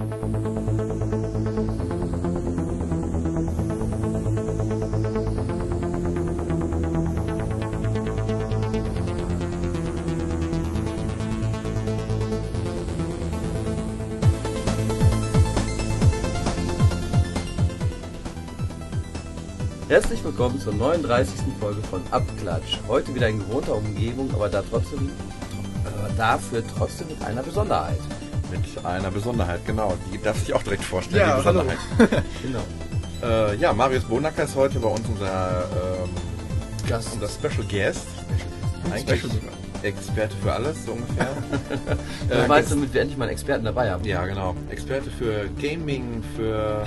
Herzlich willkommen zur 39. Folge von Abklatsch. Heute wieder in gewohnter Umgebung, aber dafür trotzdem mit einer Besonderheit. Mit einer Besonderheit, genau. Die darf sich auch direkt vorstellen, ja, die Besonderheit. Genau. Ja, Marius Bonacker ist heute bei uns unser Gast. unser Special Guest. Eigentlich Experte für alles, so ungefähr. Meinst du, damit wir endlich mal einen Experten dabei haben? Ja, genau. Experte für Gaming, für...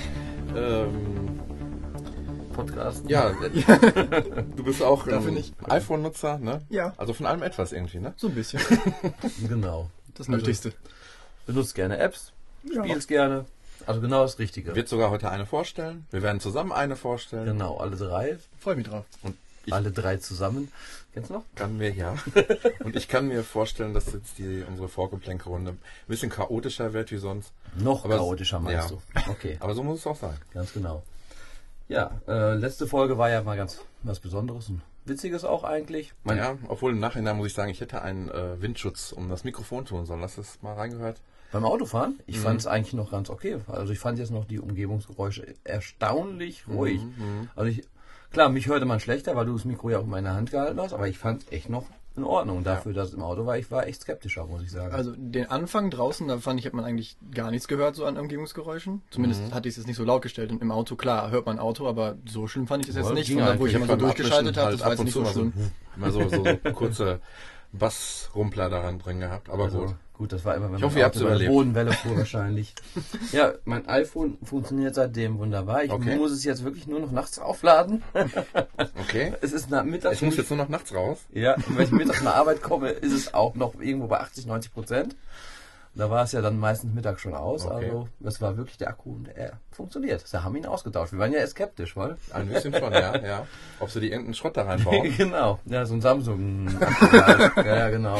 Podcast. Ja, du bist auch iPhone-Nutzer, ne? Ja. Also von allem etwas irgendwie, ne? So ein bisschen. Genau. Das Nötigste. Benutzt gerne Apps, Ja. spielst gerne. Also genau das Richtige. Wird sogar heute eine vorstellen. Wir werden zusammen eine vorstellen. Genau, alle drei. Freue mich drauf. Und ich Alle drei zusammen. Kennst du noch? kann mir, ja. Und ich kann mir vorstellen, dass jetzt unsere Vorgeplänkelrunde ein bisschen chaotischer wird wie sonst. Noch Aber chaotischer meinst ja. du? Okay, Aber so muss es auch sein. ganz genau. Ja, letzte Folge war ja mal ganz was Besonderes und Witziges auch eigentlich. Ja, obwohl im Nachhinein muss ich sagen, ich hätte einen Windschutz um das Mikrofon tun sollen. Hast du das mal reingehört? Beim Autofahren? Ich fand es eigentlich noch ganz okay. Also ich fand jetzt noch die Umgebungsgeräusche erstaunlich ruhig. Also klar, mich hörte man schlechter, weil du das Mikro ja auch in meiner Hand gehalten hast, aber ich fand es echt noch in Ordnung. Dafür, dass es im Auto war, ich war echt skeptischer, muss ich sagen. Also den Anfang draußen, da fand ich, hat man eigentlich gar nichts gehört so an Umgebungsgeräuschen. Zumindest hatte ich es jetzt nicht so laut gestellt. Und im Auto, klar, hört man Auto, aber so schlimm fand ich das Ja, jetzt nicht. ging Von da, wo ich eigentlich. immer so durchgeschaltet habe, das war ab jetzt und nicht zu so mal schlimm. immer so kurze Bassrumpler daran drin gehabt. Aber Also, gut. gut, das war immer, wenn Ich hoffe, man ihr habt's über der überlebt. Bodenwelle fuhr wahrscheinlich. Ja, mein iPhone funktioniert seitdem wunderbar. Ich Okay. muss es jetzt wirklich nur noch nachts aufladen. Okay. Es ist mittags. Ich muss jetzt nur noch nachts raus. Ja, und wenn ich mittags nach Arbeit komme, ist es auch noch irgendwo bei 80-90%. Da war es ja dann meistens mittags schon aus. Okay. Also das war wirklich der Akku und er funktioniert. Sie haben ihn ausgetauscht. Wir waren ja erst skeptisch, weil? Ein bisschen schon, ja. Ob sie die irgendeinen Schrott da reinbauen. Genau. Ja, so ein Samsung-Akku halt. Ja, genau.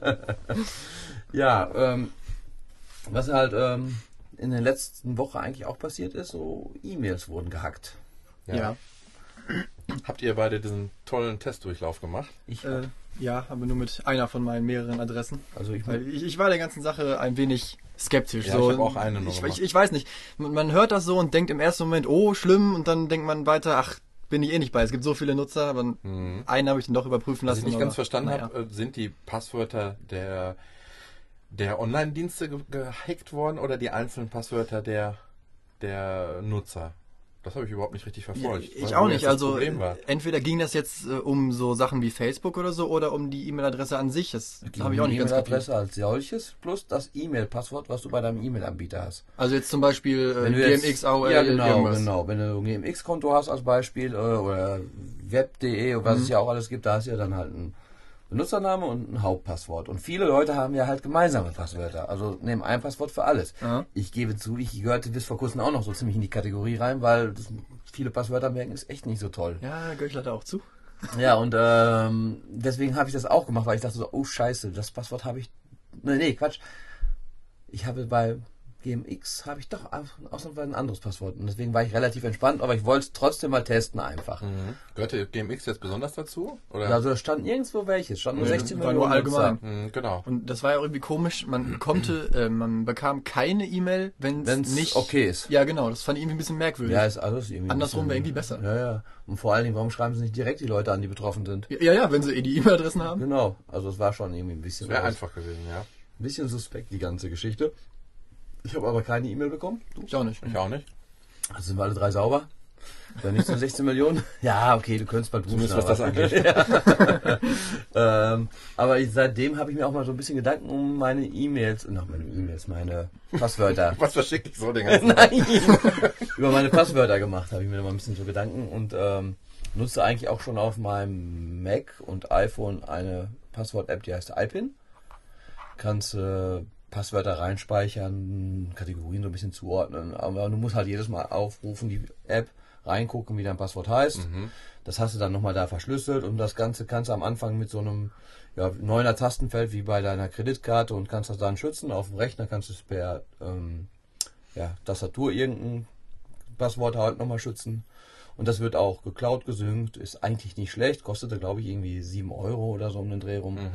Ja, was halt in der letzten Woche eigentlich auch passiert ist, so E-Mails wurden gehackt. Ja. Habt ihr beide diesen tollen Testdurchlauf gemacht? Ja, aber nur mit einer von meinen mehreren Adressen. Also Weil ich war der ganzen Sache ein wenig skeptisch. Ja, so, ich habe auch eine nur ich, gemacht. ich weiß nicht. Man hört das so und denkt im ersten Moment, oh, schlimm, und dann denkt man weiter, ach, bin ich eh nicht bei. Es gibt so viele Nutzer, aber einen habe ich dann doch überprüfen Was lassen. ich nicht ganz aber, verstanden naja. habe, sind die Passwörter der Online-Dienste gehackt worden oder die einzelnen Passwörter der Nutzer? Das habe ich überhaupt nicht richtig verfolgt. Ich auch nicht. Das Also Problem war. entweder ging das jetzt um so Sachen wie Facebook oder so oder um die E-Mail-Adresse an sich. Das habe ich auch nicht ganz kapiert. E-Mail-Adresse als solches plus das E-Mail-Passwort, was du bei deinem E-Mail-Anbieter hast. Also jetzt zum Beispiel Wenn du GMX, AOL, ja, genau, irgendwas. genau. Wenn du ein GMX-Konto hast als Beispiel oder web.de und was es ja auch alles gibt, da hast du ja dann halt ein Benutzername und ein Hauptpasswort. Und viele Leute haben ja halt gemeinsame Passwörter. Also nehmen ein Passwort für alles. Aha. Ich gebe zu, ich gehörte bis vor kurzem auch noch so ziemlich in die Kategorie rein, weil viele Passwörter merken ist echt nicht so toll. Ja, gehöre ich leider auch zu. Ja, und deswegen habe ich das auch gemacht, weil ich dachte so, oh scheiße, das Passwort habe ich... Nee, Quatsch. Ich habe bei GMX habe ich doch ausnahmsweise ein anderes Passwort. Und deswegen war ich relativ entspannt, aber ich wollte es trotzdem mal testen einfach. Gehörte GMX jetzt besonders dazu? Oder? Also da stand nirgendwo welches, stand nur 16 war Millionen nur allgemein. Nutzer. Genau. Und das war ja irgendwie komisch. Man bekam keine E-Mail, wenn Wenn's es nicht okay ist. Ja, genau. Das fand ich irgendwie ein bisschen merkwürdig. Ja, ist alles irgendwie... Andersrum ein wäre bisschen- irgendwie besser. Ja, ja. Und vor allen Dingen, warum schreiben sie nicht direkt die Leute an, die betroffen sind? Ja, wenn sie eh die E-Mail-Adressen haben. Genau, also es war schon irgendwie ein bisschen... Wäre einfach gewesen, ja. Ein bisschen suspekt, die ganze Geschichte. Ich habe aber keine E-Mail bekommen. Du? Ich auch nicht. Ich auch nicht. Also sind wir alle drei sauber? Dann nicht so 16 Millionen? Ja, okay, du könntest mal duschen. Zumindest was das angeht. Aber seitdem habe ich mir auch mal so ein bisschen Gedanken um meine meine Passwörter. Was verschickt ich so den ganzen Nein! Über meine Passwörter gemacht, habe ich mir mal ein bisschen so Gedanken und nutze eigentlich auch schon auf meinem Mac und iPhone eine Passwort-App, die heißt iPin. Kannst Passwörter reinspeichern, Kategorien so ein bisschen zuordnen, aber du musst halt jedes Mal aufrufen, die App, reingucken, wie dein Passwort heißt. Das hast du dann nochmal da verschlüsselt und das Ganze kannst du am Anfang mit so einem 9er Tastenfeld wie bei deiner Kreditkarte und kannst das dann schützen. Auf dem Rechner kannst du es per Tastatur irgendein Passwort halt nochmal schützen. Und das wird auch geklaut, gesynkt, ist eigentlich nicht schlecht, kostete glaube ich irgendwie 7 Euro oder so um den Dreh rum.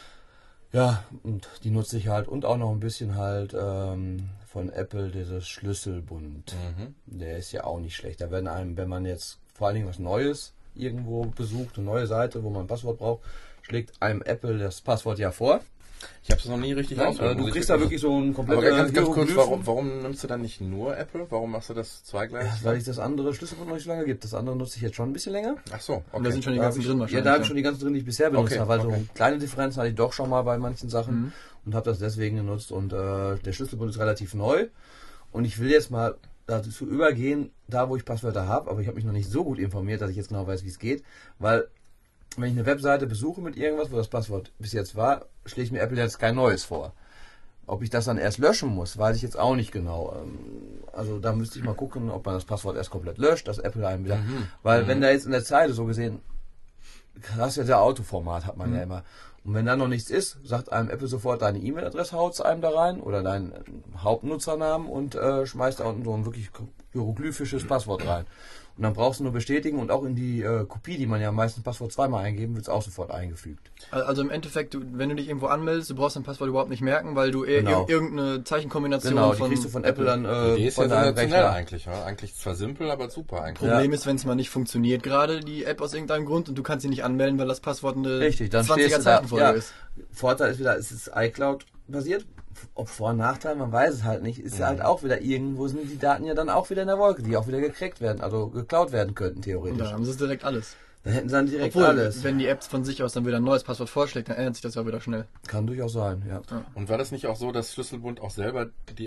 Ja, und die nutze ich halt und auch noch ein bisschen halt von Apple dieses Schlüsselbund. Der ist ja auch nicht schlecht. Da werden einem, wenn man jetzt vor allen Dingen was Neues irgendwo besucht, eine neue Seite, wo man ein Passwort braucht, schlägt einem Apple das Passwort ja vor. Ich habe es noch nie richtig ausprobiert. Du kriegst da wirklich so ein komplettes. Aber ganz kurz, warum nimmst du dann nicht nur Apple? Warum machst du das zweigleisig? Weil ich das andere Schlüsselbund noch nicht so lange gibt. Das andere nutze ich jetzt schon ein bisschen länger. Ach so, okay. Und da sind schon die ganzen drin wahrscheinlich. Ja, da habe ich schon die ganzen drin, die ich bisher benutzt habe. Weil so okay. kleine Differenzen hatte ich doch schon mal bei manchen Sachen und habe das deswegen genutzt. Und der Schlüsselbund ist relativ neu. Und ich will jetzt mal dazu übergehen, da wo ich Passwörter habe, aber ich habe mich noch nicht so gut informiert, dass ich jetzt genau weiß, wie es geht. Weil wenn ich eine Webseite besuche mit irgendwas, wo das Passwort bis jetzt war, schlägt mir Apple jetzt kein neues vor. Ob ich das dann erst löschen muss, weiß ich jetzt auch nicht genau. Also da müsste ich mal gucken, ob man das Passwort erst komplett löscht, dass Apple einem wieder... Weil wenn da jetzt in der Zeile so gesehen, das ist ja der Autoformat, hat man ja immer. Und wenn da noch nichts ist, sagt einem Apple sofort, deine E-Mail-Adresse haut einem da rein oder deinen Hauptnutzernamen und schmeißt da unten so ein wirklich hieroglyphisches Passwort rein. Und dann brauchst du nur bestätigen und auch in die Kopie, die man ja meistens Passwort zweimal eingeben, wird es auch sofort eingefügt. Also im Endeffekt, wenn du dich irgendwo anmeldest, du brauchst dein Passwort überhaupt nicht merken, weil du irgendeine Zeichenkombination die kriegst du von Apple dann die ist von ja deinem sensationell Rechner. eigentlich. Ja? Eigentlich zwar simpel, aber super eigentlich. Problem ist, wenn es mal nicht funktioniert gerade, die App aus irgendeinem Grund, und du kannst sie nicht anmelden, weil das Passwort eine Richtig, dann 20er stehst du Zeichenfolge da. ist. Vorteil ist wieder, es ist iCloud basiert. Ob Vor- und Nachteil, man weiß es halt nicht. Ist halt auch wieder irgendwo, sind die Daten ja dann auch wieder in der Wolke, die auch wieder gecrackt werden, also geklaut werden könnten Und theoretisch. dann haben sie direkt alles. Dann hätten sie dann direkt Obwohl, alles. wenn die App von sich aus dann wieder ein neues Passwort vorschlägt, dann ändert sich das ja wieder schnell. Kann durchaus sein, ja. Und war das nicht auch so, dass Schlüsselbund auch selber die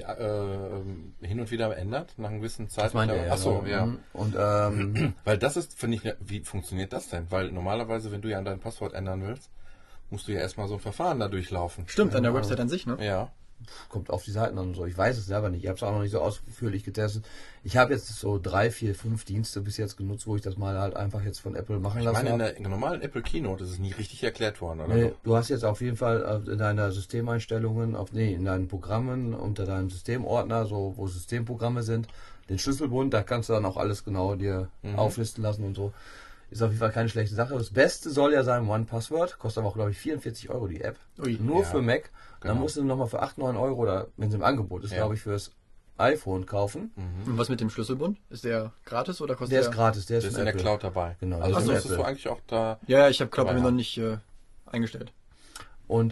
hin und wieder ändert, nach einer gewissen Zeit? Das meint er, ja. Achso, genau. ja. Und Weil das ist, finde ich, wie funktioniert das denn? Weil normalerweise, wenn du ja dein Passwort ändern willst, musst du ja erstmal so ein Verfahren da durchlaufen. Stimmt, an der Website an sich, ne? Ja. kommt auf die Seiten an und so. Ich weiß es selber nicht. Ich habe es auch noch nicht so ausführlich getestet. Ich habe jetzt so 3, 4, 5 Dienste bis jetzt genutzt, wo ich das mal halt einfach jetzt von Apple machen Ich lassen meine, habe. in der normalen Apple Keynote ist es nie richtig erklärt worden, oder? Nee, du hast jetzt auf jeden Fall in deiner Systemeinstellungen, in deinen Programmen, unter deinem Systemordner, so wo Systemprogramme sind, den Schlüsselbund, da kannst du dann auch alles genau dir auflisten lassen und so. Ist auf jeden Fall keine schlechte Sache. Das Beste soll ja sein OnePassword, kostet aber auch, glaube ich, 44 Euro die App. Ui, Nur ja, für Mac. genau. Dann musst du nochmal für 8, 9 Euro oder, wenn sie im Angebot ist, glaube ich, fürs iPhone kaufen. Und was mit dem Schlüsselbund? Ist der gratis oder kostet Der ist gratis, der ist Das ist von in der Apple. Cloud dabei. Genau, Also das ist müsstest Apple. du eigentlich auch da... Ja, ich habe glaube Aber ich ja. noch nicht eingestellt. Und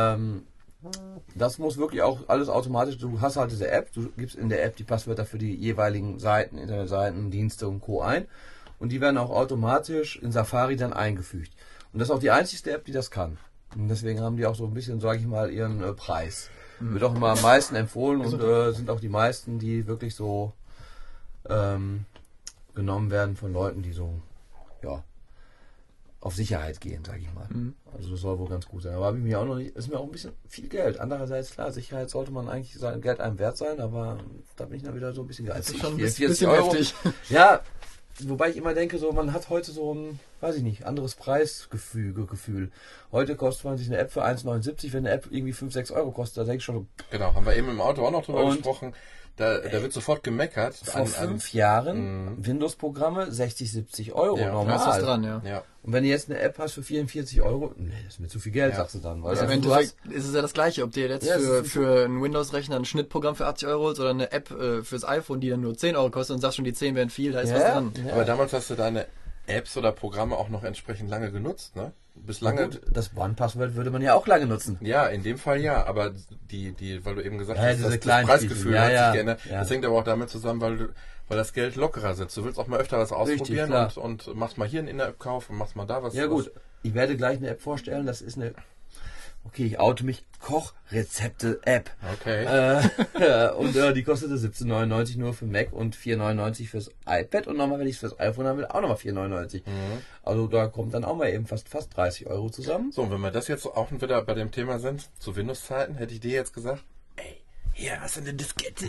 das muss wirklich auch alles automatisch, du hast halt diese App, du gibst in der App die Passwörter für die jeweiligen Seiten, Internetseiten, Dienste und Co. ein und die werden auch automatisch in Safari dann eingefügt. Und das ist auch die einzigste App, die das kann. Und deswegen haben die auch so ein bisschen, sage ich mal, ihren Preis. Wird auch immer am meisten empfohlen und sind auch die meisten, die wirklich so genommen werden von Leuten, die so, ja, auf Sicherheit gehen, sage ich mal. Also das soll wohl ganz gut sein. Aber habe ich mir auch noch nicht, ist mir auch ein bisschen viel Geld. Andererseits, klar, Sicherheit sollte man eigentlich sein Geld einem wert sein, aber da bin ich dann wieder so ein bisschen Das geizig. ist schon ein 44 bisschen Euro. heftig. Ja, wobei ich immer denke, so man hat heute so ein, weiß ich nicht, anderes Preisgefühl. Heute kostet man sich eine App für 1,79, wenn eine App irgendwie 5, 6 Euro kostet, da denke ich schon, Genau, haben wir eben im Auto auch noch drüber Und- gesprochen. Da wird sofort gemeckert. vor 5 Jahren Windows-Programme 60, 70 Euro Ja, normal. Da ist was dran, ja. Ja. Und wenn du jetzt eine App hast für 44 Euro, nee, das ist mir zu viel Geld, Ja. sagst du dann. Weil Also im du Endeffekt ist es ja das Gleiche, ob dir jetzt Ja, es ist für einen Windows-Rechner ein Schnittprogramm für 80 Euro holst oder eine App fürs iPhone, die dann nur 10 Euro kostet und sagst schon, die 10 wären viel, da ist was dran. Ja. Aber damals hast du deine Apps oder Programme auch noch entsprechend lange genutzt, ne? Bis Na lange. gut, das One-Password würde man ja auch lange nutzen. Ja, in dem Fall ja, aber weil du eben gesagt Ja, hast, diese das kleinen Preisgefühl Spielchen. Ja, hat ja, sich geändert. ja. Das hängt aber auch damit zusammen, weil das Geld lockerer sitzt. Du willst auch mal öfter was ausprobieren klar. und machst mal hier einen In-App-Kauf und machst mal da was. Ja gut, ich werde gleich eine App vorstellen, das ist eine, okay, ich oute mich, Kochrezepte-App. Okay. Und die kostete 17,99 nur für Mac und 4,99 fürs iPad und nochmal, wenn ich es fürs iPhone haben will, auch nochmal 4,99. Also da kommt dann auch mal eben fast 30 Euro zusammen. So, und wenn wir das jetzt auch wieder bei dem Thema sind, zu Windows-Zeiten, hätte ich dir jetzt gesagt, hier, hast du eine Diskette?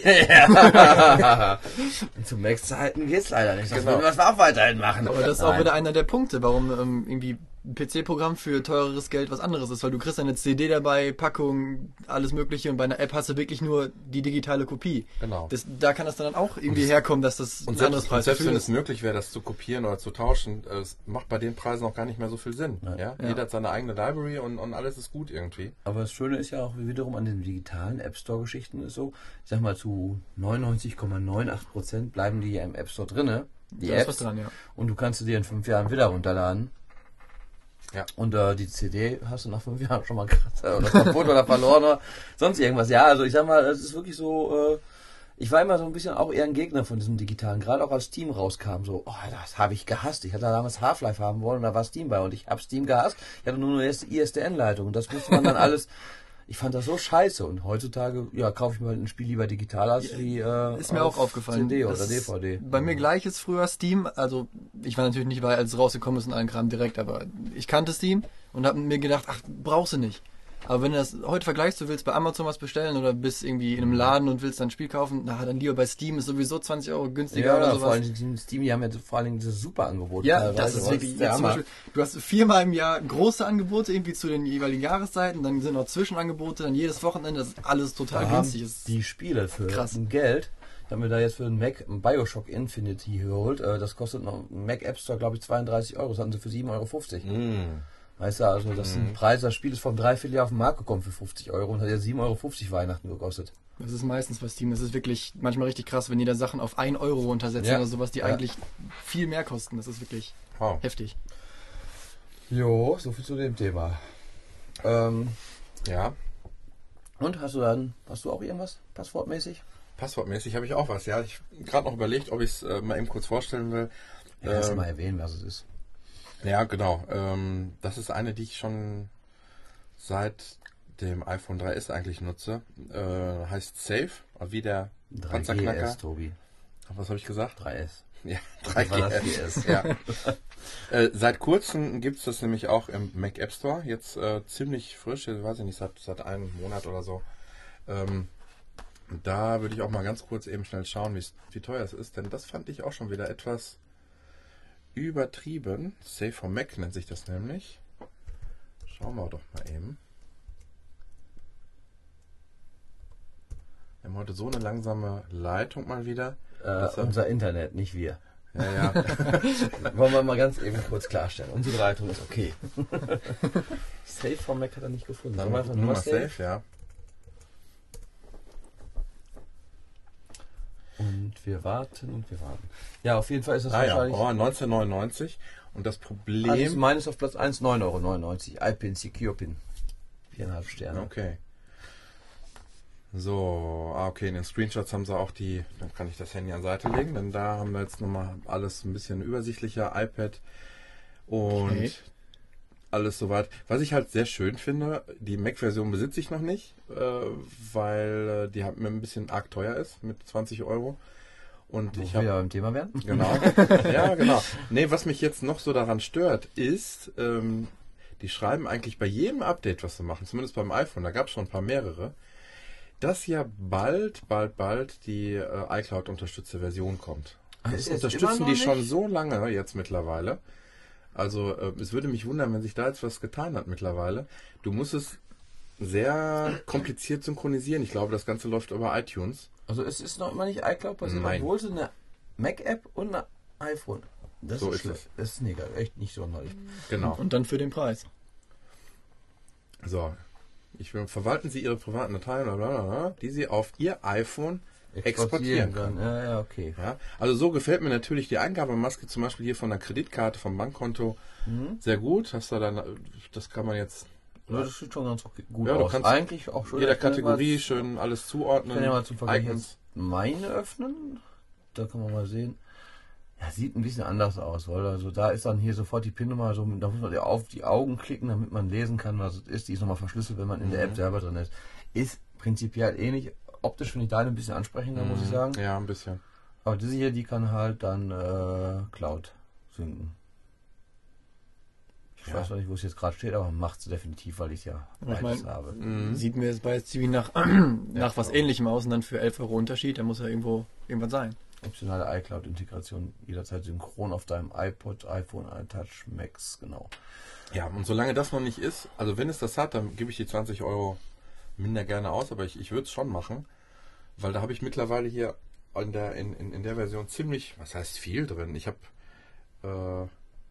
Und zu Mac-Zeiten geht's leider nicht. Das Genau. würden wir es auch weiterhin machen. Aber das ist auch Nein. wieder einer der Punkte, warum irgendwie ein PC-Programm für teureres Geld was anderes ist, weil du kriegst eine CD dabei, Packung, alles mögliche und bei einer App hast du wirklich nur die digitale Kopie. Genau. Da kann das dann auch irgendwie herkommen, dass das ein anderes Preis selbst wenn ist. es möglich wäre, das zu kopieren oder zu tauschen, es macht bei den Preisen auch gar nicht mehr so viel Sinn. Ja? Jeder hat seine eigene Library und alles ist gut irgendwie. Aber das Schöne ist ja auch wiederum an den digitalen App Store-Geschichten ist so, ich sag mal zu 99,98% bleiben die ja im App Store drinne, die Da ist Apps, was dran, ja. und du kannst sie dir in 5 Jahren wieder runterladen. Ja. Und die CD hast du nach 5 Jahren schon mal oder kaputt oder verloren oder sonst irgendwas. Ja, also ich sag mal, es ist wirklich so, ich war immer so ein bisschen auch eher ein Gegner von diesem Digitalen, gerade auch als Steam rauskam, so, oh, das habe ich gehasst. Ich hatte damals Half-Life haben wollen und da war Steam bei und ich habe Steam gehasst. Ich hatte nur eine ISDN-Leitung und das musste man dann alles, ich fand das so scheiße und heutzutage, ja, kaufe ich mir halt ein Spiel lieber digital als wie ist mir auch aufgefallen. CD oder Das DVD. Bei mir gleich ist früher Steam, also ich war natürlich nicht bei, als es rausgekommen ist und allen Kram direkt, aber ich kannte Steam und habe mir gedacht, ach, brauchst du nicht. Aber wenn du das heute vergleichst, du willst bei Amazon was bestellen oder bist irgendwie in einem Laden und willst dann ein Spiel kaufen, na, dann lieber bei Steam, ist sowieso 20 € günstiger oder sowas. Vor allem Steam, die haben ja vor allem dieses super Angebot. Ja, das ist wirklich, der zum Beispiel, du hast 4-mal im Jahr große Angebote, irgendwie zu den jeweiligen Jahreszeiten, dann sind noch Zwischenangebote, dann jedes Wochenende, das ist alles total günstig. Die Spiele für krass. ein Geld. Ich habe mir da jetzt für den Mac ein Bioshock Infinity geholt. Das kostet noch im Mac App Store, glaube ich, 32 €. Das hatten sie für 7,50 €. Weißt du, also das sind Preise, das Spiel ist vom Dreivierteljahr auf den Markt gekommen für 50 € und hat ja 7,50 € Weihnachten gekostet. Das ist meistens bei Steam, das ist wirklich manchmal richtig krass, wenn die da Sachen auf 1 € runtersetzen oder sowas, die eigentlich viel mehr kosten. Das ist wirklich heftig. Jo, so viel zu dem Thema. Ja. Und hast du auch irgendwas passwortmäßig? Passwortmäßig habe ich auch was, ja. Ich habe gerade noch überlegt, ob ich es mal eben kurz vorstellen will. Ja, kannst du mal erwähnen, was es ist. Ja, genau. Das ist eine, die ich schon seit dem iPhone 3S eigentlich nutze. Heißt Safe, wie der Panzerknacker. 3GS, Tobi. Was habe ich gesagt? 3S. Ja, Das war das 3GS. Ja. Seit kurzem gibt es das nämlich auch im Mac App Store. Jetzt ziemlich frisch, weiß ich nicht, seit einem Monat oder so. Da würde ich auch mal ganz kurz eben schnell schauen, wie teuer es ist, denn das fand ich auch schon wieder etwas übertrieben. Safe for Mac nennt sich das nämlich. Schauen wir doch mal eben. Wir haben heute so eine langsame Leitung mal wieder. Unser Internet, nicht wir. Ja. Wollen wir mal ganz eben kurz klarstellen. Unsere Leitung ist okay. Safe for Mac hat er nicht gefunden. Dann einfach nur mal Safe, ja. Und wir warten. Ja, auf jeden Fall ist das wahrscheinlich... Ja, 1999. Und das Problem... Also meines auf Platz 1, 9,99 €. iPin Secure Pin. 4,5 Sterne. Okay. So, okay, in den Screenshots haben sie auch dann kann ich das Handy an Seite legen, denn da haben wir jetzt nochmal alles ein bisschen übersichtlicher, iPad und alles soweit. Was ich halt sehr schön finde, die Mac-Version besitze ich noch nicht, weil die halt mir ein bisschen arg teuer ist, mit 20 €. Und ich habe ja beim Thema werden. Genau. Ja, genau. Nee, was mich jetzt noch so daran stört, ist, die schreiben eigentlich bei jedem Update, was sie machen, zumindest beim iPhone, da gab es schon ein paar mehrere, dass ja bald die iCloud-unterstützte Version kommt. Das unterstützen die schon so lange jetzt mittlerweile. Also es würde mich wundern, wenn sich da jetzt was getan hat mittlerweile. Du musst es sehr kompliziert synchronisieren. Ich glaube, das Ganze läuft über iTunes. Also es ist noch immer nicht iCloud-basiert, obwohl es eine Mac-App und ein iPhone. Das so ist ist schlecht. es. Das ist echt nicht sonderlich. Genau. Und dann für den Preis. So. Verwalten Sie Ihre privaten Dateien, die Sie auf Ihr iPhone exportieren können. Ja, okay. Ja, also so gefällt mir natürlich die Eingabemaske zum Beispiel hier von der Kreditkarte, vom Bankkonto sehr gut. Hast du dann, das kann man jetzt... Ja, das sieht schon ganz gut ja, du aus. kannst eigentlich auch schon jeder Kategorie schön alles zuordnen. Ich kann ja mal zum Vergleich jetzt meine öffnen. Da kann man mal sehen. Ja, sieht ein bisschen anders aus, weil also da ist dann hier sofort die PIN-Nummer, so, da muss man ja auf die Augen klicken, damit man lesen kann, was es ist. Die ist nochmal verschlüsselt, wenn man in der App selber drin ist. Ist prinzipiell ähnlich. Optisch finde ich deine ein bisschen ansprechender, muss ich sagen. Ja, ein bisschen. Aber diese hier, die kann halt dann Cloud synken. Ich weiß noch nicht, wo es jetzt gerade steht, aber macht es definitiv, weil ich ja beides habe. Sieht mir jetzt bei Stevie nach was Ähnlichem aus und dann für 11 € Unterschied, da muss ja irgendwas sein. Optionale iCloud-Integration jederzeit synchron auf deinem iPod, iPhone, iTouch, Macs, genau. Ja, und solange das noch nicht ist, also wenn es das hat, dann gebe ich die 20 Euro minder gerne aus, aber ich würde es schon machen, weil da habe ich mittlerweile hier in der Version ziemlich, was heißt viel drin? Ich habe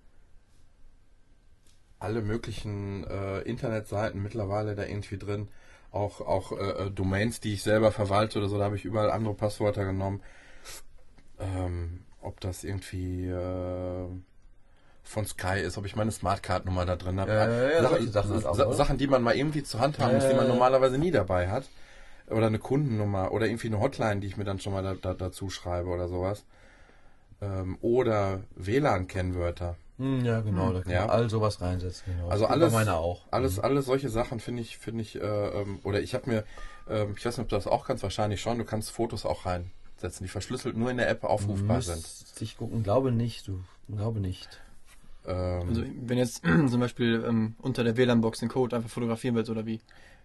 alle möglichen Internetseiten mittlerweile da irgendwie drin, auch Domains, die ich selber verwalte oder so, da habe ich überall andere Passwörter genommen. Ob das irgendwie von Sky ist, ob ich meine Smartcard-Nummer da drin habe. solche Sachen halt auch, oder? Sachen, die man mal irgendwie zur Hand haben muss, die man normalerweise nie dabei hat. Oder eine Kundennummer oder irgendwie eine Hotline, die ich mir dann schon mal dazu schreibe oder sowas. Oder WLAN-Kennwörter. Ja, genau, da kann Ja. man all sowas reinsetzen. Genau. Also Das geht bei alles, meiner auch. alles solche Sachen finde ich, oder ich habe mir, ich weiß nicht, ob du das auch kannst, wahrscheinlich schon, du kannst Fotos auch reinsetzen, die verschlüsselt nur in der App aufrufbar sind. Müsste ich gucken, glaube nicht. Also wenn jetzt zum Beispiel unter der WLAN-Box den Code einfach fotografieren willst oder wie?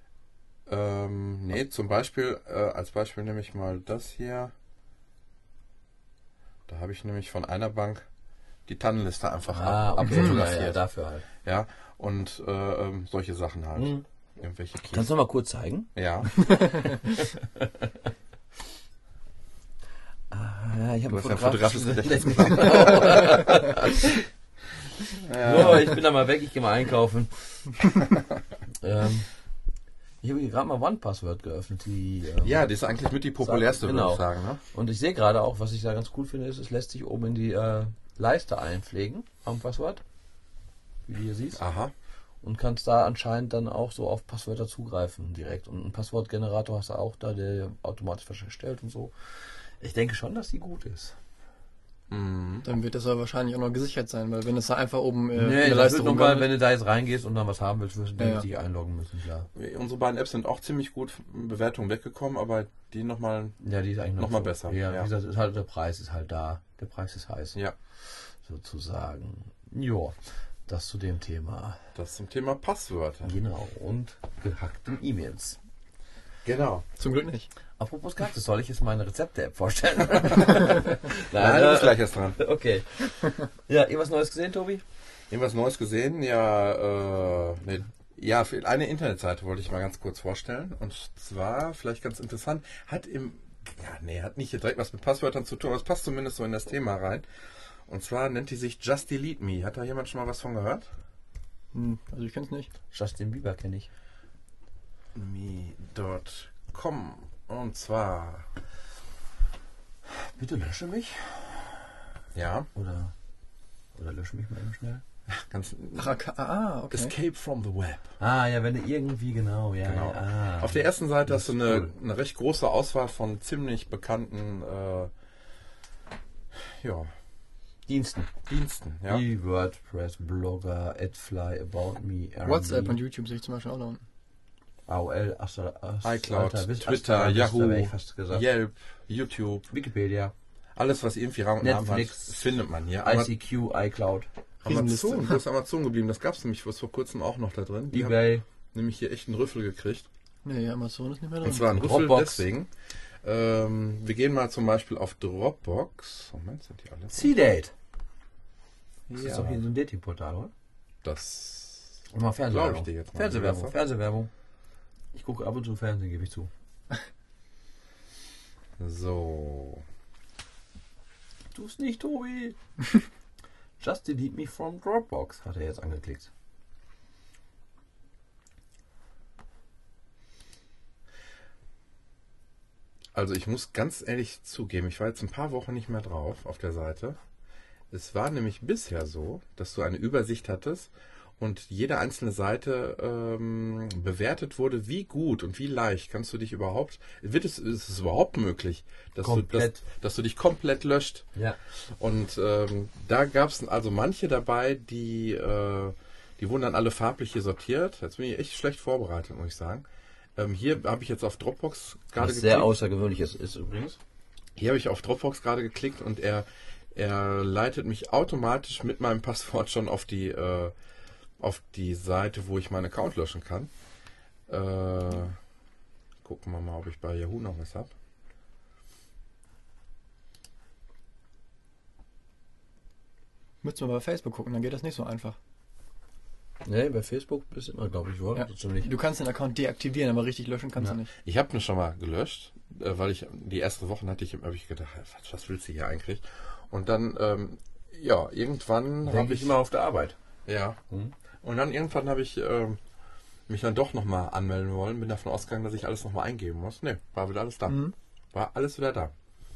Nee, zum Beispiel, als Beispiel nehme ich mal das hier. Da habe ich nämlich von einer Bank die Tannenliste einfach abfotografiert. Ja, dafür halt. Ja, und solche Sachen halt. Irgendwelche Keys. Kannst du noch mal kurz zeigen? Ja. Ja, ich habe Du hast ja fotografisches Gedächtnis. So, ich bin da mal weg, ich gehe mal einkaufen. Ich habe hier gerade mal OnePassword geöffnet. Ja, die ist eigentlich mit die populärste, würde Genau. ich sagen. Ne? Und ich sehe gerade auch, was ich da ganz cool finde, ist, es lässt sich oben in die Leiste einpflegen, am Passwort, wie du hier siehst. Aha. Und kannst da anscheinend dann auch so auf Passwörter zugreifen direkt. Und einen Passwortgenerator hast du auch da, der automatisch erstellt und so. Ich denke schon, dass die gut ist. Dann wird das aber wahrscheinlich auch noch gesichert sein, weil wenn es da einfach oben in Nee, der das Leiste wird nochmal, rumgammelt. wenn du da jetzt reingehst und dann was haben willst, wirst du Ja. dich einloggen müssen, klar. Unsere beiden Apps sind auch ziemlich gut Bewertungen weggekommen, aber die nochmal. Ja, die ist eigentlich Noch mal so. besser, Ja, ja. wie gesagt, ist halt, der Preis ist halt da. Der Preis ist heiß. Ja, Sozusagen. Jo, das zu dem Thema. das zum Thema Passwörter. Genau. Und gehackten E-Mails. Genau. Zum Glück nicht. Apropos Gehacktes, soll ich jetzt meine Rezepte-App vorstellen? Nein, du bist gleich erst dran. Okay. Ja, irgendwas Neues gesehen, Tobi? Irgendwas Neues gesehen? Ja, ja, für eine Internetseite wollte ich mal ganz kurz vorstellen. Und zwar, vielleicht ganz interessant, hat nicht direkt was mit Passwörtern zu tun, aber es passt zumindest so in das Thema rein. Und zwar nennt die sich Just Delete Me. Hat da jemand schon mal was von gehört? Also ich kenne es nicht. Justin Bieber kenne ich. Me.com. Und zwar, Bitte lösche mich. ja, Oder lösche mich mal eben schnell. ganz Okay. Escape from the Web. Ah, ja, wenn du irgendwie, genau, ja. Genau. Ja. Auf der ersten Seite Das hast du ist eine, cool. eine recht große Auswahl von ziemlich bekannten Diensten. Diensten. Ja. Wie WordPress, Blogger, AdFly, About Me, R&B, WhatsApp und YouTube sehe ich zum Beispiel auch noch unten. AOL, iCloud, Alter, Twitter, Vista, Yahoo, hätte ich fast gesagt. Yelp, YouTube, Wikipedia, alles was irgendwie Rang und Namen hat, Netflix, findet man hier. Aber ICQ, iCloud, Amazon, wo ist Amazon geblieben? Das gab es nämlich vor kurzem auch noch da drin. Die haben eBay, nämlich hier echt einen Rüffel gekriegt. Nee, Amazon ist nicht mehr drin. Und zwar ein Rüffel Dropbox. deswegen. Wir gehen mal zum Beispiel auf Dropbox. Moment, sind die alle? C-Date. Das Ja, ist doch hier so ein Datingportal, oder? das Und mal Fernsehwerbung. Glaub ich dir jetzt mal. Fernsehwerbung, Fernsehwerbung. Ich gucke ab und zu Fernsehen, gebe ich zu. so. Tu's nicht, Tobi. Just delete me from Dropbox, hat er jetzt angeklickt. Also ich muss ganz ehrlich zugeben, ich war jetzt ein paar Wochen nicht mehr drauf auf der Seite. Es war nämlich bisher so, dass du eine Übersicht hattest und jede einzelne Seite bewertet wurde, wie gut und wie leicht kannst du dich überhaupt, ist es überhaupt möglich, dass du dich komplett löscht. Ja. Und da gab es also manche dabei, die wurden dann alle farblich hier sortiert. Jetzt bin ich echt schlecht vorbereitet, muss ich sagen. Hier habe ich jetzt auf Dropbox gerade Was sehr außergewöhnlich ist übrigens. Hier habe ich auf Dropbox gerade geklickt und er leitet mich automatisch mit meinem Passwort schon auf die Seite, wo ich meinen Account löschen kann. Gucken wir mal, ob ich bei Yahoo noch was habe. Müsste man bei Facebook gucken, dann geht das nicht so einfach. Nee, bei Facebook bist du immer, glaube ich, oder? Ja. Du kannst den Account deaktivieren, aber richtig löschen kannst du nicht. Ich habe ihn schon mal gelöscht, weil ich die erste Woche habe ich gedacht, was willst du hier eigentlich? Und dann, irgendwann habe ich immer auf der Arbeit. Ja. Und dann irgendwann habe ich mich dann doch nochmal anmelden wollen. Bin davon ausgegangen, dass ich alles nochmal eingeben muss. Ne, war wieder alles da. War alles wieder da.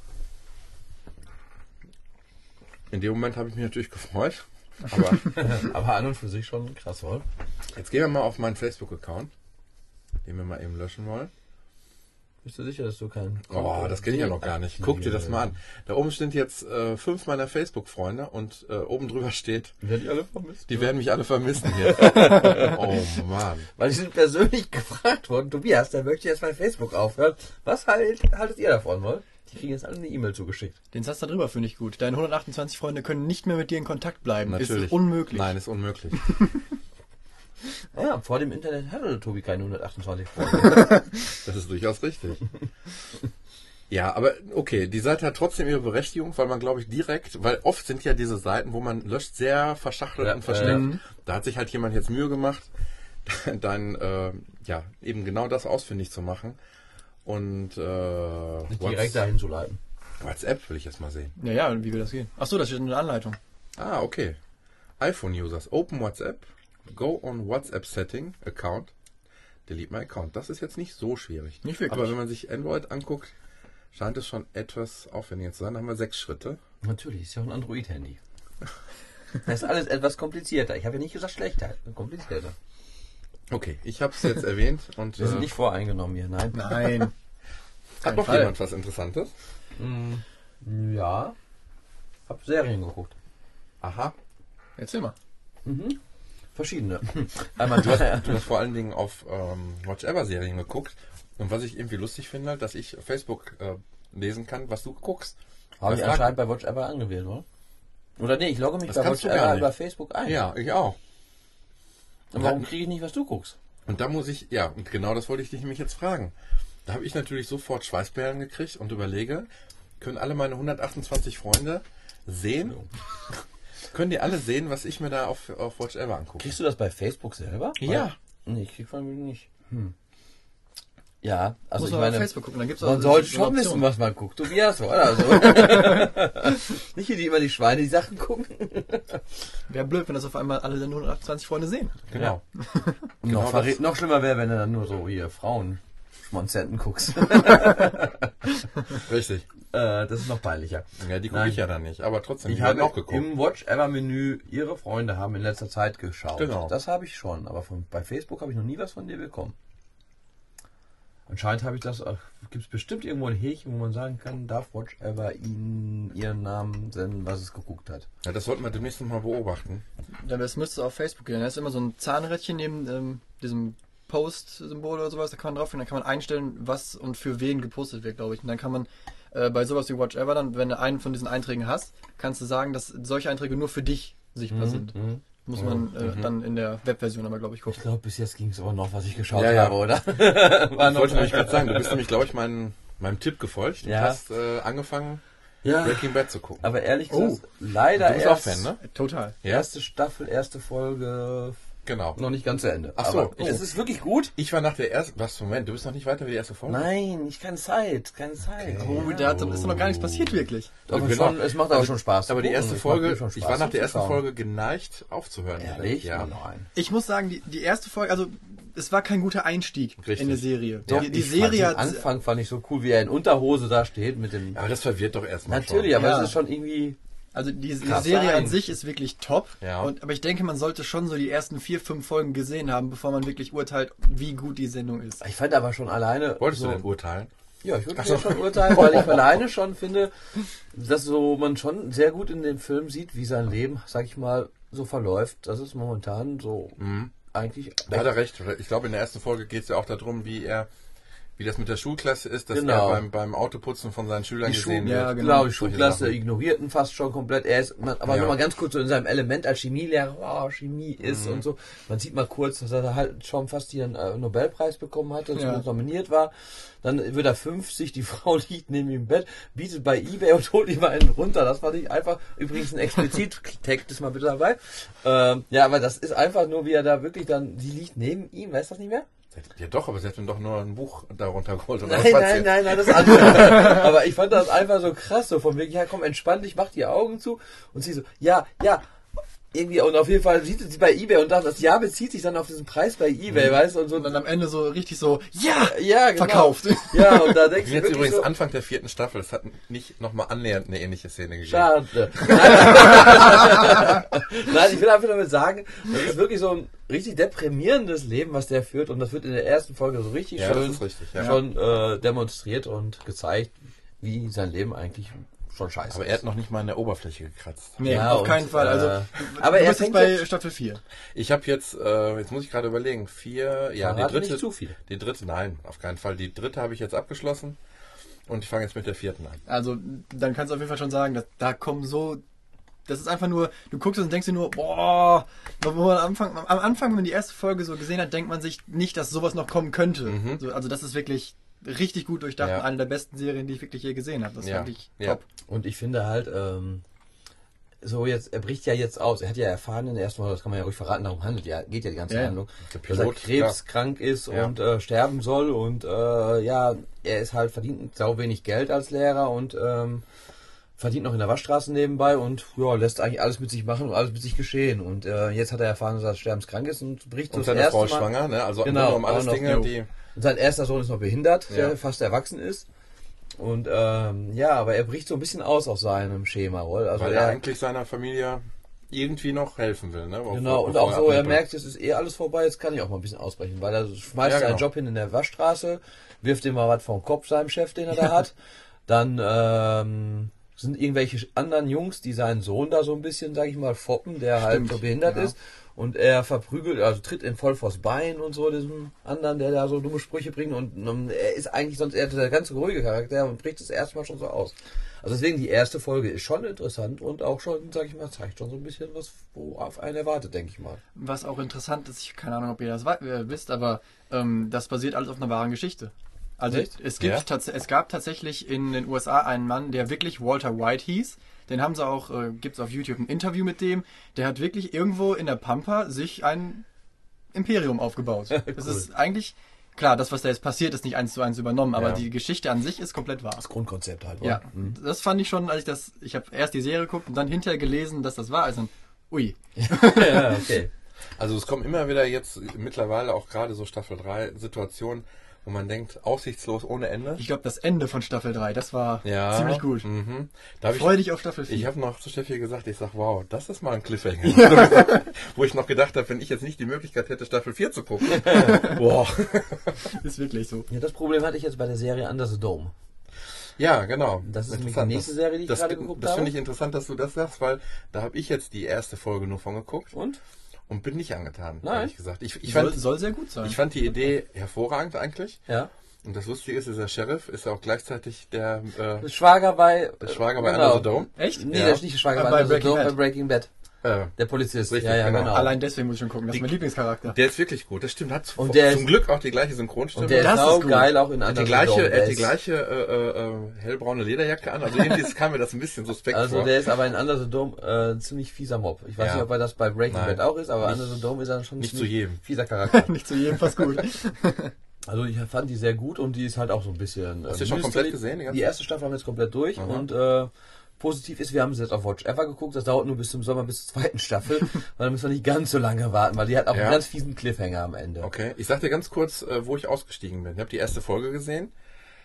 In dem Moment habe ich mich natürlich gefreut. Aber an und für sich schon krass, oder? Jetzt gehen wir mal auf meinen Facebook-Account, den wir mal eben löschen wollen. Bist du sicher, dass du keinen... Oh, das kenne ich ja noch gar nicht. Guck dir das mal an. Da oben sind jetzt 5 meiner Facebook-Freunde und oben drüber steht... Werden die alle vermisst? Die werden mich alle vermissen hier. Oh Mann. Weil die sind persönlich gefragt worden, Tobias, da möchte ich jetzt mein Facebook aufhören. Was haltet ihr davon, wohl? Die kriegen jetzt alle eine E-Mail zugeschickt. Den Satz da drüber finde ich gut. Deine 128 Freunde können nicht mehr mit dir in Kontakt bleiben. Natürlich. Ist unmöglich. Nein, ist unmöglich. Ja, vor dem Internet hatte Tobi keine 128 Freunde. Das ist durchaus richtig. Ja, aber okay, die Seite hat trotzdem ihre Berechtigung, weil man, glaube ich, direkt, weil oft sind ja diese Seiten, wo man löscht, sehr verschachtelt und versteckt. Da hat sich halt jemand jetzt Mühe gemacht, dann eben genau das ausfindig zu machen. Und direkt dahin zu leiten. WhatsApp will ich jetzt mal sehen. Ja, wie will das gehen? Achso, das steht in der Anleitung. Ah, okay. iPhone-Users, open WhatsApp, go on WhatsApp Setting, Account, delete my account. Das ist jetzt nicht so schwierig. Nicht wirklich. Aber wenn man sich Android anguckt, scheint es schon etwas aufwendiger zu sein. Da haben wir 6 Schritte. Natürlich, ist ja auch ein Android-Handy. Das ist alles etwas komplizierter. Ich habe ja nicht gesagt schlechter, komplizierter. Okay, ich habe es jetzt erwähnt. Und wir sind nicht voreingenommen hier, nein. Nein. Hat noch jemand was Interessantes? Ja. Hab Serien geguckt. Aha. Erzähl mal. Verschiedene. Du hast vor allen Dingen auf Watch-Ever-Serien geguckt. Und was ich irgendwie lustig finde, dass ich auf Facebook lesen kann, was du guckst. Habe ich anscheinend bei Watch Ever angewählt, oder? Oder nee, ich logge mich Das bei kannst Watch du gar Ever nicht. über Facebook ein. Ja, ich auch. Und warum kriege ich nicht, was du guckst? Und da muss ich, und genau das wollte ich dich nämlich jetzt fragen. Da habe ich natürlich sofort Schweißperlen gekriegt und überlege, können alle meine 128 Freunde sehen? Können die alle sehen, was ich mir da auf Watch Ever angucke? Kriegst du das bei Facebook selber? Ja. Nee, ich krieg von mir nicht. Ja, also Muss ich man meine, auf Facebook gucken, dann gibt's man auch sollte so schon eine Option. wissen, was man guckt. Tobias, oder? Also. Nicht hier, die immer die Schweine die Sachen gucken. Wäre blöd, wenn das auf einmal alle deine 128 Freunde sehen. Genau. Noch schlimmer wäre, wenn du dann nur so hier Frauen Schmonzenten guckst. Richtig. Das ist noch peinlicher. Ja, die gucke ich ja dann nicht, aber trotzdem, Ich die werden habe auch geguckt. im Watch Ever Menü ihre Freunde haben in letzter Zeit geschaut. Genau. Das habe ich schon, aber bei Facebook habe ich noch nie was von dir bekommen. Anscheinend habe ich das, gibt es bestimmt irgendwo ein Häkchen, wo man sagen kann, darf Watch Ever Ihnen Ihren Namen senden, was es geguckt hat. Ja, das sollten wir demnächst noch mal beobachten. Das müsste auf Facebook gehen. Da ist immer so ein Zahnrädchen neben diesem Post-Symbol oder sowas. Da kann man draufgehen, dann kann man einstellen, was und für wen gepostet wird, glaube ich. Und dann kann man bei sowas wie Watch Ever, dann, wenn du einen von diesen Einträgen hast, kannst du sagen, dass solche Einträge nur für dich sichtbar sind. Muss man dann in der Webversion aber, glaube ich, gucken. Ich glaube, bis jetzt ging es aber noch, was ich geschaut Ja. habe, oder? Ich wollte nämlich gerade sagen, du bist nämlich, glaube ich, meinem Tipp gefolgt und hast angefangen, Ja, Breaking Bad zu gucken. aber ehrlich gesagt, leider Du bist auch Fan, ne? Total. Ja? Erste Staffel, erste Folge, Genau. noch nicht ganz zu Ende. Ach so. Aber es ist wirklich gut. Ich war nach der ersten... Moment, du bist noch nicht weiter wie die erste Folge? Nein, keine Zeit. Oh, da ist doch noch gar nichts passiert, wirklich. Aber Genau. schon, es macht aber schon Spaß. Aber die erste Folge, ich war nach der ersten Folge Folge geneigt aufzuhören. Ehrlich? Ja. Nein. Ich muss sagen, die erste Folge, also es war kein guter Einstieg Richtig. in eine Serie. Doch, Die ich Serie fand hat... den Anfang fand ich so cool, wie er in Unterhose da steht mit dem... Aber das verwirrt doch erstmal Natürlich, schon. aber Ja. es ist schon irgendwie... Also die Krass Serie sein. an sich ist wirklich top. Ja. Aber ich denke, man sollte schon so die ersten 4-5 Folgen gesehen haben, bevor man wirklich urteilt, wie gut die Sendung ist. Ich fand aber schon alleine... Wolltest so, du denn urteilen? Ja, ich würde schon urteilen, weil ich alleine schon finde, dass so man schon sehr gut in dem Film sieht, wie sein Leben, sag ich mal, so verläuft. Das ist momentan so eigentlich... Da hat er recht. Ich glaube, in der ersten Folge geht es ja auch darum, wie er Wie das mit der Schulklasse ist, dass Genau. er beim Autoputzen von seinen Schülern Die gesehen Schul- wird. Ja, genau, die Solche Schulklasse Sachen. ignoriert ihn fast schon komplett. Er ist, aber Ja. nur mal ganz kurz so in seinem Element als Chemielehrer, Chemie ist Mhm. und so. Man sieht mal kurz, dass er halt schon fast hier einen Nobelpreis bekommen hatte, Ja. nominiert war. Dann wird er 50, die Frau liegt neben ihm im Bett, bietet bei eBay und holt ihm mal einen runter. Das fand ich einfach, übrigens ein Explizit-Tag ist mal bitte dabei. Ja, aber das ist einfach nur, wie er da wirklich dann, die liegt neben ihm, weißt du das nicht mehr? Ja doch, aber sie hat ihm doch nur ein Buch darunter geholt. Oder Nein, was war nein, sie? nein, nein, das andere. Aber ich fand das einfach so krass, so von wegen, ja komm, entspann dich, mach die Augen zu. Und sie so, ja, irgendwie, und auf jeden Fall sieht sie bei eBay und das Ja bezieht sich dann auf diesen Preis bei eBay, weißt du, und so. Und dann am Ende so richtig so, ja, Ja, genau. verkauft. Ja, und da Wir denkst sind du jetzt wirklich übrigens so, Anfang der 4. Staffel. Es hat nicht nochmal annähernd eine ähnliche Szene gegeben. schade. Nein, ich will einfach damit sagen, das ist wirklich so ein richtig deprimierendes Leben, was der führt, und das wird in der ersten Folge so richtig Ja, das schön ist richtig, ja. schon demonstriert und gezeigt, wie sein Leben eigentlich schon scheiße Aber er hat noch nicht mal an der Oberfläche gekratzt. Nee, Ja, auf und, keinen Fall. Also, aber du er bist jetzt fängt bei jetzt- Staffel 4. Ich habe jetzt muss ich gerade überlegen, 4, ja, die Verrate dritte. nicht zu viel. Die dritte, nein, auf keinen Fall. Die dritte habe ich jetzt abgeschlossen und ich fange jetzt mit der 4. an. Also, dann kannst du auf jeden Fall schon sagen, dass da kommen so. Das ist einfach nur, du guckst es und denkst dir nur, boah, wo man am Anfang, wenn man die erste Folge so gesehen hat, denkt man sich nicht, dass sowas noch kommen könnte. So, also, das ist wirklich richtig gut durchdacht. Ja. Eine der besten Serien, die ich wirklich je gesehen habe. Das ist Ja. wirklich Ja. top. Und ich finde halt, so jetzt, er bricht ja jetzt aus. Er hat ja erfahren in der ersten Folge, das kann man ja ruhig verraten, darum geht ja die ganze Ja. Handlung, Der dass er Pilot, krebskrank ist Ja. und sterben soll, und ja, er ist halt, verdient sau wenig Geld als Lehrer und verdient noch in der Waschstraße nebenbei und ja, lässt eigentlich alles mit sich machen und alles mit sich geschehen. Und jetzt hat er erfahren, dass er sterbenskrank ist und bricht Und so das seine erste Frau ist Mal. schwanger, ne? Also Genau, um alles auch noch, Dinge, jo. die... Und sein erster Sohn ist noch behindert, Ja. der fast erwachsen ist. Und ja, aber er bricht so ein bisschen aus seinem Schema, wohl. Also Weil er eigentlich seiner Familie irgendwie noch helfen will, ne? genau, und Bevor auch so, er abnippelt. merkt, jetzt ist alles vorbei, jetzt kann ich auch mal ein bisschen ausbrechen, weil er schmeißt Ja, seinen genau. Job hin in der Waschstraße, wirft ihm mal was vom Kopf seinem Chef, den er da hat. Dann sind irgendwelche anderen Jungs, die seinen Sohn da so ein bisschen, sag ich mal, foppen, der halt so behindert ja. ist. Und er verprügelt, also tritt ihn voll vors Bein und so, diesem anderen, der da so dumme Sprüche bringt. Und er ist eigentlich sonst eher der ganz ruhige Charakter und bricht es erstmal schon so aus. Also deswegen, die erste Folge ist schon interessant und auch schon, sag ich mal, zeigt schon so ein bisschen was, wo auf einen erwartet, denke ich mal. Was auch interessant ist, ich keine Ahnung, ob ihr das wisst, aber das basiert alles auf einer wahren Geschichte. Also Echt? es gab tatsächlich in den USA einen Mann, der wirklich Walter White hieß. Den haben sie auch, gibt's auf YouTube ein Interview mit dem. Der hat wirklich irgendwo in der Pampa sich ein Imperium aufgebaut. Das ist eigentlich, klar, das, was da jetzt passiert, ist nicht 1:1 übernommen, aber Ja. die Geschichte an sich ist komplett wahr. Das Grundkonzept halt. Ja, oder? Mhm. das fand ich schon, ich habe erst die Serie geguckt und dann hinterher gelesen, dass das wahr ist. Und, ui. Ja, okay. Also es kommen immer wieder jetzt mittlerweile auch gerade so Staffel 3 Situationen, wo man denkt, aussichtslos ohne Ende. Ich glaube, das Ende von Staffel 3, das war Ja. ziemlich gut. Mhm. Da hab Freu dich auf Staffel 4. Ich habe noch zu Steffi gesagt, ich sag, wow, das ist mal ein Cliffhanger. Wo ich noch gedacht habe, wenn ich jetzt nicht die Möglichkeit hätte, Staffel 4 zu gucken. Boah. Ist wirklich so. Ja, das Problem hatte ich jetzt bei der Serie Under the Dome. Ja, genau. Das ist nämlich Interessant. die nächste Serie, die ich das, gerade geguckt Das habe. finde ich interessant, dass du das sagst, weil da habe ich jetzt die erste Folge nur von geguckt Und? und bin nicht angetan, Nein. ehrlich gesagt. Ich Soll, fand sehr gut sein. ich fand die Idee hervorragend eigentlich. Ja. Und das Lustige ist, dieser Sheriff ist ja auch gleichzeitig der Schwager bei... Schwager bei genau. Under the Dome. Echt? Nee, Ja. der ist nicht der Schwager Bei bei Under the Breaking Dome, Bad. bei Breaking Bad. Der Polizist. Richtig, ja, genau. genau. Allein deswegen muss ich schon gucken. Das ist mein Lieblingscharakter. Der ist wirklich gut, das stimmt. Hat Und der zum ist- Glück auch die gleiche Synchronstimme. Und der Das ist ist auch gut. geil, auch in Er hat Under die the Dome. gleiche, Der ist- hellbraune Lederjacke an. Also irgendwie kam mir das ein bisschen suspekt Also vor. der ist aber in Under the Dome ein ziemlich fieser Mob. Ich weiß Ja. nicht, ob er das bei Breaking Nein. Bad auch ist, aber Nicht- Under the Dome ist er schon ein nicht ziemlich zu jedem. fieser Charakter. Nicht zu jedem fast gut. Also ich fand die sehr gut und die ist halt auch so ein bisschen... Hast du schon komplett gesehen, die ganze Die erste Staffel haben wir jetzt komplett durch Aha. und positiv ist, wir haben sie jetzt auf Watch Ever geguckt, das dauert nur bis zum Sommer, bis zur zweiten Staffel, weil da müssen wir nicht ganz so lange warten, weil die hat auch Ja. einen ganz fiesen Cliffhanger am Ende. Okay, ich sag dir ganz kurz, wo ich ausgestiegen bin. Ich habe die erste Folge gesehen.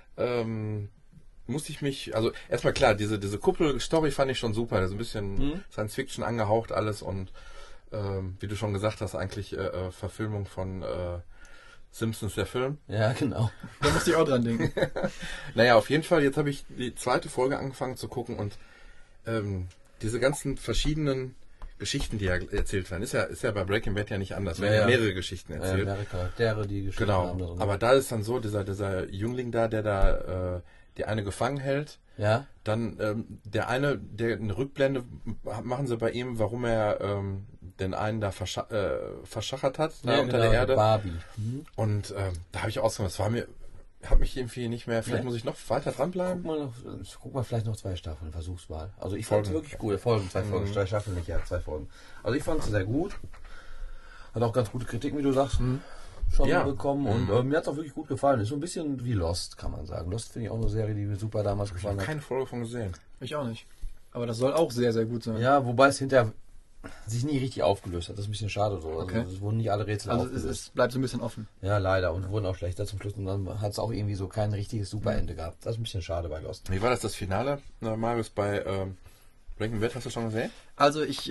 Musste ich mich, also erstmal klar, diese Kuppel-Story fand ich schon super. Das ist ein bisschen Science-Fiction angehaucht alles und wie du schon gesagt hast, eigentlich Verfilmung von Simpsons, der Film. Ja, genau. Da musste ich auch dran denken. Naja, auf jeden Fall, jetzt habe ich die zweite Folge angefangen zu gucken und diese ganzen verschiedenen Geschichten, die ja erzählt werden. Ist ja bei Breaking Bad ja nicht anders. Werden ja mehrere Geschichten erzählt. Mehrere Charaktere, die Geschichten haben. Genau. Aber da ist dann so, dieser Jüngling da, der da die eine gefangen hält. Ja. Dann der eine, der eine Rückblende machen sie bei ihm, warum er den einen da verschachert hat, da unter der Erde. Barbie. Und da habe ich ausgemacht, hat mich irgendwie nicht mehr, vielleicht muss ich noch weiter dranbleiben. Guck mal vielleicht noch 2 Staffeln, versuch's mal. Also ich fand es wirklich gut. Folgen, 2 Folgen, 2 Staffeln nicht, ja, 2 Folgen. Also ich fand es sehr gut. Hat auch ganz gute Kritiken, wie du sagst, schon bekommen. Und mir hat es auch wirklich gut gefallen. Ist so ein bisschen wie Lost, kann man sagen. Lost finde ich auch eine Serie, die mir super damals gefallen hat. Ich habe keine Folge von gesehen. Ich auch nicht. Aber das soll auch sehr, sehr gut sein. Ja, wobei es hinterher sich nie richtig aufgelöst hat. Das ist ein bisschen schade so. Also es wurden nicht alle Rätsel aufgelöst. Also es bleibt so ein bisschen offen. Ja, leider. Und wurden auch schlechter zum Schluss. Und dann hat es auch irgendwie so kein richtiges Superende gehabt. Das ist ein bisschen schade bei Lost. Wie war das Finale, Marius, bei Breaking Bad? Hast du schon gesehen? Also ich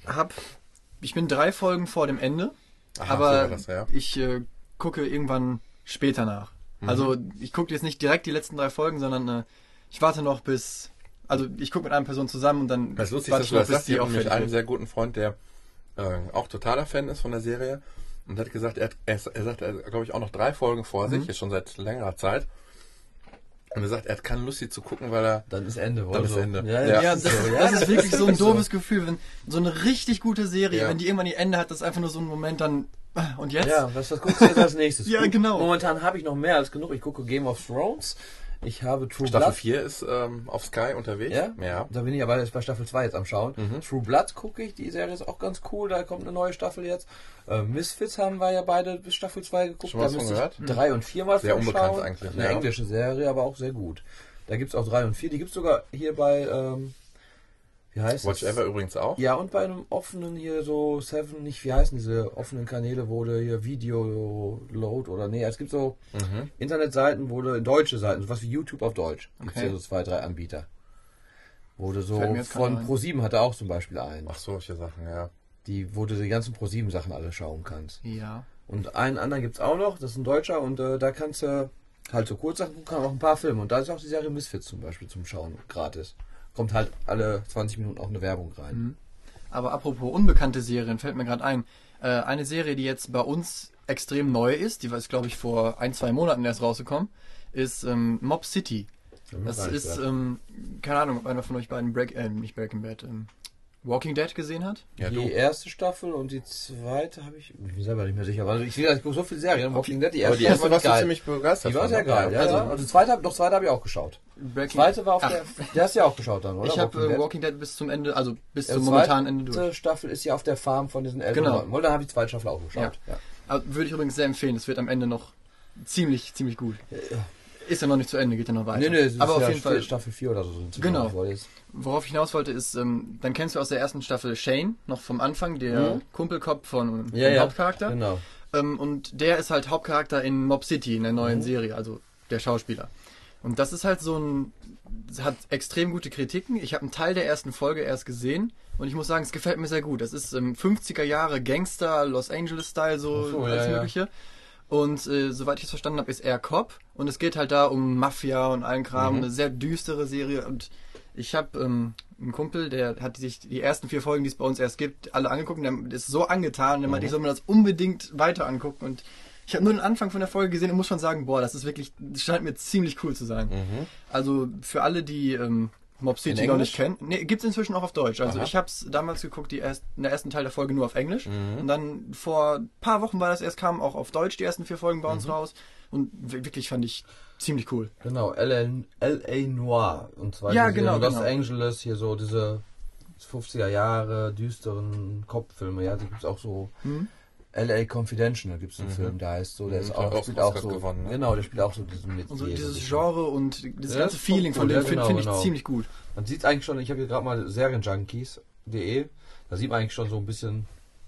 bin 3 Folgen vor dem Ende. Aha, aber so war das, ja. ich gucke irgendwann später nach. Also ich gucke jetzt nicht direkt die letzten 3 Folgen, sondern ich warte noch bis... Also ich gucke mit einer Person zusammen und dann... Das ist lustig, dass du das sagst. Ich habe nämlich einen sehr guten Freund, der auch totaler Fan ist von der Serie und hat gesagt, er sagt, er hat, glaube ich, auch noch 3 Folgen vor sich, jetzt schon seit längerer Zeit. Und er sagt, er hat keine Lust, sie zu gucken, weil er... Dann ist Ende, oder? Dann ist Ende. Ja, das ist wirklich so ein doofes Gefühl, wenn so eine richtig gute Serie, wenn die irgendwann ihr Ende hat, das ist einfach nur so ein Moment dann... Und jetzt? Ja, was guckst du jetzt als nächstes? Ja, genau. Momentan habe ich noch mehr als genug. Ich gucke Game of Thrones. Ich habe True Staffel Blood. 4 ist auf Sky unterwegs. Ja? Da bin ich aber jetzt bei Staffel 2 jetzt am Schauen. True Blood gucke ich. Die Serie ist auch ganz cool. Da kommt eine neue Staffel jetzt. Misfits haben wir ja beide bis Staffel 2 geguckt. Schon was von gehört? 3 und 4 mal sehr von unbekannt schauen. eigentlich. Eine englische Serie, aber auch sehr gut. Da gibt es auch 3 und 4. Die gibt es sogar hier bei... wie heißt Watch Ever übrigens auch? Ja, und bei einem offenen hier so 7, nicht, wie heißen diese offenen Kanäle, wo du hier Video Load oder nee, es gibt so Internetseiten, wo du deutsche Seiten, sowas wie YouTube auf Deutsch, gibt es hier so 2, 3 Anbieter. Wo du so von Pro7 hatte auch zum Beispiel einen. Ach, solche Sachen, ja. Wo du die ganzen Pro7 Sachen alle schauen kannst. Ja. Und einen anderen gibt es auch noch, das ist ein Deutscher und da kannst du halt so Kurzsachen gucken, auch ein paar Filme. Und da ist auch die Serie Misfits zum Beispiel zum Schauen gratis. Kommt halt alle 20 Minuten auch eine Werbung rein. Aber apropos unbekannte Serien, fällt mir gerade ein. Eine Serie, die jetzt bei uns extrem neu ist, die war glaube ich vor 1-2 Monaten erst rausgekommen, ist Mob City. Das ist, keine Ahnung, ob einer von euch beiden nicht Breaking Bad, Walking Dead gesehen hat? Ja, die erste Staffel und die zweite habe ich bin selber nicht mehr sicher. Also ich gucke so viele Serien. Walking Dead, die erste Staffel warst du ziemlich begeistert. Die war sehr geil. Ja, also die zweite habe ich auch geschaut. Zweite war auf der hast du ja auch geschaut dann, oder? Ich habe Walking Dead bis zum Ende, also bis zum momentanen Ende durch. Die zweite Staffel ist ja auf der Farm von diesen älteren Leuten. Dann habe ich die zweite Staffel auch geschaut. Ja. Also, würde ich übrigens sehr empfehlen. Es wird am Ende noch ziemlich gut. Ist ja noch nicht zu Ende, geht ja noch weiter. Nee, aber auf jeden Fall Staffel 4 oder so. Genau. Worauf ich hinaus wollte ist, dann kennst du aus der ersten Staffel Shane, noch vom Anfang, der Kumpelkopf vom Hauptcharakter. Genau. Und der ist halt Hauptcharakter in Mob City, in der neuen Serie, also der Schauspieler. Und das ist halt hat extrem gute Kritiken. Ich habe einen Teil der ersten Folge erst gesehen und ich muss sagen, es gefällt mir sehr gut. Das ist 50er Jahre Gangster, Los Angeles-Style, alles Mögliche. Und soweit ich es verstanden habe, ist er Cop. Und es geht halt da um Mafia und allen Kram. Eine sehr düstere Serie. Und ich habe einen Kumpel, der hat sich die ersten 4 Folgen, die es bei uns erst gibt, alle angeguckt. Und der ist so angetan. Der meinte, ich soll mir das unbedingt weiter angucken. Und ich habe nur den Anfang von der Folge gesehen und muss schon sagen, boah, das scheint mir ziemlich cool zu sein. Also für alle, die Mob City noch nicht kennen. Nee, gibt's inzwischen auch auf Deutsch. Also ich habe es damals geguckt, in der ersten Teil der Folge nur auf Englisch. Und dann vor ein paar Wochen war das erst, kamen auch auf Deutsch die ersten 4 Folgen bei uns raus. Und wirklich fand ich ziemlich cool. Genau, L.A. Noir. Und zwar Los Angeles, hier so diese 50er Jahre düsteren Kopffilme. Ja, die gibt's auch so. L.A. Confidential gibt es einen Film, der heißt so, der ist auch, spielt auch so gewonnen, ne? Genau, der spielt auch so diesen mit. Also dieses Genre und dieses ganze Feeling von dem Film finde ich ziemlich gut. Man sieht eigentlich schon, ich habe hier gerade mal Serienjunkies.de, da sieht man eigentlich schon so ein bisschen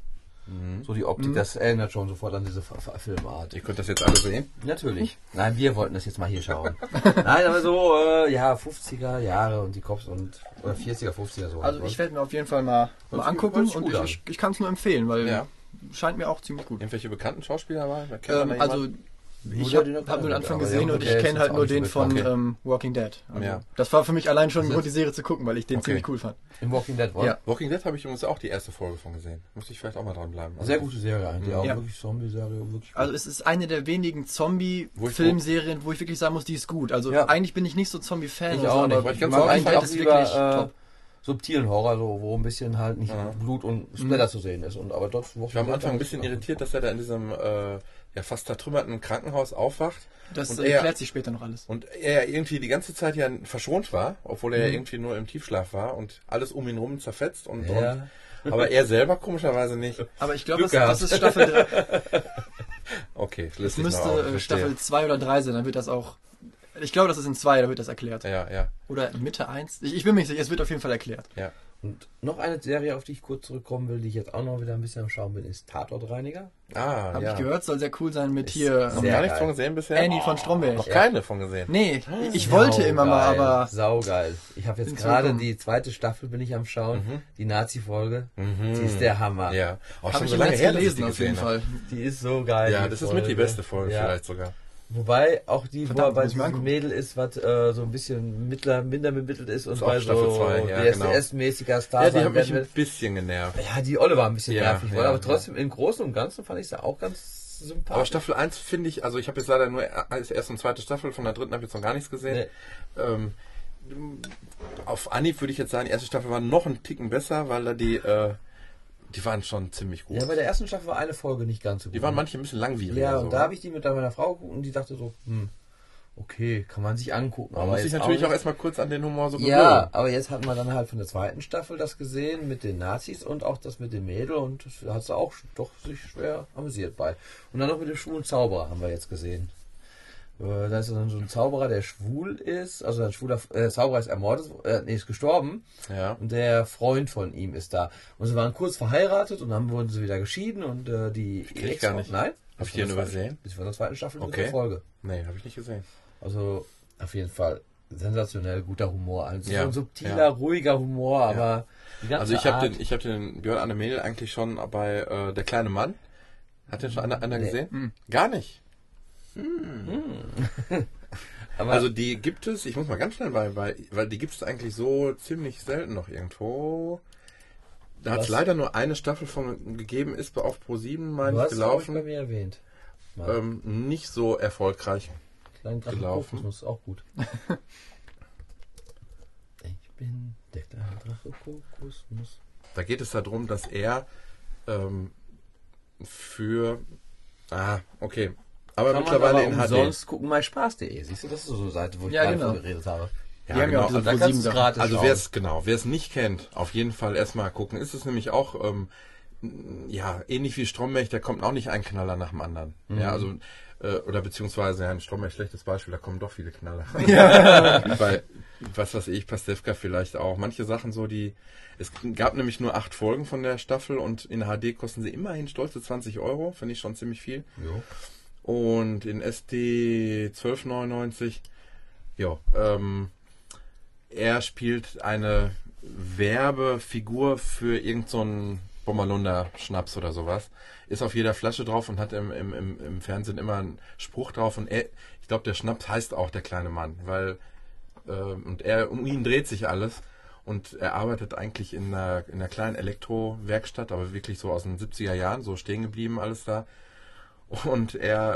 so die Optik, das erinnert schon sofort an diese Filmart. Ihr könnt das jetzt alle sehen? Natürlich. Nein, wir wollten das jetzt mal hier schauen. Nein, aber so, 50er Jahre und die Cops oder 40er, 50er so. Also ich werde mir auf jeden Fall mal angucken und ich kann es nur empfehlen, weil scheint mir auch ziemlich gut. Irgendwelche bekannten Schauspieler mal? Also Ich habe nur den Anfang gesehen und ich kenne halt nur den von Walking Dead. Also das war für mich allein schon ein Grund, die Serie zu gucken, weil ich den ziemlich cool fand. Im Walking Dead, war? Ja. Walking Dead habe ich übrigens auch die erste Folge von gesehen. Muss ich vielleicht auch mal dranbleiben. Sehr gute Serie eigentlich, auch wirklich Zombie-Serie. Wirklich gut. Also es ist eine der wenigen Zombie-Filmserien, wo ich wirklich sagen muss, die ist gut. Also eigentlich bin ich nicht so Zombie-Fan. Ich auch nicht, aber weil ich ganz Walking Dead ist wirklich top. Subtilen Horror, so, wo ein bisschen halt nicht Blut und Splatter zu sehen ist. Aber dort ich war am Anfang ein bisschen irritiert, dass er da in diesem fast zertrümmerten Krankenhaus aufwacht. Das erklärt sich später noch alles. Und er irgendwie die ganze Zeit ja verschont war, obwohl er ja irgendwie nur im Tiefschlaf war und alles um ihn rum zerfetzt. Aber er selber komischerweise nicht. Aber ich glaube, das ist Staffel 3. Okay, es müsste Staffel 2 oder 3 sein, dann wird das auch... Ich glaube, das ist in 2, da wird das erklärt. Ja. Oder Mitte 1. Ich bin mir nicht sicher, es wird auf jeden Fall erklärt. Ja. Und noch eine Serie, auf die ich kurz zurückkommen will, die ich jetzt auch noch wieder ein bisschen am Schauen bin, ist Tatortreiniger. Habe ich gehört, soll sehr cool sein mit hier... Noch gar nichts von gesehen bisher? Annie von Stromberg. Noch keine von gesehen. Nee, ich wollte immer mal, aber... Saugeil. Ich habe jetzt gerade die zweite Staffel bin ich am Schauen, die Nazi-Folge. Die ist der Hammer. Ja. Auch schon so lange her, dass ich die gesehen habe. Die ist so geil. Ja, das ist mit die beste Folge vielleicht sogar. Wobei auch die, wo er bei diesem Mädel ist, was so ein bisschen minder bemittelt ist und bei Staffel so DSDS-mäßiger Star. Ja, die hat mich ein bisschen genervt. Ja, die Olle war ein bisschen nervig, aber trotzdem im Großen und Ganzen fand ich sie auch ganz sympathisch. Aber Staffel 1 finde ich, also ich habe jetzt leider nur die erste und zweite Staffel, von der dritten habe ich jetzt noch gar nichts gesehen. Nee. Auf Anhieb würde ich jetzt sagen, die erste Staffel war noch einen Ticken besser, weil da die waren schon ziemlich gut. Ja, bei der ersten Staffel war eine Folge nicht ganz so gut. Die waren manche ein bisschen langwierig. Ja, und da habe ich die mit meiner Frau geguckt und die dachte so, okay, kann man sich angucken. Aber muss ich natürlich auch erstmal kurz an den Humor so gewöhnen. Ja, aber jetzt hat man dann halt von der zweiten Staffel das gesehen mit den Nazis und auch das mit dem Mädel und da hat sie auch doch sich schwer amüsiert bei. Und dann noch mit dem schwulen Zauberer haben wir jetzt gesehen. Da ist dann so ein Zauberer, der schwul ist, also ein schwuler Zauberer ist ermordet, ist gestorben. Ja. Und der Freund von ihm ist da. Und sie waren kurz verheiratet und dann wurden sie wieder geschieden und die ich gar nicht. Nein? Habe ich den übersehen? Das war in der zweiten Staffel der Folge. Nee, habe ich nicht gesehen. Also auf jeden Fall sensationell guter Humor. Also so ein subtiler, ruhiger Humor, aber die ganze ich habe den Björn Anne Mädel eigentlich schon bei Der kleine Mann. Hat den schon einer gesehen? Gar nicht. Aber also die gibt es, ich muss mal ganz schnell weil die gibt es eigentlich so ziemlich selten noch irgendwo. Da hat es leider nur eine Staffel von gegeben, ist auf Pro7 meine ich gelaufen. Bei mir erwähnt. Nicht so erfolgreich gelaufen. Das ist auch gut. Ich bin der kleine Drache Kokosnuss. Da geht es darum, dass er okay. Aber kann mittlerweile in HD. Sonst gucken MySpaß.de. Siehst du, das ist so eine Seite, wo ich gerade von geredet habe. Ja, die genau. Haben ja auch gratis also wer es nicht kennt, auf jeden Fall erstmal gucken. Ist es nämlich auch ähnlich wie Stromberg, der kommt auch nicht ein Knaller nach dem anderen. Ja, also oder beziehungsweise ein Stromberg, schlechtes Beispiel, da kommen doch viele Knaller. Bei was weiß ich, Pastewka vielleicht auch. Manche Sachen so, es gab nämlich nur 8 Folgen von der Staffel und in HD kosten sie immerhin stolze 20 €, finde ich schon ziemlich viel. Jo. Und in SD 12,99, er spielt eine Werbefigur für irgendeinen Bommerlunder Schnaps oder sowas. Ist auf jeder Flasche drauf und hat im Fernsehen immer einen Spruch drauf. Und ich glaube, der Schnaps heißt auch der kleine Mann, weil um ihn dreht sich alles. Und er arbeitet eigentlich in einer kleinen Elektrowerkstatt, aber wirklich so aus den 70er Jahren, so stehen geblieben alles da. Und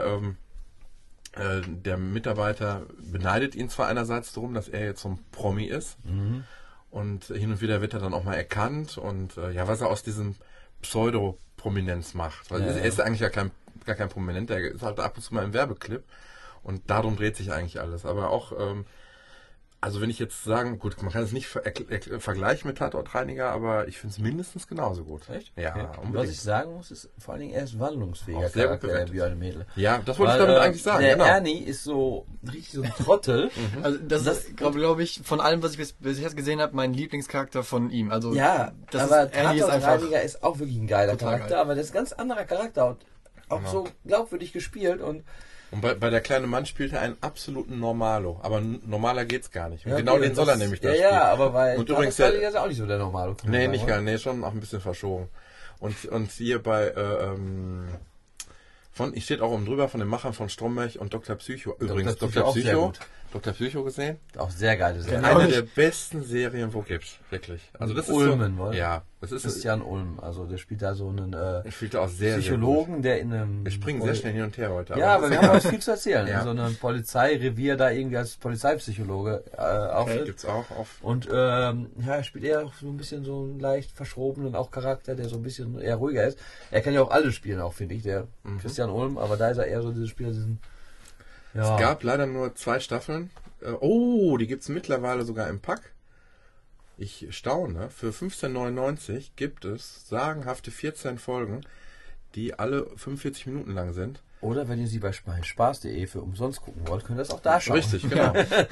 der Mitarbeiter beneidet ihn zwar einerseits darum, dass er jetzt so ein Promi ist. Und hin und wieder wird er dann auch mal erkannt und was er aus diesem Pseudo-Prominenz macht. Weil er ist eigentlich gar kein Prominent, der ist halt ab und zu mal im Werbeclip und darum dreht sich eigentlich alles. Aber auch, also wenn ich jetzt sagen, gut, man kann es nicht vergleichen mit Tatortreiniger, aber ich finde es mindestens genauso gut. Echt? Ja, unbedingt. Was ich sagen muss, ist vor allen Dingen, er ist wandlungsfähiger Charakter wie eine Mädel. Ja, das wollte ich damit eigentlich sagen. Der Ernie ist so richtig so ein Trottel. Also das ist, glaube ich, von allem, was ich bisher gesehen habe, mein Lieblingscharakter von ihm. Also ja, aber Tatortreiniger ist auch wirklich ein geiler Charakter, geil. Aber das ist ein ganz anderer Charakter und auch so glaubwürdig gespielt und bei der kleine Mann spielt er einen absoluten Normalo. Aber normaler geht's gar nicht. Und genau den soll er nämlich da spielen. Ja, aber bei und übrigens ist ja auch nicht so der Normalo. Nee, nicht gar nicht. Nee, schon auch ein bisschen verschoben. Und hier bei Ich steht auch oben drüber von den Machern von Stromberg und Dr. Psycho. Übrigens, Dr. Psycho auch sehr gut. Dr. Psycho gesehen? Auch sehr geile Serie. Eine der besten Serien, wo gibt's. Wirklich. Also das Ulmen, ist so, oder? ja, das ist Christian Ulm. Also der spielt da so einen er spielt auch sehr, Psychologen, sehr gut. der in einem... Wir springen sehr schnell hin und her heute. Ja, aber das wir ist haben egal. auch viel zu erzählen. Ja. In so einem Polizeirevier da irgendwie als Polizeipsychologe auftritt. Gibt's auch auf. Und er spielt eher so ein bisschen so einen leicht verschrobenen auch Charakter, der so ein bisschen eher ruhiger ist. Er kann ja auch alle spielen, auch finde ich, der Christian Ulm, aber da ist er eher so dieser Spieler, Es gab leider nur 2 Staffeln. Die gibt's mittlerweile sogar im Pack. Ich staune. Für 15,99 gibt es sagenhafte 14 Folgen, die alle 45 Minuten lang sind. Oder wenn ihr sie bei spaß.de für umsonst gucken wollt, könnt ihr das auch da schauen. Richtig, genau.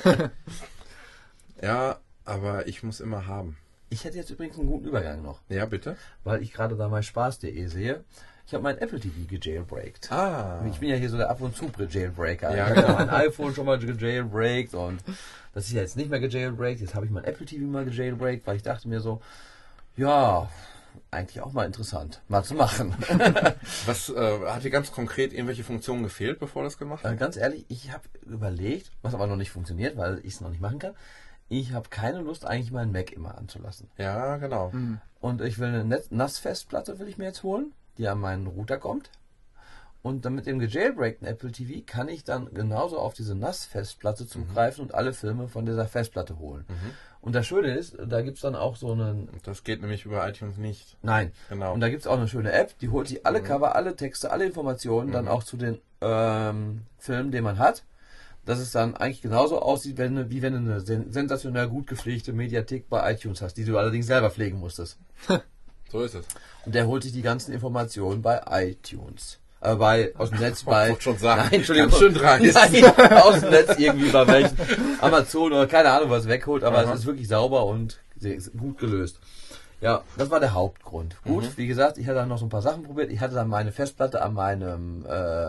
Ja, aber ich muss immer haben. Ich hätte jetzt übrigens einen guten Übergang noch, Ja, bitte. weil ich gerade da bei spaß.de sehe. Ich habe mein Apple TV gejailbreakt. Ich bin ja hier so der ab und zu Jailbreaker. Ja, ich habe genau. mein iPhone schon mal gejailbreakt und das ist ja jetzt nicht mehr gejailbreakt. Jetzt habe ich mein Apple TV mal gejailbreakt, weil ich dachte mir so, ja, eigentlich auch mal interessant, mal zu machen. Was hat dir ganz konkret irgendwelche Funktionen gefehlt, bevor du das gemacht hast? Ganz ehrlich, ich habe überlegt, was aber noch nicht funktioniert, weil ich es noch nicht machen kann. Ich habe keine Lust, eigentlich meinen Mac immer anzulassen. Ja, genau. Und ich will eine NAS-Festplatte will ich mir jetzt holen, die an meinen Router kommt. Und dann mit dem gejailbreakten Apple TV kann ich dann genauso auf diese NAS-Festplatte zugreifen und alle Filme von dieser Festplatte holen. Und das Schöne ist, da gibt es dann auch so einen... Das geht nämlich über iTunes nicht. Nein. Genau. Und da gibt es auch eine schöne App, die holt sich alle Cover, alle Texte, alle Informationen dann auch zu den Filmen, den man hat. Dass es dann eigentlich genauso aussieht, wie wenn du eine sensationell gut gepflegte Mediathek bei iTunes hast, die du allerdings selber pflegen musstest. So ist es. Und der holt sich die ganzen Informationen bei iTunes. Aus dem Netz Ich bei... wollte schon sagen, Nein, Entschuldigung. ganz schön tragisch. Nein, aus dem Netz irgendwie bei welchen Amazon oder keine Ahnung was wegholt, aber es ist wirklich sauber und gut gelöst. Ja, das war der Hauptgrund. Gut, wie gesagt, ich hatte dann noch so ein paar Sachen probiert. Ich hatte dann meine Festplatte an meinem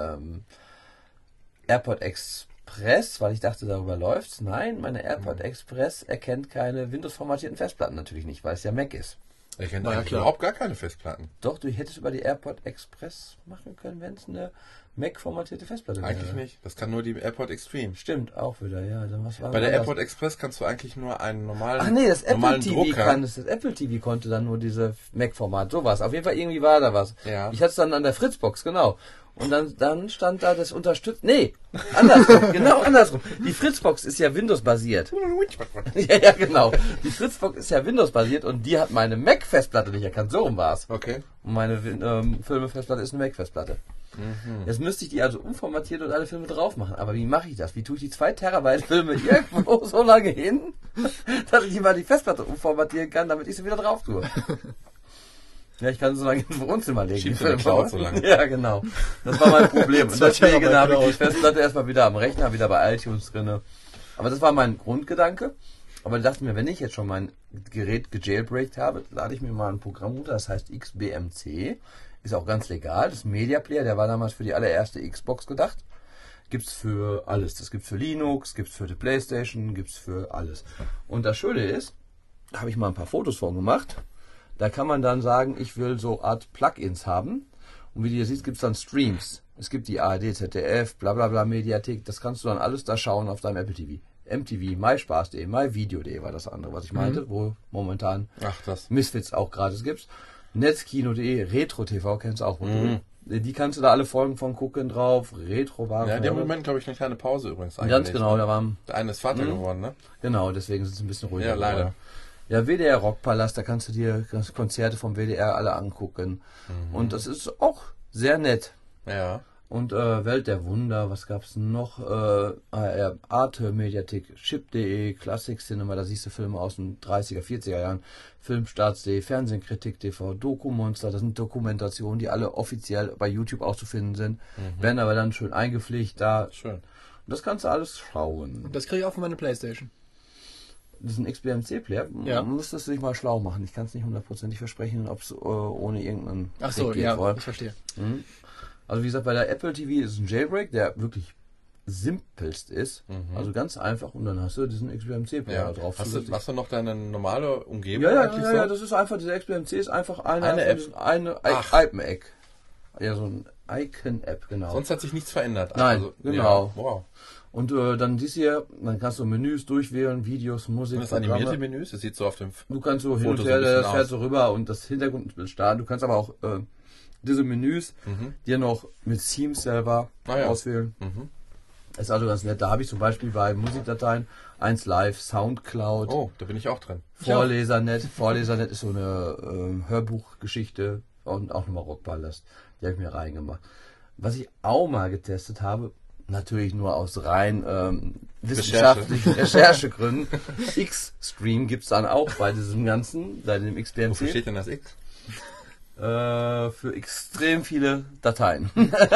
AirPod Express, weil ich dachte, darüber läuft's. Nein, meine AirPod Express erkennt keine Windows-formatierten Festplatten natürlich nicht, weil es ja Mac ist. Ich kenne Na ja, eigentlich klar. überhaupt gar keine Festplatten. Doch, du hättest über die AirPod Express machen können, wenn es eine Mac-formatierte Festplatte wäre. Eigentlich nicht. Das kann nur die AirPod Extreme. Stimmt, auch wieder, ja. Dann was war Bei der das? AirPod Express kannst du eigentlich nur einen normalen, Ach nee, das Apple normalen TV Drucker. kann es. Das Apple TV konnte dann nur diese Mac-Format. Sowas. Auf jeden Fall irgendwie war da was. Ja. Ich hatte es dann an der Fritzbox, genau. Und dann stand da das unterstützt. Nee, andersrum. Genau andersrum. Die Fritzbox ist ja Windows-basiert. Ja, genau. Die Fritzbox ist ja Windows-basiert und die hat meine Mac-Festplatte nicht erkannt. So rum war's. Okay. Und meine Filme-Festplatte ist eine Mac-Festplatte. Jetzt müsste ich die also umformatiert und alle Filme drauf machen. Aber wie mache ich das? Wie tue ich die 2 Terabyte Filme irgendwo so lange hin, dass ich mal die Festplatte umformatieren kann, damit ich sie wieder drauf tue? Ja, ich kann sie so lange im Wohnzimmer legen. Schiebst die du in der Filme. Cloud so lange. Ja, genau. Das war mein Problem. Und 2 deswegen Terabyte habe ich die Cloud. Festplatte erstmal wieder am Rechner, wieder bei iTunes drinne. Aber das war mein Grundgedanke. Aber ich dachte mir, wenn ich jetzt schon mein Gerät gejailbreakt habe, lade ich mir mal ein Programm runter, das heißt XBMC. Ist auch ganz legal. Das Media Player, der war damals für die allererste Xbox gedacht. Gibt's für alles. Das gibt's für Linux, gibt's für die Playstation, gibt's für alles. Und das Schöne ist, da habe ich mal ein paar Fotos von gemacht. Da kann man dann sagen, ich will so Art Plugins haben. Und wie du hier siehst, gibt's dann Streams. Es gibt die ARD, ZDF, bla bla bla Mediathek. Das kannst du dann alles da schauen auf deinem Apple TV. MTV, MySpaß.de, MyVideo.de war das andere, was ich meinte, wo momentan Ach, das. Misfits auch gratis gibt's. Netzkino.de, Retro TV kennst du auch. Die kannst du da alle Folgen von gucken drauf. Retro war Ja, in dem Moment, glaube ich, eine kleine Pause übrigens ganz genau, da waren Der eine ist Vater geworden, ne? genau, deswegen ist es ein bisschen ruhiger. Ja, leider. geworden. Ja, WDR Rockpalast, da kannst du dir Konzerte vom WDR alle angucken. Und das ist auch sehr nett. Ja. Und Welt der Wunder, was gab's noch? Arte Mediathek, Chip.de, Classic Cinema, da siehst du Filme aus den 30er, 40er Jahren. Filmstarts.de, Fernsehkritik TV, Dokumonster, das sind Dokumentationen, die alle offiziell bei YouTube auch zu finden sind. Werden aber dann schön eingepflegt da. Schön. Und das kannst du alles schauen. Das kriege ich auch von meiner Playstation. Diesen XBMC-Player, Ja. müsstest du dich mal schlau machen. Ich kann es nicht hundertprozentig versprechen, ob es ohne irgendeinen Ach so, Trick geht, ja, voll. ich verstehe. Also wie gesagt, bei der Apple TV ist es ein Jailbreak, der wirklich simpelst ist. Also ganz einfach und dann hast du diesen XBMC-Player Ja. drauf. Hast du noch deine normale Umgebung ja, eigentlich so? das ist einfach, dieser XBMC ist einfach Eine App. eine Ach. iPhone-Eck. Ja, so ein Icon-App, genau. Sonst hat sich nichts verändert. Nein, genau. Ja, wow. Und dann siehst du hier, dann kannst du Menüs durchwählen, Videos, Musik, Sind das animierte Menüs? Das sieht so auf dem Du kannst so hin Foto und so ein her, bisschen das fährt aus. so rüber und das Hintergrundbild starten. Du kannst aber auch diese Menüs dir noch mit Themes selber auswählen. Ist also ganz nett. Da habe ich zum Beispiel bei Musikdateien 1Live, Soundcloud, Oh, da bin ich auch drin. Vorlesernet. Vorlesernet ist so eine Hörbuchgeschichte und auch nochmal Rockballast. Die habe ich mir reingemacht. Was ich auch mal getestet habe, natürlich nur aus rein wissenschaftlichen Recherchegründen. X-Stream gibt es dann auch bei diesem Ganzen, bei dem Wofür steht XBMC. denn das X? Für extrem viele Dateien.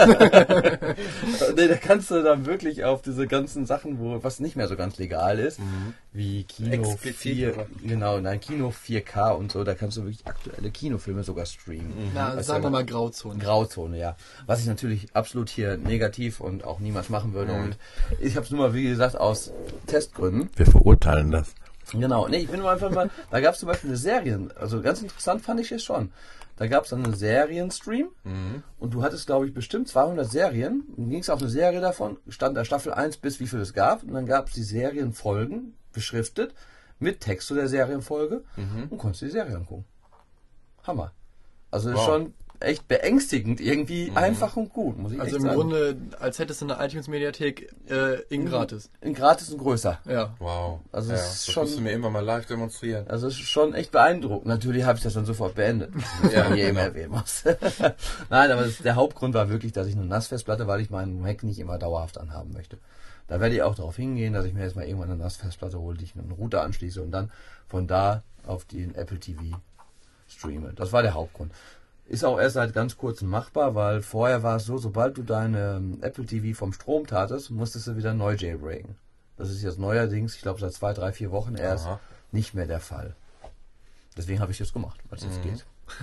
Da kannst du dann wirklich auf diese ganzen Sachen, was nicht mehr so ganz legal ist, wie Kino Explizit, 4, oder? genau, nein, Kino 4K und so, da kannst du wirklich aktuelle Kinofilme sogar streamen. Na, sagen wir mal Grauzone. Grauzone, ja. Was ich natürlich absolut hier negativ und auch niemals machen würde. Und ich habe es nur mal, wie gesagt, aus Testgründen. Wir verurteilen das. Genau, nee, ich bin nur einfach mal, da gab es zum Beispiel eine Serien, also ganz interessant fand ich es schon. Da gab es dann einen Serienstream und du hattest, glaube ich, bestimmt 200 Serien. Dann ging es auf eine Serie davon, stand da Staffel 1 bis wie viel es gab. Und dann gab es die Serienfolgen, beschriftet, mit Text zu der Serienfolge und konntest die Serie angucken. Hammer. Also ist schon echt beängstigend, irgendwie einfach und gut, muss ich Also echt im sagen. Grunde, als hättest du eine iTunes-Mediathek in gratis. In gratis und größer. Ja. Wow. Also ja, es ist das schon- musst du mir immer mal live demonstrieren. Also es ist schon echt beeindruckend. Natürlich habe ich das dann sofort beendet. Das Ja, man hier genau. immer erwähnen muss. Nein, aber der Hauptgrund war wirklich, dass ich eine NAS-Festplatte, weil ich meinen Mac nicht immer dauerhaft anhaben möchte. Da werde ich auch darauf hingehen, dass ich mir jetzt mal irgendwann eine NAS-Festplatte hole, die ich mit einem Router anschließe und dann von da auf den Apple TV streame. Das war der Hauptgrund. Ist auch erst seit ganz kurzem machbar, weil vorher war es so, sobald du deine Apple TV vom Strom tatest, musstest du wieder neu jailbreaken. Das ist jetzt neuerdings, ich glaube seit 2, 3, 4 Wochen erst, Aha. nicht mehr der Fall. Deswegen habe ich das gemacht, weil es jetzt geht.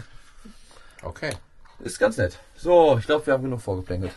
Okay. Ist ganz nett. So, ich glaube, wir haben genug vorgeplänkelt.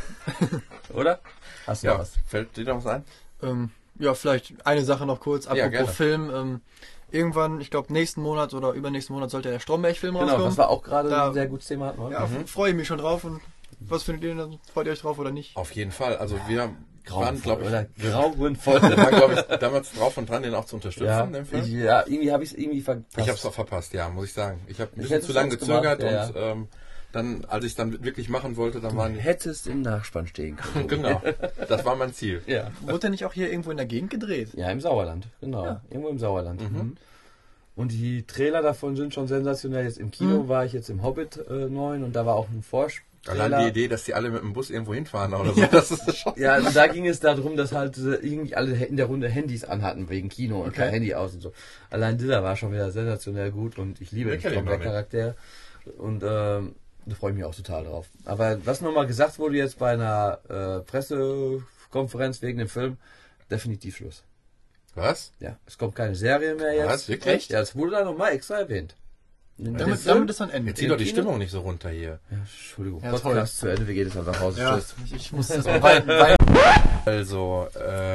Oder? Hast du noch Ja, was? fällt dir noch was ein? Ja, vielleicht eine Sache noch kurz, apropos gerne. Film. Irgendwann, ich glaube nächsten Monat oder übernächsten Monat sollte der Stromberg-Film Genau, rauskommen. was wir auch gerade Da- ein sehr gutes Thema hatten. Oder? Ja, freue ich mich schon drauf. Und was findet ihr denn? Freut ihr euch drauf oder nicht? Auf jeden Fall. Also wir waren, glaube ich, oder grauenvoll. wir waren, glaub ich, damals drauf und dran, den auch zu unterstützen, ja, den Film. irgendwie habe ich es irgendwie verpasst. Ich habe es auch verpasst, ja, muss ich sagen. Ich habe ein bisschen hätte zu es lange sonst gezögert gemacht, ja, und dann, als ich es dann wirklich machen wollte, dann waren Hättest im Nachspann stehen können. genau, das war mein Ziel. Ja. Wurde der nicht auch hier irgendwo in der Gegend gedreht? Ja, im Sauerland, genau. Ja. Irgendwo im Sauerland. Und die Trailer davon sind schon sensationell. Jetzt im Kino war ich jetzt im Hobbit 9 und da war auch ein Allein Trailer. die Idee, dass die alle mit dem Bus irgendwo hinfahren oder so, das ist schon... Ja, also da ging es darum, dass halt irgendwie alle in der Runde Handys anhatten wegen Kino und kein Handy aus und so. Allein dieser war schon wieder sensationell gut und ich liebe Wir den kennen ihn noch nicht. Charakter und da freue ich mich auch total drauf. Aber was nochmal gesagt wurde jetzt bei einer Pressekonferenz wegen dem Film, definitiv Schluss. Was? Ja, es kommt keine Serie mehr jetzt. Was? Wirklich? Ja, es wurde da nochmal extra erwähnt. Damit ist dann Ende. Jetzt zieh doch die Kino? Stimmung nicht so runter hier. Ja, Entschuldigung, Ja, Podcast zu Ende, wir gehen jetzt einfach raus. Ja, Tschüss. ich muss das mal weinen. Also,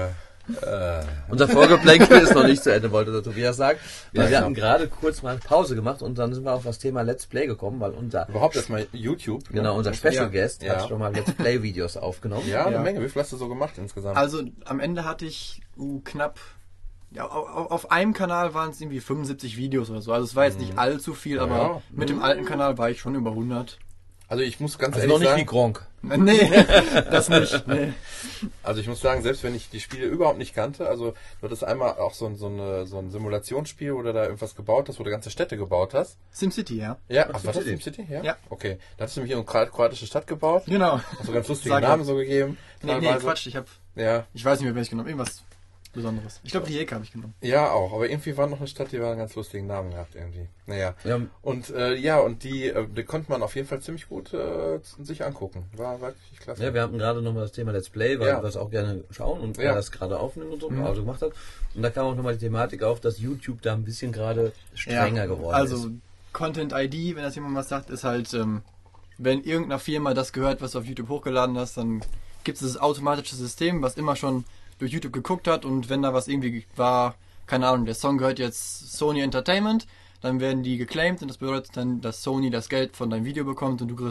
Unser Vorgeplänkel ist noch nicht zu Ende, wollte der Tobias sagen. Weil Ja, wir genau. hatten gerade kurz mal Pause gemacht und dann sind wir auf das Thema Let's Play gekommen, weil überhaupt erstmal YouTube. ne? unser Special Ja. Guest Ja. hat schon mal Let's Play Videos aufgenommen. Ja, eine Ja. Menge. Wie viel hast du so gemacht insgesamt? Also am Ende hatte ich knapp, ja, auf einem Kanal waren es irgendwie 75 Videos oder so. Also es war jetzt nicht allzu viel, aber Ja. mit dem alten Kanal war ich schon über 100. Also ich muss ganz Also ehrlich noch nicht sagen, wie Gronk. Nee, das nicht. Nee. also ich muss sagen, selbst wenn ich die Spiele überhaupt nicht kannte, also du hattest einmal auch so ein Simulationsspiel, wo du da irgendwas gebaut hast, wo du ganze Städte gebaut hast. SimCity, ja. Ja, ach, war das SimCity? SimCity? Ja? Ja. Okay. Da hattest du nämlich hier eine kroatische Stadt gebaut. Genau. Hast du ganz lustige Sag ja. Namen so gegeben. Nee, teilweise. Quatsch, Ja. ich weiß nicht mehr, welches genommen. Irgendwas Besonderes. Ich glaube, Rijeka habe ich genommen. Ja, auch. Aber irgendwie war noch eine Stadt, die war einen ganz lustigen Namen gehabt irgendwie. Naja. Ja, Und die konnte man auf jeden Fall ziemlich gut sich angucken. War wirklich klasse. ja, wir hatten gerade nochmal das Thema Let's Play, weil Ja. wir das auch gerne schauen und Ja. wer das gerade aufnimmt und so, also gemacht hat. Und da kam auch nochmal die Thematik auf, dass YouTube da ein bisschen gerade strenger geworden also ist. Content ID, wenn das jemand was sagt, ist halt, wenn irgendeiner Firma das gehört, was du auf YouTube hochgeladen hast, dann gibt es das automatische System, was immer schon durch YouTube geguckt hat, und wenn da was irgendwie war, keine Ahnung, der Song gehört jetzt Sony Entertainment, dann werden die geclaimed und das bedeutet dann, dass Sony das Geld von deinem Video bekommt und du kriegst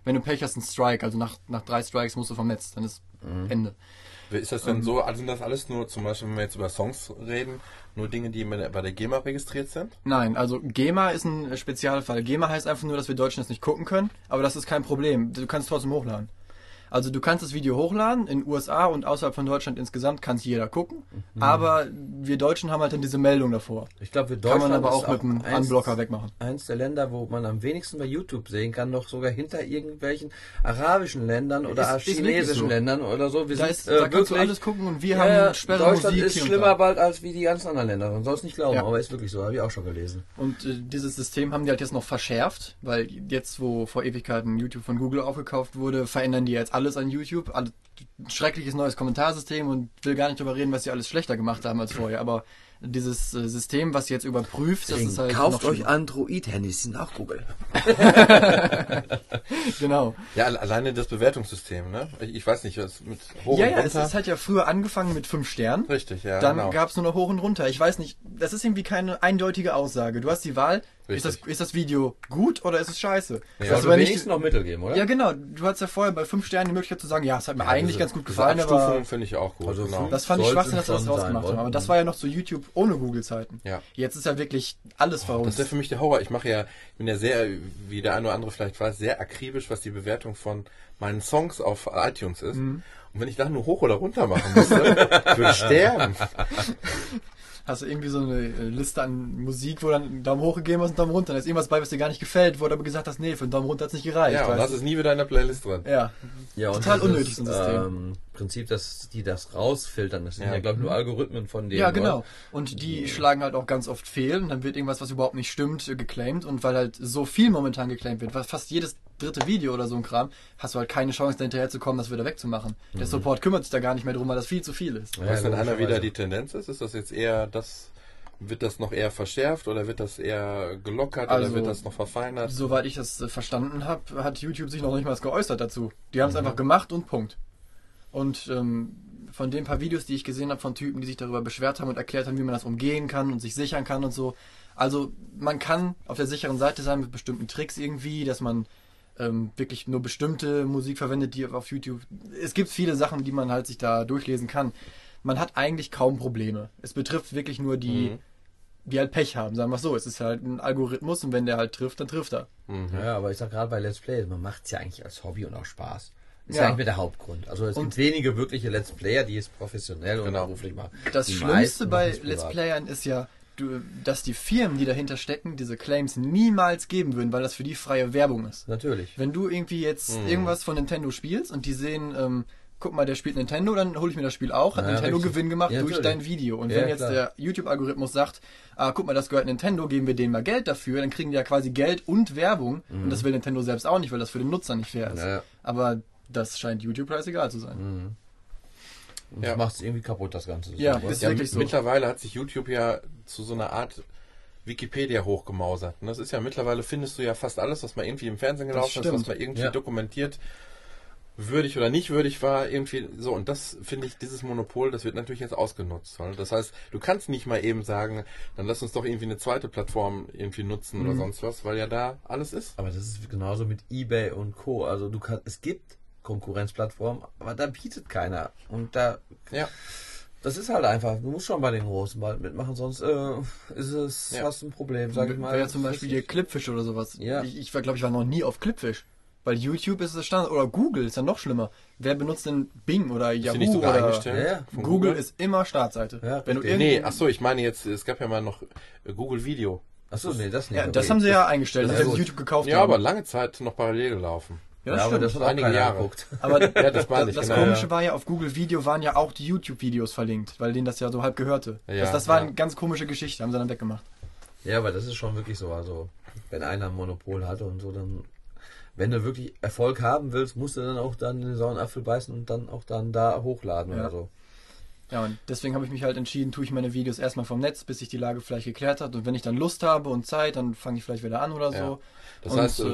Wenn du Pech hast, ein Strike, also nach 3 Strikes musst du vom Netz, dann ist Ende. Ist das denn so, also sind das alles nur, zum Beispiel, wenn wir jetzt über Songs reden, nur Dinge, die bei der GEMA registriert sind? Nein, also GEMA ist ein Spezialfall. GEMA heißt einfach nur, dass wir Deutschen das nicht gucken können, aber das ist kein Problem. Du kannst es trotzdem hochladen. Also du kannst das Video hochladen, in USA und außerhalb von Deutschland insgesamt kann es jeder gucken, aber wir Deutschen haben halt dann diese Meldung davor. Ich glaube, Kann man aber auch mit einem Unblocker wegmachen. Eins der Länder, wo man am wenigsten bei YouTube sehen kann, noch sogar hinter irgendwelchen arabischen Ländern oder Ist wirklich chinesischen so. Ländern oder so. Wir Da sind kannst du wirklich alles gucken und wir ja, haben Sperre Deutschland Musik ist hier und schlimmer da. bald als wie die ganzen anderen Länder. Man soll es nicht glauben, Ja. aber ist wirklich so, habe ich auch schon gelesen. Und dieses System haben die halt jetzt noch verschärft, weil jetzt, wo vor Ewigkeiten YouTube von Google aufgekauft wurde, verändern die jetzt alles an YouTube. Ein schreckliches neues Kommentarsystem und will gar nicht darüber reden, was sie alles schlechter gemacht haben als vorher. Aber dieses System, was jetzt überprüft, das ist halt kauft noch euch schlimmer. Android-Handys, die sind auch Google. Genau. Ja, alleine das Bewertungssystem, ne? Ich weiß nicht, was mit hoch Ja, und ja, es runter. hat ja früher angefangen mit 5 Sternen. Richtig, ja, Dann genau. gab es nur noch hoch und runter. Ich weiß nicht, das ist irgendwie keine eindeutige Aussage. Du hast die Wahl, Richtig. ist das Video gut oder ist es scheiße? Ja. Das Sollte aber nicht, wenigstens noch Mittel geben, oder? ja, genau. Du hattest ja vorher bei 5 Sternen die Möglichkeit zu sagen, ja, es hat mir Ja, eigentlich diese- ganz gut diese gefallen, aber Abstufung finde ich auch gut, Also genau. fünf- das fand ich Sollten Schwachsinn, dass sie das schon sein rausgemacht haben. wollen. Aber das war ja noch zu YouTube ohne Google-Zeiten. Ja. Jetzt ist ja wirklich alles bei Das uns. wäre für mich der Horror. Ich bin ja sehr, wie der eine oder andere vielleicht weiß, sehr akribisch, was die Bewertung von meinen Songs auf iTunes ist. Und wenn ich da nur hoch oder runter machen müsste, ich würde sterben. Hast du irgendwie so eine Liste an Musik, wo dann einen Daumen hoch gegeben hast und einen Daumen runter. Da ist irgendwas bei, was dir gar nicht gefällt, wo du aber gesagt hast, nee, für einen Daumen runter hat's nicht gereicht. Ja, und weißt das du? ist nie wieder in der Playlist drin. Ja, Ja, und total dieses, unnötig, so ein System. Prinzip, dass die das rausfiltern, das sind Ja. ja, glaube ich, nur Algorithmen von denen. Ja, oder? genau. Und die schlagen halt auch ganz oft fehl und dann wird irgendwas, was überhaupt nicht stimmt, geclaimed. Und weil halt so viel momentan geclaimed wird, fast jedes dritte Video oder so ein Kram, hast du halt keine Chance, da hinterher zu kommen, das wieder wegzumachen. Der Support kümmert sich da gar nicht mehr drum, weil das viel zu viel ist. Ja, Was, wenn einer wieder logischerweise. die Tendenz ist? Ist das jetzt eher wird das noch eher verschärft oder wird das eher gelockert oder Also, wird das noch verfeinert? Soweit ich das verstanden habe, hat YouTube sich noch nicht mal geäußert dazu. Die haben es einfach gemacht und Punkt. Und von den paar Videos, die ich gesehen habe von Typen, die sich darüber beschwert haben und erklärt haben, wie man das umgehen kann und sich sichern kann und so. Also man kann auf der sicheren Seite sein mit bestimmten Tricks irgendwie, dass man wirklich nur bestimmte Musik verwendet, die auf YouTube... Es gibt viele Sachen, die man halt sich da durchlesen kann. Man hat eigentlich kaum Probleme. Es betrifft wirklich nur die halt Pech haben, sagen wir es so. Es ist halt ein Algorithmus und wenn der halt trifft, dann trifft er. Ja, aber ich sag gerade bei Let's Play, man macht es ja eigentlich als Hobby und auch Spaß. Ist Ja. ja eigentlich mit der Hauptgrund. Also es Und- gibt wenige wirkliche Let's Player, die es professionell und Genau. beruflich machen. Das Die Schlimmste meisten bei machen's Let's privat. Playern ist ja, dass die Firmen, die dahinter stecken, diese Claims niemals geben würden, weil das für die freie Werbung ist. Natürlich. Wenn du irgendwie jetzt irgendwas von Nintendo spielst und die sehen, guck mal, der spielt Nintendo, dann hole ich mir das Spiel auch, hat Ja, Nintendo richtig. Gewinn gemacht Ja, durch natürlich. dein Video. Und Ja, wenn jetzt klar. der YouTube-Algorithmus sagt, guck mal, das gehört Nintendo, geben wir denen mal Geld dafür, dann kriegen die ja quasi Geld und Werbung. Und das will Nintendo selbst auch nicht, weil das für den Nutzer nicht fair ist. Ja, ja. Aber das scheint YouTube egal zu sein. Und Ja. das macht es irgendwie kaputt, das Ganze. Ja, So, ist Ja, wirklich so. mittlerweile hat sich YouTube ja zu so einer Art Wikipedia hochgemausert. Und das ist ja mittlerweile, findest du ja fast alles, was mal irgendwie im Fernsehen gelaufen ist, stimmt. was mal irgendwie Ja. dokumentiert würdig oder nicht würdig war, irgendwie so. Und das finde ich, dieses Monopol, das wird natürlich jetzt ausgenutzt. Oder? Das heißt, du kannst nicht mal eben sagen, dann lass uns doch irgendwie eine zweite Plattform irgendwie nutzen oder sonst was, weil ja da alles ist. Aber das ist genauso mit eBay und Co. Also es gibt Konkurrenzplattformen, aber da bietet keiner. Und Ja. das ist halt einfach, du musst schon bei den Großen bald mitmachen, sonst ist es Ja. fast ein Problem, sag ich mal. Wäre ja zum Beispiel hier Clipfish oder sowas. Ja. Ich glaube, ich war noch nie auf Clipfish. Weil YouTube ist das Standard. Oder Google ist ja noch schlimmer. Wer benutzt denn Bing oder Ist die Yahoo nicht sogar oder... eingestellt? Ja, ja. von Google ist immer Startseite. Ja, Wenn du richtig. irgendwie... Nee, achso, ich meine jetzt, es gab ja mal noch Google Video. Achso, nee, das nicht. Ja, das Okay. haben sie ja eingestellt, das nachdem ist sie gut. YouTube gekauft Ja, haben. aber lange Zeit noch parallel gelaufen. Ja, aber das hat auch einige keiner Jahre. geguckt. Aber Ja, das meine ich, das genau. Komische war ja, auf Google Video waren ja auch die YouTube-Videos verlinkt, weil denen das ja so halb gehörte. Ja, das war ja. eine ganz komische Geschichte, haben sie dann weggemacht. Ja, aber das ist schon wirklich so. Also, wenn einer ein Monopol hatte und so, dann, wenn du wirklich Erfolg haben willst, musst du dann auch dann in den sauren Apfel beißen und dann auch dann da hochladen Ja. oder so. Ja, und deswegen habe ich mich halt entschieden, tue ich meine Videos erstmal vom Netz, bis sich die Lage vielleicht geklärt hat. Und wenn ich dann Lust habe und Zeit, dann fange ich vielleicht wieder an oder Ja. so. Das Und, heißt,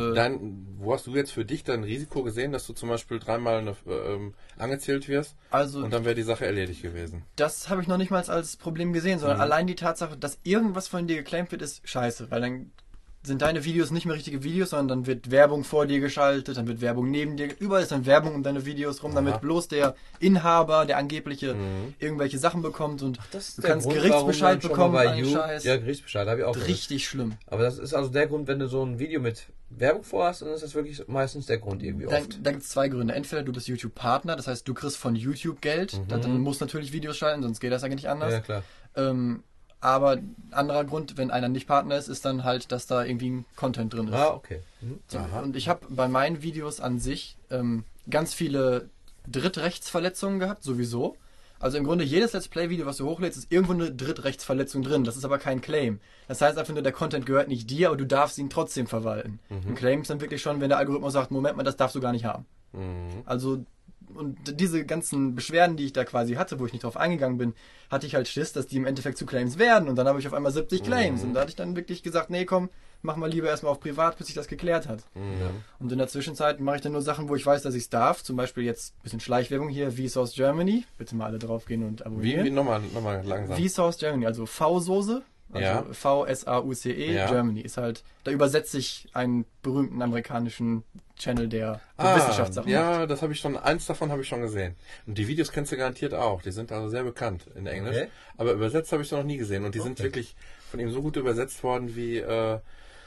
wo hast du jetzt für dich dein Risiko gesehen, dass du zum Beispiel 3-mal angezählt wirst Also und dann wäre die Sache erledigt gewesen? das habe ich noch nicht mal als Problem gesehen, sondern allein die Tatsache, dass irgendwas von dir geclaimt wird, ist scheiße. Weil dann sind deine Videos nicht mehr richtige Videos, sondern dann wird Werbung vor dir geschaltet, dann wird Werbung neben dir, überall ist dann Werbung um deine Videos rum, damit bloß der Inhaber, der angebliche, irgendwelche Sachen bekommt und du kannst Grund, Gerichtsbescheid bekommen, bei Scheiß. Ja, Gerichtsbescheid habe ich auch. Richtig schlimm. Aber das ist also der Grund, wenn du so ein Video mit Werbung vorhast, dann ist das wirklich meistens der Grund irgendwie oft. Da gibt es zwei Gründe. Entweder du bist YouTube-Partner, das heißt, du kriegst von YouTube Geld, dann musst du natürlich Videos schalten, sonst geht das eigentlich nicht anders. Ja, klar. Aber ein anderer Grund, wenn einer nicht Partner ist dann halt, dass da irgendwie ein Content drin ist. Ah, okay. Und ich habe bei meinen Videos an sich ganz viele Drittrechtsverletzungen gehabt, sowieso. Also im Grunde jedes Let's Play-Video, was du hochlädst, ist irgendwo eine Drittrechtsverletzung drin. Das ist aber kein Claim. Das heißt einfach nur, der Content gehört nicht dir, aber du darfst ihn trotzdem verwalten. Ein Claim ist dann wirklich schon, wenn der Algorithmus sagt, Moment mal, das darfst du gar nicht haben. Also, und diese ganzen Beschwerden, die ich da quasi hatte, wo ich nicht drauf eingegangen bin, hatte ich halt Schiss, dass die im Endeffekt zu Claims werden. Und dann habe ich auf einmal 70 Claims. Und da hatte ich dann wirklich gesagt, nee, komm, mach mal lieber erstmal auf privat, bis sich das geklärt hat. Und in der Zwischenzeit mache ich dann nur Sachen, wo ich weiß, dass ich es darf. Zum Beispiel jetzt ein bisschen Schleichwerbung hier, Vsauce Germany. Bitte mal alle draufgehen und abonnieren. Wie nochmal langsam. Vsauce Germany, also V-Soße. Also V-S-A-U-C-E, Germany. Ist halt, da übersetze ich einen berühmten amerikanischen Channel, der Wissenschaftssachen macht. Ja, das habe ich schon, eins davon habe ich schon gesehen. Und die Videos kennst du garantiert auch. Die sind also sehr bekannt in Englisch. Okay. Aber übersetzt habe ich sie noch nie gesehen. Und die sind wirklich von ihm so gut übersetzt worden wie, Ja,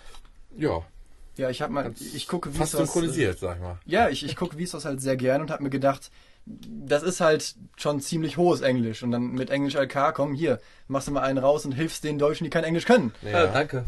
ich gucke fast Vsauce. synchronisiert, sag ich mal. Ja, ich gucke Vsauce halt sehr gern und habe mir gedacht, das ist halt schon ziemlich hohes Englisch. Und dann mit Englisch LK, komm, hier, machst du mal einen raus und hilfst den Deutschen, die kein Englisch können. Ja, danke.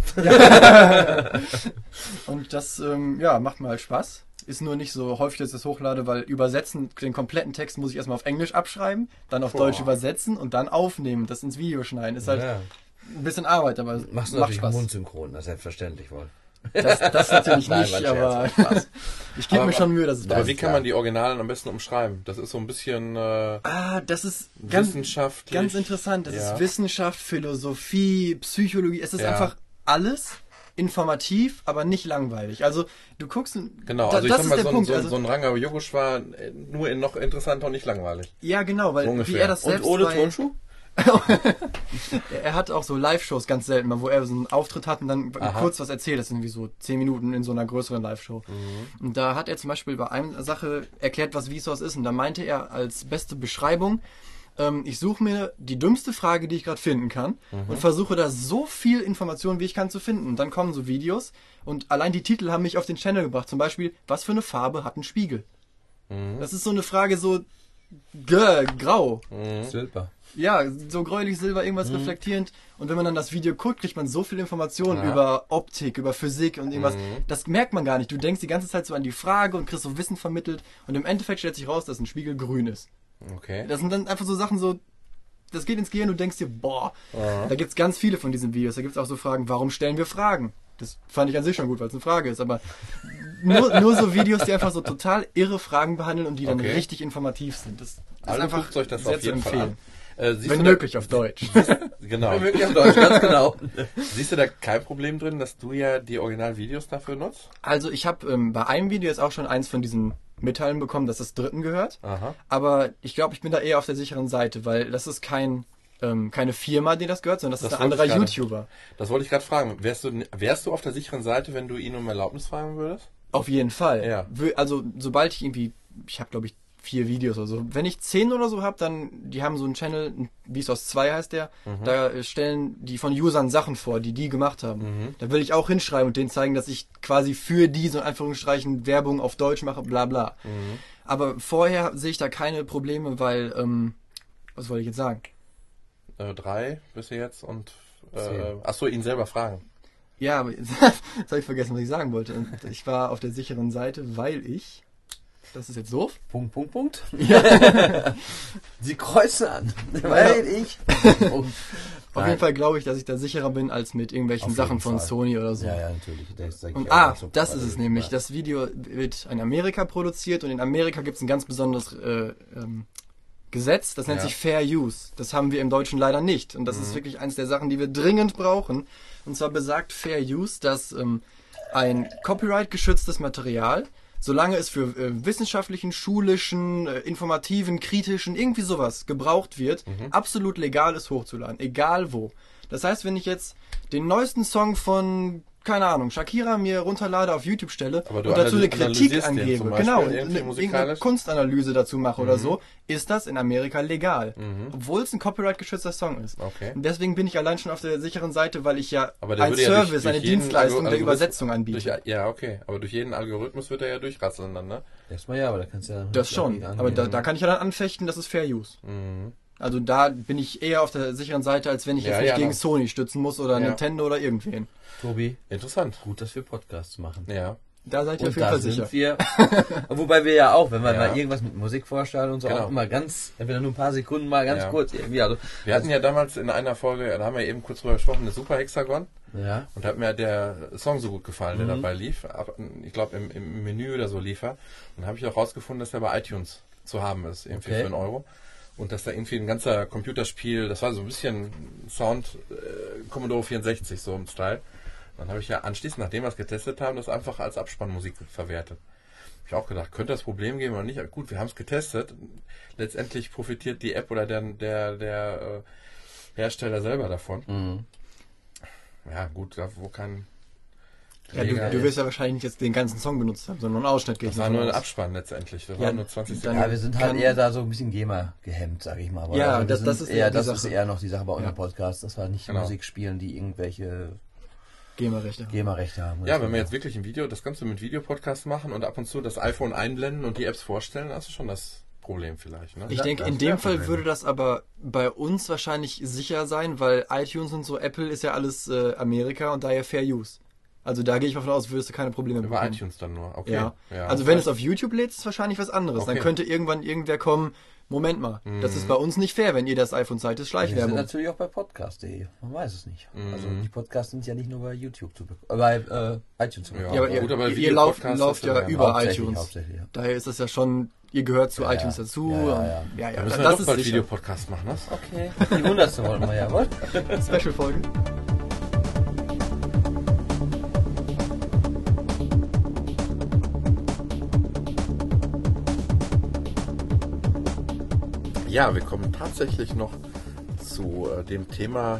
Und das, macht mir halt Spaß. Ist nur nicht so häufig, dass ich das hochlade, weil übersetzen, den kompletten Text muss ich erstmal auf Englisch abschreiben, dann auf Deutsch übersetzen und dann aufnehmen, das ins Video schneiden. Ist halt ein bisschen Arbeit, aber Machst du macht natürlich Spaß. mundsynchron, das ist selbstverständlich wohl. Das natürlich Nein, nicht, war ein aber Scherz, ich gebe mir schon Mühe, dass es Aber passt. wie kann man die Originalen am besten umschreiben? Das ist so ein bisschen Das ist ganz wissenschaftlich. interessant. Das ist Wissenschaft, Philosophie, Psychologie. Es ist einfach alles informativ, aber nicht langweilig. Also du guckst... Genau, also ich das sag ist mal, der Punkt. so ein Ranga Yogesh war nur in noch interessanter und nicht langweilig. Ja, genau, weil So wie ungefähr. er das Und selbst ohne bei- Turnschuh? Er hat auch so Live-Shows ganz selten, mal, wo er so einen Auftritt hat und dann kurz was erzählt. Das sind irgendwie so 10 Minuten in so einer größeren Live-Show. Und da hat er zum Beispiel bei einer Sache erklärt, was Vsauce ist. Und da meinte er als beste Beschreibung, ich suche mir die dümmste Frage, die ich gerade finden kann und versuche da so viel Information, wie ich kann, zu finden. Und dann kommen so Videos und allein die Titel haben mich auf den Channel gebracht. Zum Beispiel, was für eine Farbe hat ein Spiegel? Das ist so eine Frage so grau. Silber. Ja, so gräulich silber, irgendwas reflektierend. Und wenn man dann das Video guckt, kriegt man so viel Informationen über Optik, über Physik und irgendwas. Das merkt man gar nicht. Du denkst die ganze Zeit so an die Frage und kriegst so Wissen vermittelt. Und im Endeffekt stellt sich raus, dass ein Spiegel grün ist. Okay. Das sind dann einfach so Sachen so, das geht ins Gehirn und du denkst dir, boah, da gibt's ganz viele von diesen Videos. Da gibt's auch so Fragen, warum stellen wir Fragen? Das fand ich an sich schon gut, weil es eine Frage ist. Aber nur so Videos, die einfach so total irre Fragen behandeln und die dann richtig informativ sind. Das ist Also einfach guckt euch das sehr auf zu jeden Fall empfehlen. an. Siehst Wenn du da- möglich auf Deutsch. Genau. Wirklich auf Deutsch, ganz genau. Siehst du da kein Problem drin, dass du ja die Originalvideos dafür nutzt? Also ich habe bei einem Video jetzt auch schon eins von diesen Mitteilen bekommen, dass das Dritten gehört. Aha. Aber ich glaube, ich bin da eher auf der sicheren Seite, weil das ist keine Firma, die das gehört, sondern das ist Das ein wollte anderer ich gerade. YouTuber. Das wollte ich gerade fragen. Wärst du auf der sicheren Seite, wenn du ihn um Erlaubnis fragen würdest? Auf jeden Fall. Ja. Also sobald ich habe glaube ich 4 Videos oder so. Wenn ich 10 oder so habe, dann, die haben so einen Channel, Vsauce 2 heißt der, da stellen die von Usern Sachen vor, die gemacht haben. Da will ich auch hinschreiben und denen zeigen, dass ich quasi für die, so in Anführungsstrichen, Werbung auf Deutsch mache, bla bla. Aber vorher sehe ich da keine Probleme, weil, was wollte ich jetzt sagen? 3 bist du jetzt und Zehn. achso, ihn selber fragen. Ja, aber jetzt habe ich vergessen, was ich sagen wollte. Und ich war auf der sicheren Seite, weil ich, das ist jetzt doof, Punkt. Sie kreuzen an, weil ich... auf jeden Fall glaube ich, dass ich da sicherer bin als mit irgendwelchen Auf Sachen jeden von Fall. Sony oder so. Ja, ja, natürlich. Das sag ich Und auch so das gerade. ist es nämlich. Das Video wird in Amerika produziert und in Amerika gibt es ein ganz besonderes Gesetz, das nennt sich Fair Use. Das haben wir im Deutschen leider nicht. Und das ist wirklich eins der Sachen, die wir dringend brauchen. Und zwar besagt Fair Use, dass ein Copyright-geschütztes Material, solange es für wissenschaftlichen, schulischen, informativen, kritischen, irgendwie sowas gebraucht wird, absolut legal ist hochzuladen. Egal wo. Das heißt, wenn ich jetzt den neuesten Song von keine Ahnung, Shakira mir runterlade, auf YouTube stelle Aber du und dazu eine analysierst Kritik den angebe, zum Beispiel genau, irgendwie irgendeine musikalisch? Kunstanalyse dazu mache oder so, ist das in Amerika legal. Obwohl es ein copyright-geschützter Song ist. Okay. Und deswegen bin ich allein schon auf der sicheren Seite, weil ich ja Aber der ein würde ja Service, eine jeden Dienstleistung der Algorithmus- Übersetzung anbiete. Ja, okay. Aber durch jeden Algorithmus wird er ja durchrasseln dann, ne? Erstmal ja, aber da kannst du ja... Das schon, aber da kann ich ja dann anfechten, das ist Fair Use. Also da bin ich eher auf der sicheren Seite, als wenn ich jetzt mich gegen Sony stützen muss oder Nintendo oder irgendwen. Tobi, Interessant. gut, dass wir Podcasts machen. Ja. Da seid ihr auf Und jeden da Fall sind sicher. wir, wobei wir ja auch, wenn wir Ja. mal irgendwas mit Musik vorstellen und so, Genau. auch immer ganz, entweder nur ein paar Sekunden mal ganz Ja. kurz irgendwie, also, Wir hatten ja damals in einer Folge, da haben wir eben kurz drüber gesprochen, eine Super Hexagon. ja, Und da hat mir der Song so gut gefallen, der dabei lief. Ich glaube, im Menü oder so lief er. Und dann habe ich auch rausgefunden, dass der bei iTunes zu haben ist, irgendwie Okay. für €1. Und dass da irgendwie ein ganzer Computerspiel, das war so ein bisschen Sound, Commodore 64, so im Style. Dann habe ich ja anschließend, nachdem wir es getestet haben, das einfach als Abspannmusik verwertet. Habe ich auch gedacht, könnte das Problem geben oder nicht? Aber gut, wir haben es getestet. Letztendlich profitiert die App oder der Hersteller selber davon. Ja, gut, da wo kein... Ja, du wirst ja wahrscheinlich nicht jetzt den ganzen Song benutzt haben, sondern einen Ausschnitt gehe ich Das war davon nur ein aus. Abspann letztendlich. Das Ja, waren nur 20 dann- Sekunden. ja, wir sind halt kann- eher da so ein bisschen GEMA gehemmt, sag ich mal. Aber Ja, wir das sind ist eher die das ist Sache. eher noch die Sache bei unseren Ja. Podcasts, dass wir nicht Genau. Musik spielen, die irgendwelche GEMA-Rechte. GEMA-Rechte haben. Ja, wenn wir jetzt wirklich ein Video, das Ganze mit Videopodcast machen und ab und zu das iPhone einblenden und die Apps vorstellen, hast du schon das Problem vielleicht, ne? Ich denke, das in wäre dem Fall Problem. würde das aber bei uns wahrscheinlich sicher sein, weil iTunes und so, Apple ist ja alles Amerika und daher Fair Use. Also da gehe ich mal von aus, würdest du keine Probleme Über bekommen. iTunes dann nur, okay. Ja. Also wenn es auf YouTube lädt, ist es wahrscheinlich was anderes. Okay. Dann könnte irgendwann irgendwer kommen, Moment mal, das ist bei uns nicht fair, wenn ihr das iPhone zeigt, ist wir sind Schleichwerbung. natürlich auch bei podcast.de. Man weiß es nicht. Also die Podcasts sind ja nicht nur bei YouTube zu bekommen, bei iTunes zu bekommen. Ja, aber gut, aber ihr lauft Videopodcast ist ja ja über hauptsächlich, iTunes. hauptsächlich, ja. Daher ist das ja schon, ihr gehört zu iTunes dazu. Ja, und- ja. ja, Da müssen wir das doch ist bald sicher. Videopodcast machen, ne? Okay, die 100. wollten wir ja, wohl? Special-Folge. Ja, wir kommen tatsächlich noch zu dem Thema,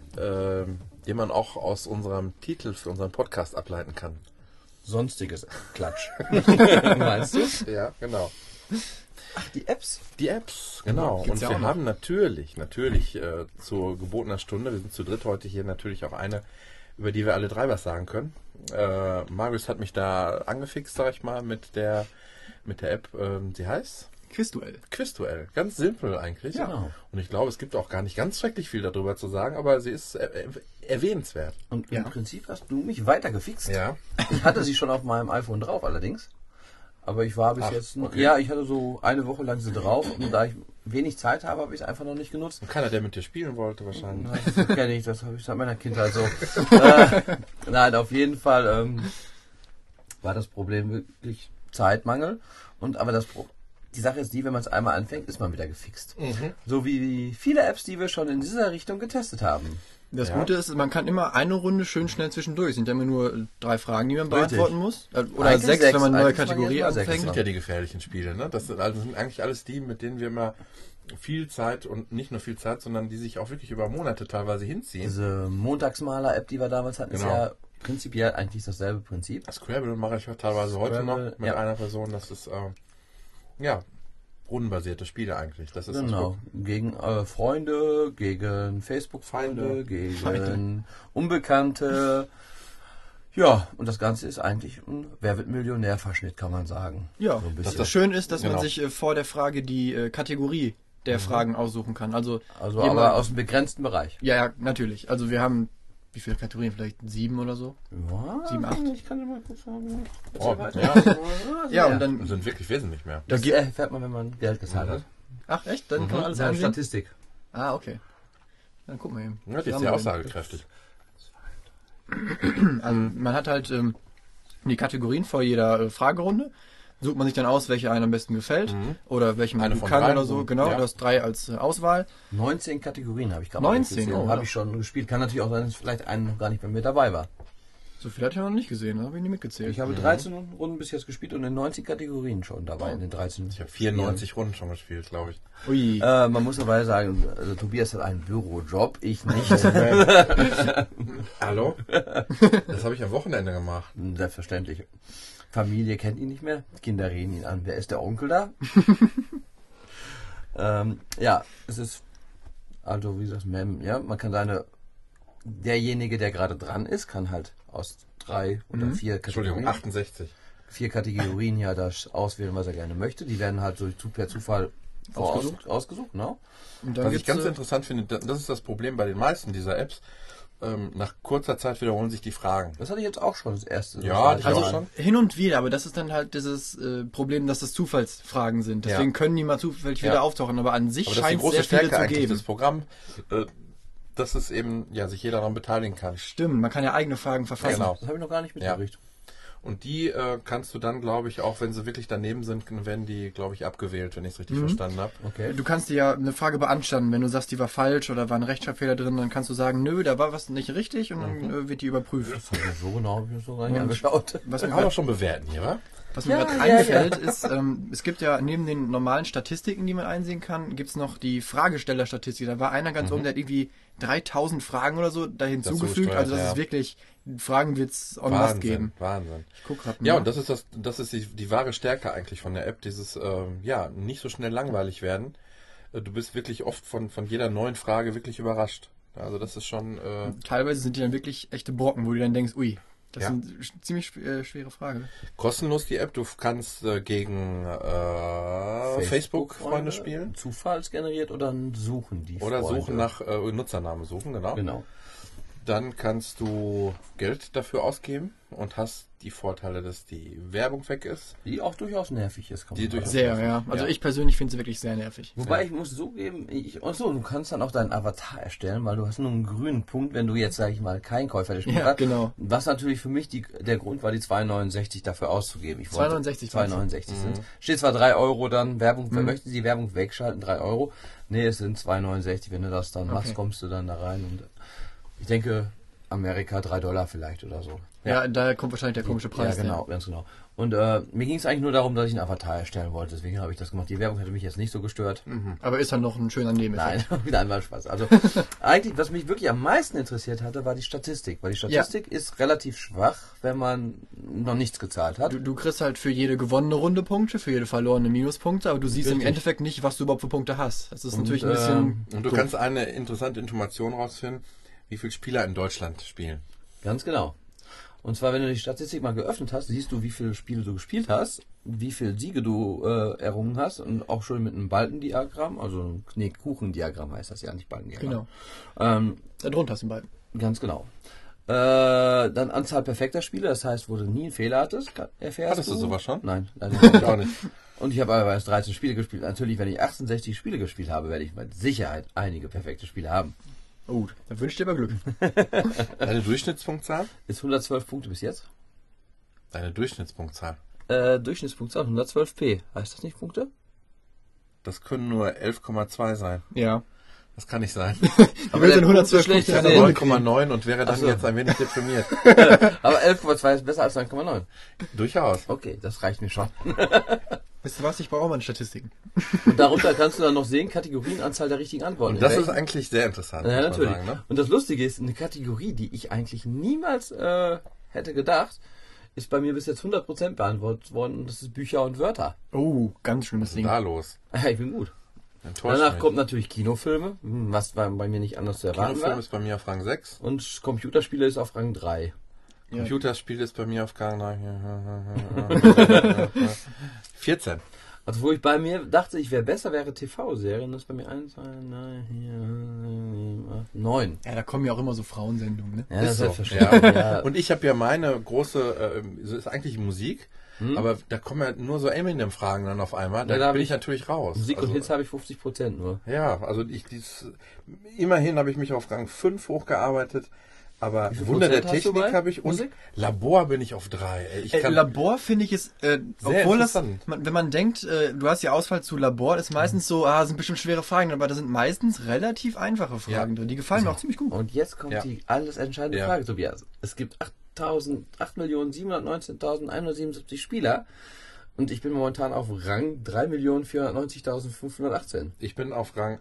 den man auch aus unserem Titel für unseren Podcast ableiten kann. Sonstiges Klatsch. Meinst du? Ja, genau. Ach, die Apps. Die Apps, genau. Gibt's Und ja wir auch noch. haben natürlich zur gebotener Stunde, wir sind zu dritt heute hier, natürlich auch eine, über die wir alle drei was sagen können. Marius hat mich da angefixt, sag ich mal, mit der App, sie heißt Quizduell. Quizduell. Ganz simpel eigentlich. Ja. Genau. Und ich glaube, es gibt auch gar nicht ganz schrecklich viel darüber zu sagen, aber sie ist erwähnenswert. Und Ja. im Prinzip hast du mich weiter gefixt. Ja. Ich hatte sie schon auf meinem iPhone drauf allerdings. Aber ich war bis Ach, jetzt noch, okay. ja, ich hatte so eine Woche lang sie drauf und da ich wenig Zeit habe, habe ich es einfach noch nicht genutzt. Und keiner, der mit dir spielen wollte, wahrscheinlich. Das kenne ich, das habe ich seit meiner Kindheit so. Nein, auf jeden Fall war das Problem wirklich Zeitmangel. Aber die Sache ist die, wenn man es einmal anfängt, ist man wieder gefixt. So wie viele Apps, die wir schon in dieser Richtung getestet haben. Das Ja. Gute ist, man kann immer eine Runde schön schnell zwischendurch. Sind ja immer nur 3 Fragen, die man Richtig. beantworten muss. Oder Eigentlich 6, sechs, wenn man eine neue eigentlich Kategorie waren ja immer sechs. Das anfängt. sind ja die gefährlichen Spiele, ne? Das sind eigentlich alles die, mit denen wir immer viel Zeit und nicht nur viel Zeit, sondern die sich auch wirklich über Monate teilweise hinziehen. Diese Montagsmaler-App, die wir damals hatten, ist Genau. ja prinzipiell eigentlich dasselbe Prinzip. Scrabble mache ich teilweise heute noch Scrabble, mit ja. einer Person. Das ist rundenbasierte Spiele eigentlich. Das ist das Genau. Gute. Gegen Freunde, gegen Facebook-Freunde, Feinde. gegen Feinde. Unbekannte. Ja, und das Ganze ist eigentlich ein Wer wird Millionär-Verschnitt, kann man sagen. Ja, so ein bisschen. das Schön ist, dass man Genau. sich vor der Frage die Kategorie der Fragen aussuchen kann. Also jemand- aber aus einem begrenzten Bereich. ja, natürlich. Also wir haben, wie viele Kategorien? Vielleicht 7 oder so? Ja, 7, 8. Ich kann dir mal kurz sagen. Oh, Ja, und dann... sind wirklich wesentlich mehr. Das erfährt man, wenn man Geld gezahlt hat. Ach echt? Dann kann man alles Das ist eine ansehen? Statistik. Ah, okay. Dann gucken wir eben. Ja, die Wie ist haben ja wir denn? aussagekräftig. Also man hat halt die Kategorien vor jeder Fragerunde. Sucht man sich dann aus, welche einem am besten gefällt oder welche man Eine gut von kann drei, oder so. Genau, ja. du hast 3 als Auswahl. 19 Kategorien habe ich gerade 19, oh, habe ja. ich schon gespielt. Kann natürlich auch sein, dass vielleicht einen noch gar nicht bei mir dabei war. So viel hatte ich noch nicht gesehen, habe ich nie mitgezählt. Ich habe 13 Runden bis jetzt gespielt und in 90 Kategorien schon dabei, in den 13. Ich habe 94 Runden schon gespielt, glaube ich. Ui. Man muss dabei sagen, also Tobias hat einen Bürojob, ich nicht. Hallo? Das habe ich am Wochenende gemacht. Selbstverständlich. Familie kennt ihn nicht mehr, Kinder reden ihn an. Wer ist der Onkel da? Ja, es ist, also wie gesagt, ja, man kann derjenige, der gerade dran ist, kann halt aus 3 oder 4 Entschuldigung, Kategorien, 68. 4 Kategorien ja das auswählen, was er gerne möchte. Die werden halt so per Zufall ausgesucht, genau. Und dann Was ich gibt's, ganz interessant finde, das ist das Problem bei den meisten dieser Apps. Nach kurzer Zeit wiederholen sich die Fragen. Das hatte ich jetzt auch schon das erste. Ja, das ich war auch also schon. hin und wieder, aber das ist dann halt dieses Problem, dass das Zufallsfragen sind. Deswegen können die mal zufällig wieder auftauchen, aber an sich Aber das ist die scheint es große sehr viele Stärke zu eigentlich geben. des Programms, dass es eben sich jeder daran beteiligen kann. Stimmt, man kann ja eigene Fragen verfassen. Genau. Das habe ich noch gar nicht mitgekriegt. Und die kannst du dann, glaube ich, auch wenn sie wirklich daneben sind, werden die, glaube ich, abgewählt, wenn ich es richtig verstanden habe. Okay. Du kannst dir ja eine Frage beanstanden. Wenn du sagst, die war falsch oder war ein Rechtschreibfehler drin, dann kannst du sagen, nö, da war was nicht richtig und dann wird die überprüft. Das habe ich so genau habe ich mir so gar nicht angeschaut. Was Wir mir haben doch schon bewerten hier, wa? gerade einfällt, ist, es gibt ja neben den normalen Statistiken, die man einsehen kann, gibt es noch die Fragestellerstatistik. Da war einer ganz oben, der hat irgendwie 3000 Fragen oder so da hinzugefügt. Also das ist wirklich, Fragen wird es en masse geben. Wahnsinn. Ich guck grad Ja, mal. und das ist die wahre Stärke eigentlich von der App, dieses, nicht so schnell langweilig werden. Du bist wirklich oft von jeder neuen Frage wirklich überrascht. Also das ist schon... Teilweise sind die dann wirklich echte Brocken, wo du dann denkst, ui, das Ja. sind ziemlich schwere Fragen. kostenlos die App. Du kannst gegen Facebook-Freunde spielen. Zufallsgeneriert oder suchen die Oder Freunde? suchen nach Nutzernamen suchen, genau. Genau. Dann kannst du Geld dafür ausgeben und hast die Vorteile, dass die Werbung weg ist. Die auch durchaus nervig ist. Kann Die man durchaus- sagen. Sehr, ja. Also Ja. ich persönlich finde sie wirklich sehr nervig. Wobei ich muss zugeben, du kannst dann auch deinen Avatar erstellen, weil du hast nur einen grünen Punkt, wenn du jetzt, sag ich mal, kein Käufer des Spiels Ja, hast. genau. Was natürlich für mich der Grund war, die 2,69 dafür auszugeben. Ich wollte 2,69 2,69 sind. Steht zwar 3 Euro dann, Werbung, möchten Sie die Werbung wegschalten, 3 Euro. Nee, es sind 2,69. Wenn du das dann machst, kommst du dann da rein und ich denke, Amerika $3 vielleicht oder so. Ja, daher kommt wahrscheinlich der komische Preis. Ja, genau, ganz genau. Und mir ging es eigentlich nur darum, dass ich einen Avatar erstellen wollte. Deswegen habe ich das gemacht. Die Werbung hätte mich jetzt nicht so gestört. Der. Aber ist dann noch ein schöner Nebeneffekt. Nein, wieder einmal Spaß. Also eigentlich, was mich wirklich am meisten interessiert hatte, war die Statistik. Weil die Statistik ist relativ schwach, wenn man noch nichts gezahlt hat. Du kriegst halt für jede gewonnene Runde Punkte, für jede verlorene Minuspunkte, aber du siehst im Richtig. Endeffekt nicht, was du überhaupt für Punkte hast. Das ist natürlich ein bisschen... Und du kannst eine interessante Information rausfinden, wie viele Spieler in Deutschland spielen. Ganz genau. Und zwar, wenn du die Statistik mal geöffnet hast, siehst du, wie viele Spiele du gespielt hast, wie viele Siege du errungen hast und auch schon mit einem Balkendiagramm, also Kuchendiagramm heißt das ja, nicht Balkendiagramm. Genau. Darunter hast du beiden. Ganz genau. Dann Anzahl perfekter Spiele, das heißt, wo du nie einen Fehler hattest, erfährst Hattest du sowas schon? Nein, leider Ich nicht. auch nicht. Und ich habe aber erst 13 Spiele gespielt. Natürlich, wenn ich 68 Spiele gespielt habe, werde ich mit Sicherheit einige perfekte Spiele haben. Oh, dann wünsche ich dir aber Glück. Deine Durchschnittspunktzahl? Ist 112 Punkte bis jetzt. Deine Durchschnittspunktzahl. Durchschnittspunktzahl 112p. Heißt das nicht Punkte? Das können nur 11,2 sein. Ja. Das kann nicht sein. Aber wir sind 112 schlecht Punkte. gesehen. 9,9 und wäre dann Ach so. jetzt ein wenig deprimiert. Aber 11,2 ist besser als 9,9. Durchaus. Okay, das reicht mir schon. Weißt du was, ich brauche auch mal Statistiken. Und darunter kannst du dann noch sehen, Kategorienanzahl der richtigen Antworten. Und das In ist welchen- eigentlich sehr interessant. Ja, muss man natürlich. sagen, ne? Und das Lustige ist, eine Kategorie, die ich eigentlich niemals hätte gedacht, ist bei mir bis jetzt 100% beantwortet worden. Und das ist Bücher und Wörter. Oh, ganz schlimmes Was ist Ding. denn da los? Ja, ich bin gut. Enttäuscht Danach mich. kommt natürlich Kinofilme, was bei mir nicht anders zu erwarten Kinofilm war. ist bei mir auf Rang 6. Und Computerspiele ist auf Rang 3. Ja. Computerspiel ist bei mir auf Rang 14. Also wo ich bei mir dachte, ich wäre besser, wäre TV-Serien. Das ist bei mir 1, 2, 3, 4, 8, 9. Ja, da kommen ja auch immer so Frauensendungen, ne? Ja, Ist so. selbstverständlich. Ja. Und ich habe ja meine große, so ist eigentlich Musik, aber da kommen ja nur so Eminem-Fragen dann auf einmal. Da Ja, da hab bin ich- ich natürlich raus. Musik also, und Hits habe ich 50% nur. Ja, also immerhin habe ich mich auf Rang 5 hochgearbeitet, aber viel Wunder der Prozent hast du Technik bei habe ich und Musik? Labor bin ich auf 3. Ey, ich kann, Labor finde ich ist, obwohl das, interessant. wenn man denkt, du hast die Auswahl zu Labor, ist meistens so, sind bestimmt schwere Fragen, aber da sind meistens relativ einfache Fragen Ja. drin. Die gefallen mir auch ziemlich gut. Und jetzt kommt Ja. die alles entscheidende Ja. Frage, Tobias. Es gibt 8.719.177 Spieler. Und ich bin momentan auf Rang 3.490.518. Ich bin auf Rang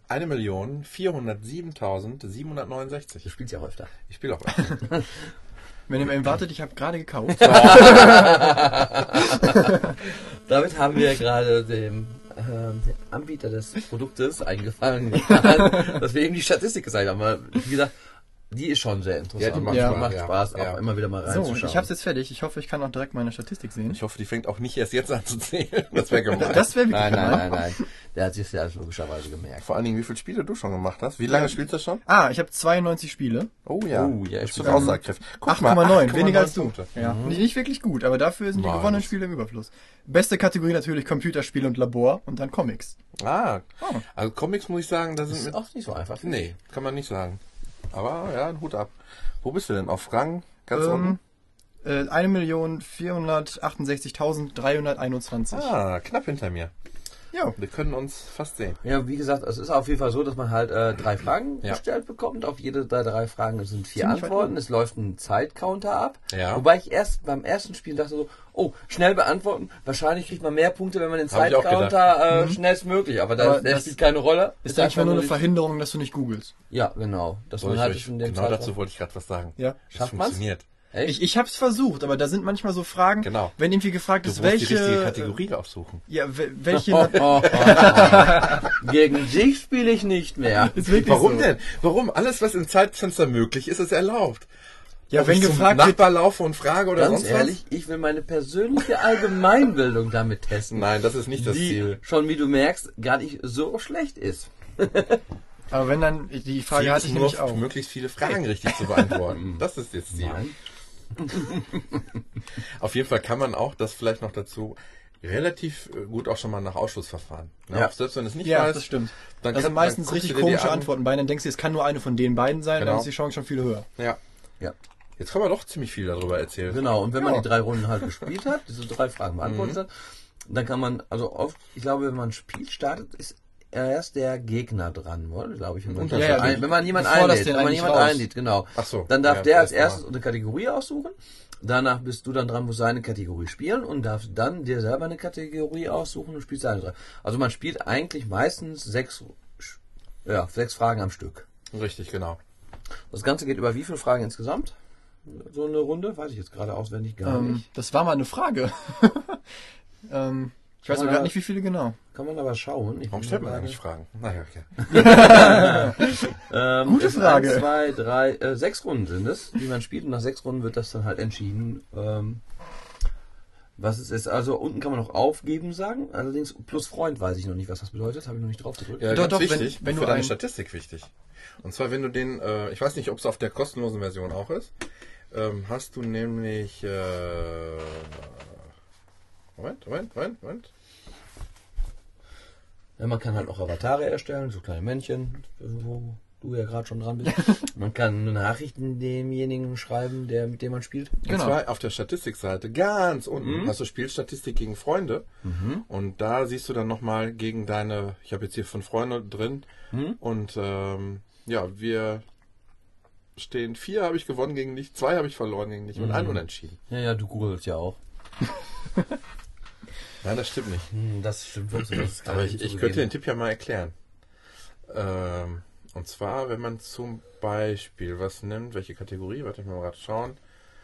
1.407.769. Du spielst ja auch öfter. Ich spiele auch öfter. Wenn ihr mal wartet, ich habe gerade gekauft. Damit haben wir gerade dem Anbieter des Produktes eingefallen, dass wir eben die Statistik gesagt haben. Aber wie gesagt, die ist schon sehr interessant. Ja, die macht Spaß, ja. auch immer wieder mal So, reinzuschauen. ich habe es jetzt fertig. Ich hoffe, ich kann auch direkt meine Statistik sehen. Ich hoffe, die fängt auch nicht erst jetzt an zu zählen. Das wäre gemein. Das wäre wirklich gemein. Nein. Der hat sich das ja logischerweise gemerkt. Vor allen Dingen, wie viele Spiele du schon gemacht hast. Wie lange spielst du schon? Ich habe 92 Spiele. Oh ja, ich das ist spiele aussagekräftig. 8,9, weniger als du. Punkte. Ja. Nicht wirklich gut, aber dafür sind die Nein. gewonnenen Spiele im Überfluss. Beste Kategorie natürlich Computerspiele und Labor und dann Comics. Also Comics muss ich sagen, da Das sind ist auch nicht so einfach. Nee, kann man nicht sagen. Aber ja, ein Hut ab. Wo bist du denn? Auf Rang? Ganz unten? 1.468.321. Knapp hinter mir. Ja. Wir können uns fast sehen. Ja, wie gesagt, es ist auf jeden Fall so, dass man halt 3 Fragen gestellt bekommt. Auf jede der 3 Fragen sind 4 Ziemlich Antworten. Es läuft ein Zeitcounter ab. Ja. Wobei ich erst beim ersten Spiel dachte so, schnell beantworten. Wahrscheinlich kriegt man mehr Punkte, wenn man den Hab ich auch Zeitcounter schnellstmöglich. Aber der das spielt keine Rolle. Ist eigentlich nur eine Verhinderung, dass du nicht googelst. Ja, genau. Dass man halt in dem Genau Zeitraum- dazu wollte ich gerade was sagen. Ja. Das Schafft man's? funktioniert. Echt? Ich habe es versucht, aber da sind manchmal so Fragen, Genau. wenn irgendwie gefragt Du ist, musst welche... die richtige Kategorie aufsuchen. Ja, welche... Gegen dich spiele ich nicht mehr. ist wirklich Warum so. denn? Warum? Alles, was im Zeitfenster möglich ist, ist erlaubt. Ja, Ob wenn ich zum gefragt wird... Nachbar laufe und frage oder Ganz sonst ehrlich, ich will meine persönliche Allgemeinbildung damit testen. was? Nein, das ist nicht das Die Ziel. schon, wie du merkst, gar nicht so schlecht ist. Aber wenn dann... Die Frage Ziel hatte ist ich nur, nämlich auch. möglichst viele Fragen richtig zu beantworten. Das ist das Ziel. Nein. Auf jeden Fall kann man auch, das vielleicht noch dazu, relativ gut auch schon mal nach Ausschlussverfahren. Ne? Ja. Auch selbst wenn du es nicht Ja, weißt, das stimmt. dann Das sind meistens guckst du richtig dir die komische an. Antworten bei. Dann denkst du, es kann nur eine von den beiden sein, Genau. dann ist die Chance schon viel höher. Ja. Ja. Jetzt kann man doch ziemlich viel darüber erzählen. Genau, und wenn man Ja. die 3 Runden halt gespielt hat, diese 3 Fragen beantwortet hat, dann kann man, also oft, ich glaube, wenn man ein Spiel startet, ist erst der Gegner dran, oder? Glaube ich. Wenn man, Ja, wenn man jemanden du forderst einlädt, den wenn man eigentlich jemanden raus. einlädt, genau. Ach so. Dann darf Ja, der als das war- erstes eine Kategorie aussuchen. Danach bist du dann dran, musst seine Kategorie spielen und darfst dann dir selber eine Kategorie aussuchen und spielst seine 3. Also man spielt eigentlich meistens 6 Fragen am Stück. Richtig, genau. Das Ganze geht über wie viele Fragen insgesamt? So eine Runde? Weiß ich jetzt gerade auswendig gar nicht. Das war mal eine Frage. Ich weiß aber gar nicht, wie viele genau. Kann man aber schauen. Warum stellt man eigentlich Fragen? Naja, okay. Gute Frage. 1, 2, 3, 6 Runden sind es, die man spielt. Und nach 6 Runden wird das dann halt entschieden, was es ist. Also unten kann man noch aufgeben sagen. Allerdings plus Freund weiß ich noch nicht, was das bedeutet. Habe ich noch nicht drauf gedrückt. Ja, Doch, ganz doch, wichtig. wenn für du deine ein- Statistik wichtig. Und zwar, wenn du den, ich weiß nicht, ob es auf der kostenlosen Version auch ist, hast du nämlich, Moment. Ja, man kann halt auch Avatare erstellen, so kleine Männchen, wo du ja gerade schon dran bist. Man kann Nachrichten demjenigen schreiben, mit dem man spielt. Und Genau. zwar auf der Statistikseite ganz unten hast du Spielstatistik gegen Freunde. Und da siehst du dann nochmal gegen deine, ich habe jetzt hier 5 Freunde drin. Und wir stehen 4 habe ich gewonnen gegen dich, 2 habe ich verloren gegen dich und 1 unentschieden. Ja, du googelst ja auch. Nein, das stimmt nicht. Das stimmt wirklich. Das ist gar Aber nicht ich zugegeben. könnte den Tipp ja mal erklären. Und zwar, wenn man zum Beispiel was nimmt, welche Kategorie, warte, ich mal gerade schauen.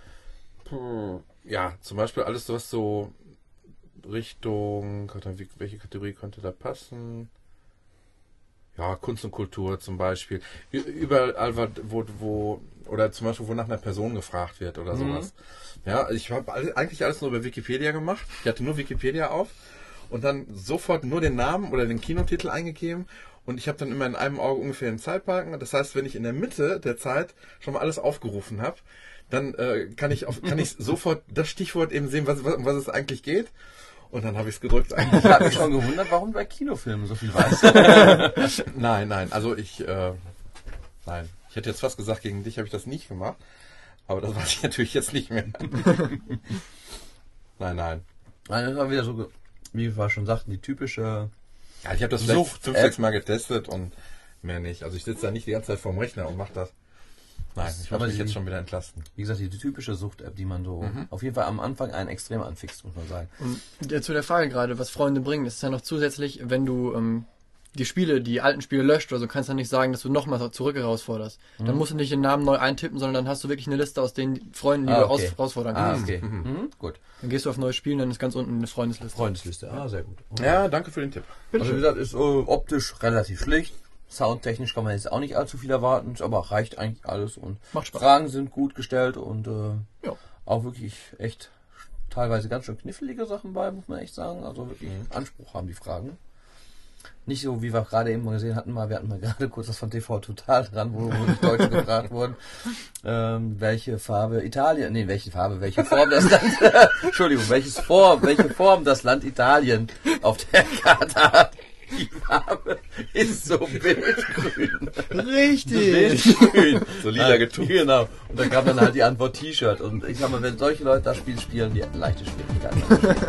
Ja, zum Beispiel alles, was so Richtung, welche Kategorie könnte da passen? Ja, Kunst und Kultur zum Beispiel. Überall, wo oder zum Beispiel, wo nach einer Person gefragt wird oder sowas. Ja, ich habe eigentlich alles nur über Wikipedia gemacht. Ich hatte nur Wikipedia auf und dann sofort nur den Namen oder den Kinotitel eingegeben und ich habe dann immer in einem Auge ungefähr den Zeitbalken. Das heißt, wenn ich in der Mitte der Zeit schon mal alles aufgerufen habe, dann kann ich sofort das Stichwort eben sehen, um was es eigentlich geht. Und dann habe ich es gedrückt. Ich habe mich schon gewundert, warum du bei Kinofilmen so viel weißt. Nein, also nein. Ich hätte jetzt fast gesagt, gegen dich habe ich das nicht gemacht. Aber das weiß ich natürlich jetzt nicht mehr. Nein. Nein, das war wieder so, wie wir schon sagten, die typische... Ja, ich habe das vielleicht 5-6 Mal getestet und mehr nicht. Also ich sitze da nicht die ganze Zeit vorm Rechner und mache das. Nein, ich muss mich jetzt schon wieder entlasten. Wie gesagt, die typische Sucht-App, die man so auf jeden Fall am Anfang einen extrem anfixt, muss man sagen. Und zu der Frage gerade, was Freunde bringen, ist ja noch zusätzlich, wenn du die alten Spiele löscht oder so, kannst du nicht sagen, dass du nochmal zurück herausforderst. Dann musst du nicht den Namen neu eintippen, sondern dann hast du wirklich eine Liste aus den Freunden, die du herausfordern kannst. Okay. Gut. Dann gehst du auf neues Spielen, dann ist ganz unten eine Freundesliste. Freundesliste, sehr gut. Okay. Ja, danke für den Tipp. Also wie gesagt, ist optisch relativ schlicht. Soundtechnisch kann man jetzt auch nicht allzu viel erwarten, aber reicht eigentlich alles. Und macht Spaß. Fragen sind gut gestellt und auch wirklich echt teilweise ganz schön knifflige Sachen bei, muss man echt sagen. Also wirklich Anspruch haben die Fragen. Nicht so, wie wir gerade eben mal gesehen hatten, wir hatten mal gerade kurz das von TV Total dran, wo die Deutschen gefragt wurden, welche Form das Land, Entschuldigung, welche Form das Land Italien auf der Karte hat. Die Farbe ist so wildgrün. Richtig! Wildgrün. So lila getupft. Genau. Und da kam dann halt die Antwort T-Shirt. Und ich sag mal, wenn solche Leute das Spiel spielen, die leichte Schwierigkeiten.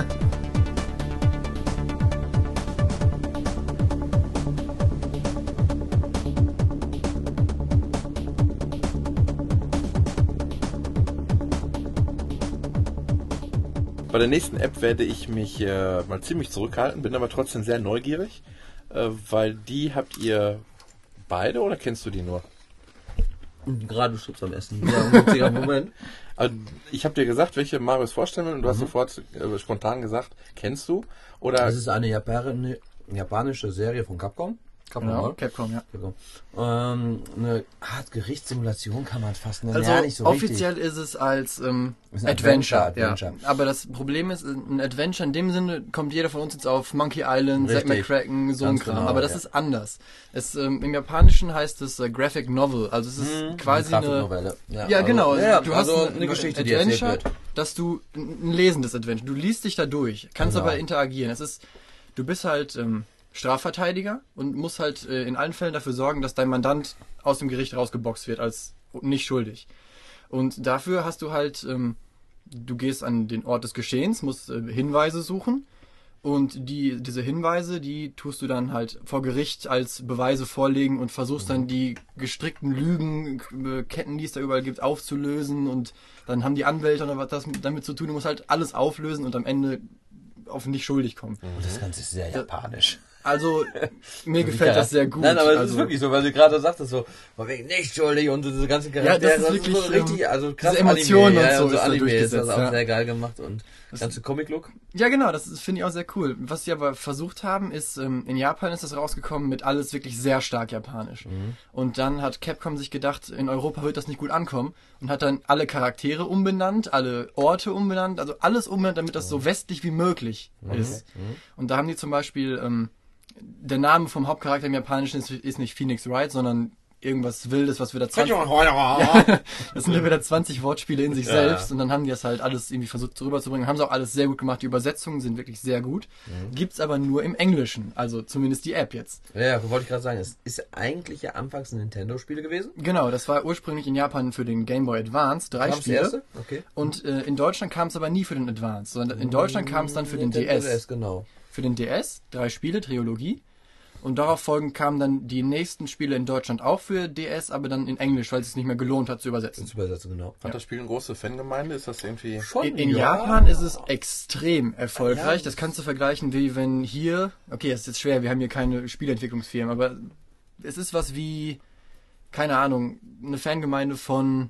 Bei der nächsten App werde ich mich mal ziemlich zurückhalten, bin aber trotzdem sehr neugierig, weil die habt ihr beide oder kennst du die nur? Gerade Schutz am Essen. Ja, ein witziger Moment. Also, ich habe dir gesagt, welche Marius vorstellen will und du hast sofort spontan gesagt, kennst du? Oder Das ist eine japanische Serie von Capcom. Capcom, ja. Eine Art Gerichtssimulation kann man fast nennen. Also ja, nicht so offiziell richtig. ist es als Ist ein Adventure. Ja. Adventure. Aber das Problem ist, ein Adventure in dem Sinne kommt jeder von uns jetzt auf Monkey Island, Zack Richtig. McCracken, so ein Ganz Kram. genau, Aber das ja. ist anders. Im Japanischen heißt es Graphic Novel. Also es ist quasi eine... Grafiknovelle. Ja, genau. Ja, Du hast also eine Geschichte, die erzählt Adventure, wird. dass du ein lesendes Adventure. Du liest dich da durch, kannst Genau. aber interagieren. Du bist halt Strafverteidiger und musst halt in allen Fällen dafür sorgen, dass dein Mandant aus dem Gericht rausgeboxt wird als nicht schuldig. Und dafür hast du halt, du gehst an den Ort des Geschehens, musst Hinweise suchen und diese Hinweise, die tust du dann halt vor Gericht als Beweise vorlegen und versuchst dann die gestrickten Lügen, Ketten, die es da überall gibt, aufzulösen und dann haben die Anwälte oder was damit zu tun. Du musst halt alles auflösen und am Ende auf nicht schuldig kommen. Und das Ganze ist sehr japanisch. Also, mir gefällt das sehr gut. Nein, aber es also, ist wirklich so, weil du gerade sagtest, so, von wegen nicht schuldig und diese ganzen Charaktere. das ist wirklich, so richtig, also krass diese Emotionen Anime, und so und so ist da Anime ist das durchgesetzt, auch ja. sehr geil gemacht und das ganze Comic-Look. Ja, genau, das finde ich auch sehr cool. Was sie aber versucht haben, ist, in Japan ist das rausgekommen mit alles wirklich sehr stark japanisch. Und dann hat Capcom sich gedacht, in Europa wird das nicht gut ankommen und hat dann alle Charaktere umbenannt, alle Orte umbenannt, also alles umbenannt, damit das so westlich wie möglich ist. Und da haben die zum Beispiel, der Name vom Hauptcharakter im Japanischen ist nicht Phoenix Wright, sondern irgendwas Wildes, was wieder 20... Ja, das sind ja wieder 20 Wortspiele in sich selbst und dann haben die das halt alles irgendwie versucht rüberzubringen. Haben sie auch alles sehr gut gemacht. Die Übersetzungen sind wirklich sehr gut. Gibt's aber nur im Englischen, also zumindest die App jetzt. Ja, wollte ich gerade sagen, es ist eigentlich ja anfangs ein Nintendo-Spiel gewesen. Genau, das war ursprünglich in Japan für den Game Boy Advance, 3 Kam's Spiele. erste? Okay. Und in Deutschland kam es aber nie für den Advance, sondern in Deutschland kam es dann für den DS. Genau. Für den DS, 3 Spiele, Trilogie. Und darauf folgend kamen dann die nächsten Spiele in Deutschland auch für DS, aber dann in Englisch, weil es sich nicht mehr gelohnt hat zu übersetzen. Das Übersetzen, genau. hat das Spiel eine große Fangemeinde? Ist das irgendwie... Schon, In Japan ist es extrem erfolgreich. Das kannst du vergleichen, wie wenn hier, okay, es ist jetzt schwer, wir haben hier keine Spieleentwicklungsfirmen, aber es ist was wie, keine Ahnung, eine Fangemeinde von...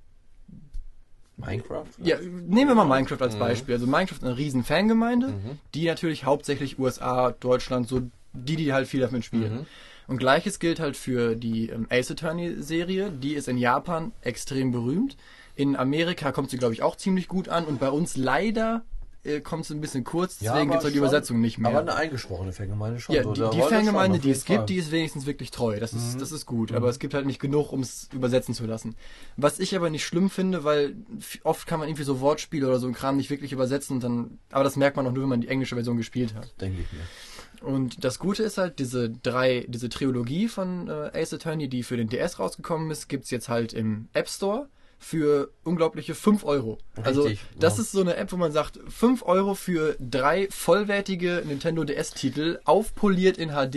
Minecraft? Ja, nehmen wir mal Minecraft als Beispiel. Also Minecraft eine riesen Fangemeinde, die natürlich hauptsächlich USA, Deutschland, so die halt viel davon spielen. Und gleiches gilt halt für die Ace Attorney Serie, die ist in Japan extrem berühmt. In Amerika kommt sie, glaube ich, auch ziemlich gut an und bei uns leider kommt es ein bisschen kurz, deswegen gibt es halt die Übersetzung nicht mehr. Aber eine eingeschworene Fangemeinde schon. Ja, so, die da wollte Fangemeinde, schon, die auf es jeden gibt, die ist wenigstens wirklich treu. Das ist gut. Aber es gibt halt nicht genug, um es übersetzen zu lassen. Was ich aber nicht schlimm finde, weil oft kann man irgendwie so Wortspiele oder so ein Kram nicht wirklich übersetzen und dann, aber das merkt man auch nur, wenn man die englische Version gespielt hat. Denke ich mir. Und das Gute ist halt, diese Trilogie von Ace Attorney, die für den DS rausgekommen ist, gibt's jetzt halt im App Store für unglaubliche 5 Euro. Also Richtig, das ja. ist so eine App, wo man sagt, 5 Euro für 3 vollwertige Nintendo DS-Titel, aufpoliert in HD,